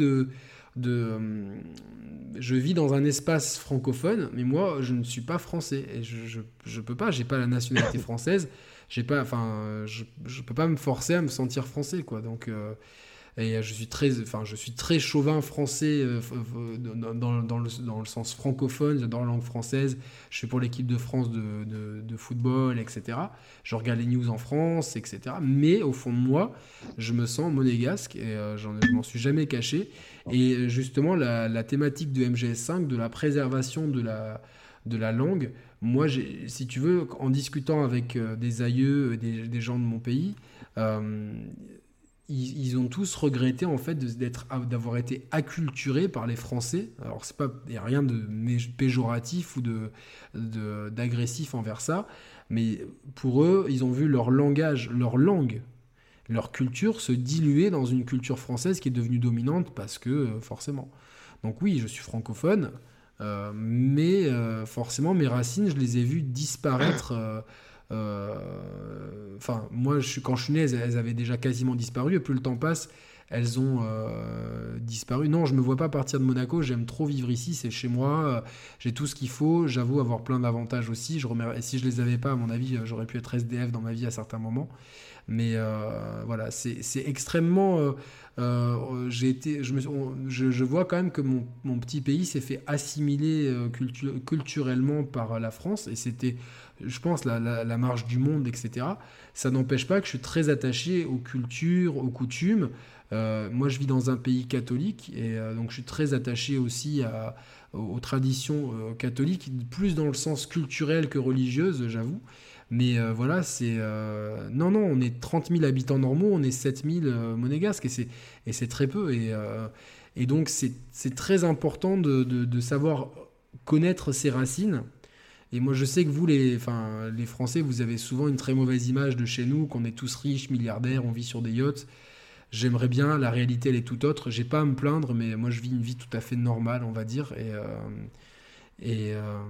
je vis dans un espace francophone, mais moi, je ne suis pas français. Et je peux pas, j'ai pas la nationalité française. J'ai pas, enfin, je peux pas me forcer à me sentir français, quoi. Donc, et je suis très chauvin français dans le sens francophone, j'adore la langue française, je suis pour l'équipe de France de football, etc. Je regarde les news en France, etc. Mais au fond de moi, je me sens monégasque et je m'en suis jamais caché. Et justement, la thématique de MGS5, de la préservation de la langue, moi, si tu veux, en discutant avec des aïeux, des gens de mon pays, euh, ils ont tous regretté en fait d'avoir été acculturés par les Français. Alors il n'y a rien de péjoratif ou d'agressif envers ça, mais pour eux, ils ont vu leur langage, leur langue, leur culture se diluer dans une culture française qui est devenue dominante parce que forcément. Donc oui, je suis francophone, mais forcément mes racines, je les ai vues disparaître. Enfin, moi, quand je suis né, elles avaient déjà quasiment disparu. Et plus le temps passe, elles ont disparu. Non, je me vois pas partir de Monaco. J'aime trop vivre ici. C'est chez moi. J'ai tout ce qu'il faut. J'avoue avoir plein d'avantages aussi. Et si je les avais pas, à mon avis, j'aurais pu être SDF dans ma vie à certains moments. Mais voilà, c'est extrêmement. Je vois quand même que mon petit pays s'est fait assimiler culturellement par la France. Et c'était, je pense, la marche du monde, etc. Ça n'empêche pas que je suis très attaché aux cultures, aux coutumes. Moi, je vis dans un pays catholique et donc je suis très attaché aussi aux traditions catholiques, plus dans le sens culturel que religieuse, j'avoue. Mais voilà, non, on est 30 000 habitants normaux, on est 7 000 monégasques et c'est très peu. Et donc, c'est très important de savoir connaître ses racines. Et moi, je sais que vous, les Français, vous avez souvent une très mauvaise image de chez nous, qu'on est tous riches, milliardaires, on vit sur des yachts. J'aimerais bien, la réalité, elle est tout autre. J'ai pas à me plaindre, mais moi, je vis une vie tout à fait normale, on va dire. Et, euh,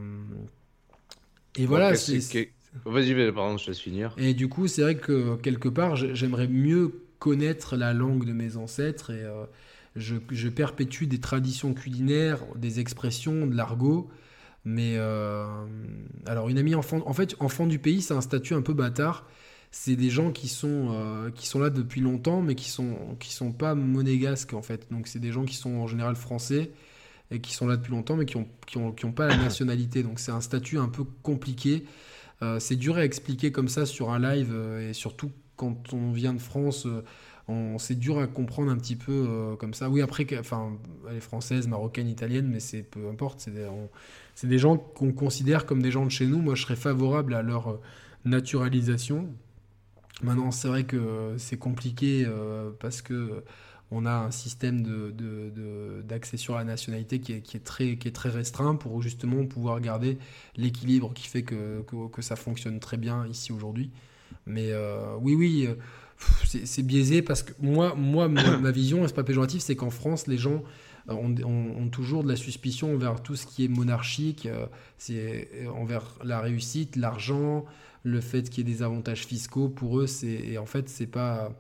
et Bon, voilà, après, vas-y, pardon, je te laisse finir. et du coup, c'est vrai que quelque part, j'aimerais mieux connaître la langue de mes ancêtres et je perpétue des traditions culinaires, des expressions, de l'argot. Mais alors, une amie en fait, enfant du pays, c'est un statut un peu bâtard. C'est des gens qui sont là depuis longtemps, mais qui sont pas monégasques en fait. Donc, c'est des gens qui sont en général français et qui sont là depuis longtemps, mais qui ont pas la nationalité. Donc, c'est un statut un peu compliqué. C'est dur à expliquer comme ça sur un live et surtout quand on vient de France, c'est dur à comprendre un petit peu comme ça. Oui, après, enfin, elle est française, marocaine, italienne, mais c'est peu importe. C'est des gens qu'on considère comme des gens de chez nous. Moi, je serais favorable à leur naturalisation. Maintenant, c'est vrai que c'est compliqué parce que on a un système d'accession à la nationalité qui est très restreint pour justement pouvoir garder l'équilibre qui fait que ça fonctionne très bien ici aujourd'hui. Mais oui, c'est biaisé parce que ma vision, et c'est pas péjoratif, c'est qu'en France, les gens ont toujours de la suspicion envers tout ce qui est monarchique, c'est envers la réussite, l'argent, le fait qu'il y ait des avantages fiscaux. Pour eux, et en fait, c'est pas.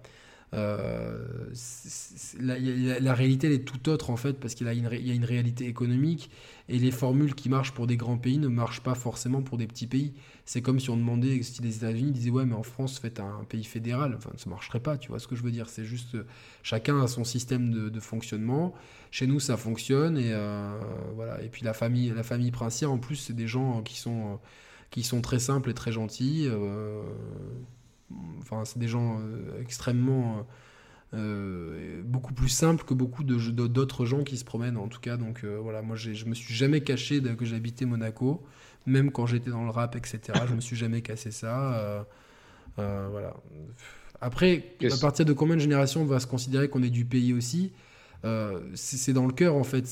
La réalité elle est tout autre en fait parce il y a une réalité économique et les formules qui marchent pour des grands pays ne marchent pas forcément pour des petits pays. C'est comme si on demandait, si les États-Unis disaient ouais mais en France faites un pays fédéral, enfin ça marcherait pas, tu vois ce que je veux dire, c'est juste chacun a son système de fonctionnement. Chez nous ça fonctionne et voilà, et puis la famille princière en plus c'est des gens qui sont très simples et très gentils. Enfin, c'est des gens extrêmement beaucoup plus simples que beaucoup d'autres gens qui se promènent en tout cas. Donc voilà, moi je me suis jamais caché que j'habitais Monaco, même quand j'étais dans le rap, etc. Je me suis jamais cassé ça. Voilà. Après, à partir de combien de générations on va se considérer qu'on est du pays aussi? C'est dans le cœur en fait.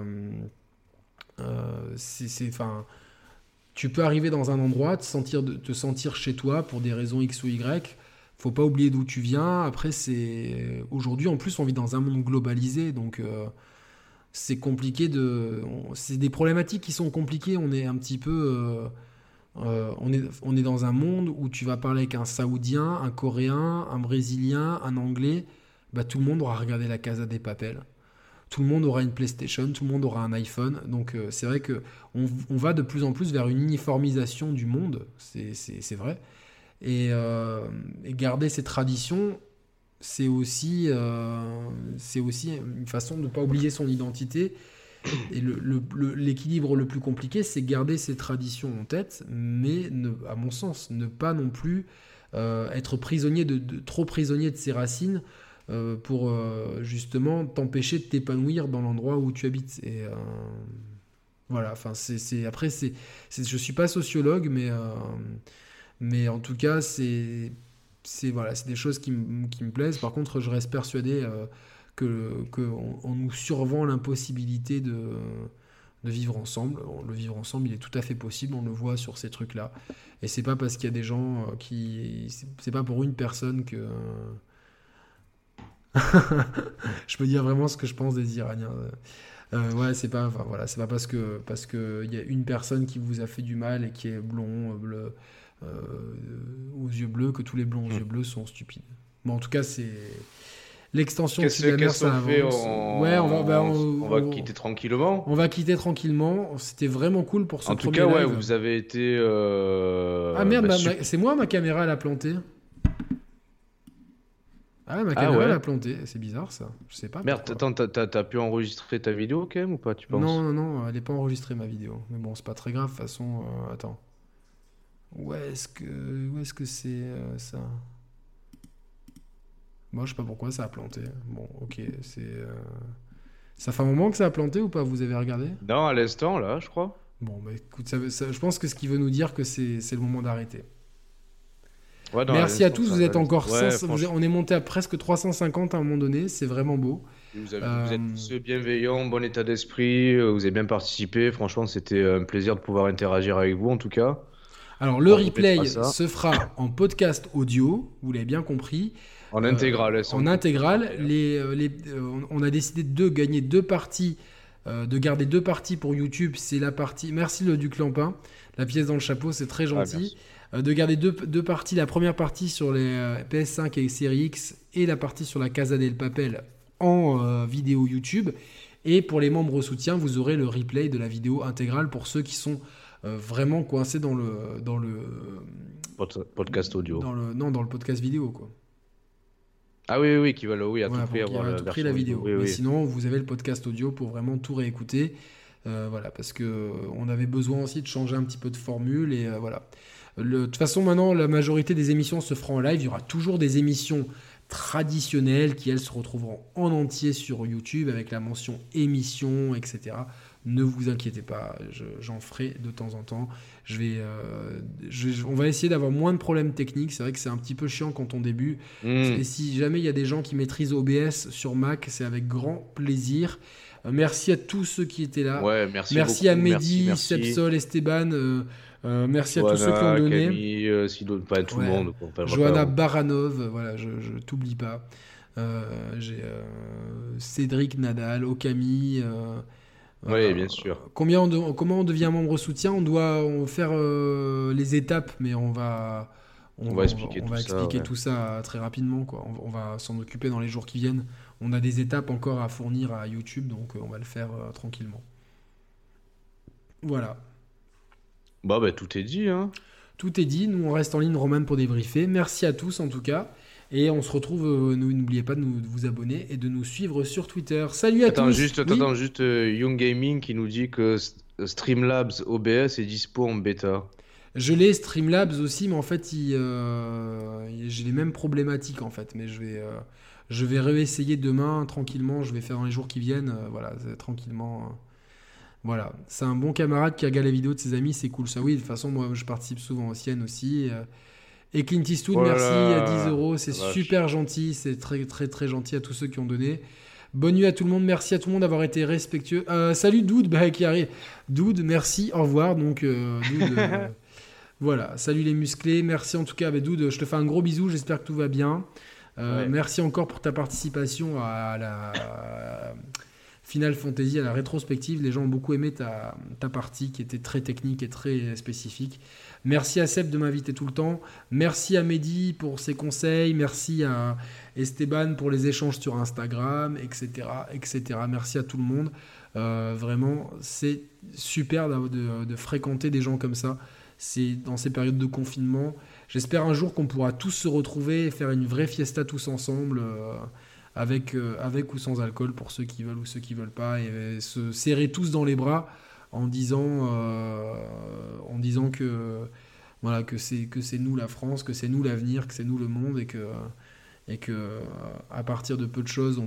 Enfin, tu peux arriver dans un endroit, te sentir chez toi pour des raisons X ou Y. Faut pas oublier d'où tu viens. Après, aujourd'hui en plus on vit dans un monde globalisé, donc c'est compliqué c'est des problématiques qui sont compliquées. On est un petit peu on est dans un monde où tu vas parler avec un Saoudien, un Coréen, un Brésilien, un Anglais. Bah, tout le monde aura regardé la Casa des Papel. Tout le monde aura une PlayStation, tout le monde aura un iPhone. Donc c'est vrai qu'on va de plus en plus vers une uniformisation du monde, c'est vrai. Et garder ces traditions, c'est aussi une façon de ne pas oublier son identité. Et l'équilibre le plus compliqué, c'est garder ces traditions en tête, mais à mon sens, ne pas non plus être trop prisonnier de ses racines pour justement t'empêcher de t'épanouir dans l'endroit où tu habites. Et voilà, enfin, après, je suis pas sociologue, mais en tout cas, c'est des choses qui me plaisent. Par contre, je reste persuadé qu'on nous survend l'impossibilité de vivre ensemble. Le vivre ensemble, il est tout à fait possible, on le voit sur ces trucs-là. Et c'est pas parce qu'il y a des gens c'est pas pour une personne que... Je peux dire vraiment ce que je pense des Iraniens. Ouais, c'est pas parce que il y a une personne qui vous a fait du mal et qui est blond, bleu, aux yeux bleus, que tous les blonds aux yeux bleus sont stupides. Bon, en tout cas, c'est l'extension de Sud-Mer, ça avance. Ouais, on va quitter tranquillement. On va quitter tranquillement. C'était vraiment cool pour ce premier live. En tout cas, ouais, vous avez été... Ah merde, c'est moi, ma caméra, elle a planté. Ah, ma caméra, elle a planté. C'est bizarre, ça. Je sais pas. Merde, attends, t'as pu enregistrer ta vidéo, quand même, ou pas, tu penses? Non, elle n'est pas enregistrée, ma vidéo. Mais bon, c'est pas très grave, de toute façon. Attends. Où est-ce que c'est ça? Moi, je sais pas pourquoi ça a planté. Bon, ok, ça fait un moment que ça a planté ou pas? Vous avez regardé? Non, à l'instant, là, je crois. Bon, bah écoute, je pense que ce qui veut nous dire que c'est le moment d'arrêter. Ouais, merci à tous, vous êtes encore on est monté à presque 350 à un moment donné, c'est vraiment beau. Vous êtes tous bienveillants, bon état d'esprit, vous avez bien participé, franchement c'était un plaisir de pouvoir interagir avec vous en tout cas. Alors le replay se fera en podcast audio, vous l'avez bien compris. En intégral. En intégral, on a décidé de gagner deux parties, de garder deux parties pour YouTube, c'est la partie, merci le Duc Lampin, la pièce dans le chapeau, c'est très gentil. De garder deux parties, la première partie sur les PS5 et Series X et la partie sur la Casa del Papel en vidéo YouTube. Et pour les membres soutien, vous aurez le replay de la vidéo intégrale pour ceux qui sont vraiment coincés dans le podcast audio. Dans le podcast vidéo, quoi. Ah oui, qui veulent à tout prix avoir la version vidéo. Mais sinon, vous avez le podcast audio pour vraiment tout réécouter. Voilà, parce qu'on avait besoin aussi de changer un petit peu de formule et voilà. De toute façon, maintenant, la majorité des émissions se fera en live. Il y aura toujours des émissions traditionnelles qui, elles, se retrouveront en entier sur YouTube avec la mention émission, etc. Ne vous inquiétez pas, j'en ferai de temps en temps. On va essayer d'avoir moins de problèmes techniques. C'est vrai que c'est un petit peu chiant quand on débute. Et si jamais il y a des gens qui maîtrisent OBS sur Mac, c'est avec grand plaisir. Merci à tous ceux qui étaient là. Ouais, merci à Mehdi, Sepsol, Esteban. Merci à tous ceux qui ont donné. Camille, pas tout le monde. Johanna Baranov, voilà, je t'oublie pas. J'ai Cédric Nadal, Okami. Oui, bien sûr. Comment on devient membre soutien? On doit faire les étapes, mais on va expliquer tout ça très rapidement, quoi. On va s'en occuper dans les jours qui viennent. On a des étapes encore à fournir à YouTube, donc on va le faire tranquillement. Voilà. Bah, tout est dit, hein. Tout est dit. Nous, on reste en ligne, Roman, pour débriefer. Merci à tous, en tout cas. Et on se retrouve. N'oubliez pas de vous abonner et de nous suivre sur Twitter. Salut à tous. Attends, juste Young Gaming qui nous dit que Streamlabs OBS est dispo en bêta. Je l'ai Streamlabs aussi, mais en fait, j'ai les mêmes problématiques en fait. Mais je vais réessayer demain tranquillement. Je vais faire dans les jours qui viennent. Voilà, tranquillement. Voilà, c'est un bon camarade qui regarde les vidéos de ses amis, c'est cool ça. Oui, de toute façon, moi je participe souvent aux siennes aussi. Et Clint Eastwood, Oh là merci à 10 là, euros, c'est la vache. super gentil, c'est très très très gentil à tous ceux qui ont donné. Bonne nuit à tout le monde, merci à tout le monde d'avoir été respectueux. Salut Doud, qui arrive. Doud, merci, au revoir. Donc, Doud, voilà, salut les musclés, merci en tout cas, Doud, je te fais un gros bisou, j'espère que tout va bien. Ouais. Merci encore pour ta participation à la Final Fantasy, à la rétrospective. Les gens ont beaucoup aimé ta partie qui était très technique et très spécifique. Merci à Seb de m'inviter tout le temps. Merci à Mehdi pour ses conseils. Merci à Esteban pour les échanges sur Instagram, etc. etc. Merci à tout le monde. Vraiment, c'est super de fréquenter des gens comme ça. C'est dans ces périodes de confinement. J'espère un jour qu'on pourra tous se retrouver et faire une vraie fiesta tous ensemble. Avec ou sans alcool pour ceux qui veulent ou ceux qui veulent pas, et se serrer tous dans les bras en disant que voilà, que c'est nous la France, que c'est nous l'avenir, que c'est nous le monde, et que à partir de peu de choses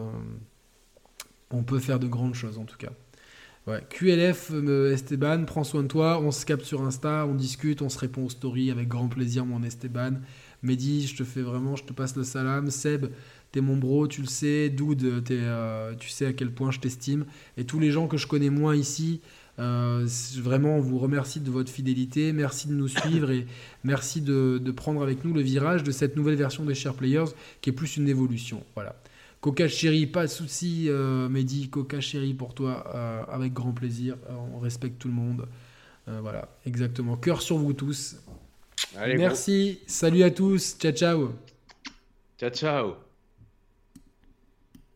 on peut faire de grandes choses en tout cas. Ouais. QLF, Esteban, prends soin de toi, on se capte sur Insta, on discute, on se répond aux stories avec grand plaisir, mon Esteban. Mehdi, je te passe le salam. Seb, t'es mon bro, tu le sais. Doud, tu sais à quel point je t'estime. Et tous les gens que je connais moins ici, vraiment, on vous remercie de votre fidélité. Merci de nous suivre et merci de prendre avec nous le virage de cette nouvelle version des Share Players qui est plus une évolution. Voilà. Coca Chéri, pas de souci, Mehdi. Coca Chéri pour toi, avec grand plaisir. On respecte tout le monde. Voilà, exactement. Cœur sur vous tous. Allez, Merci. Salut à tous. Ciao, ciao. Ciao, ciao.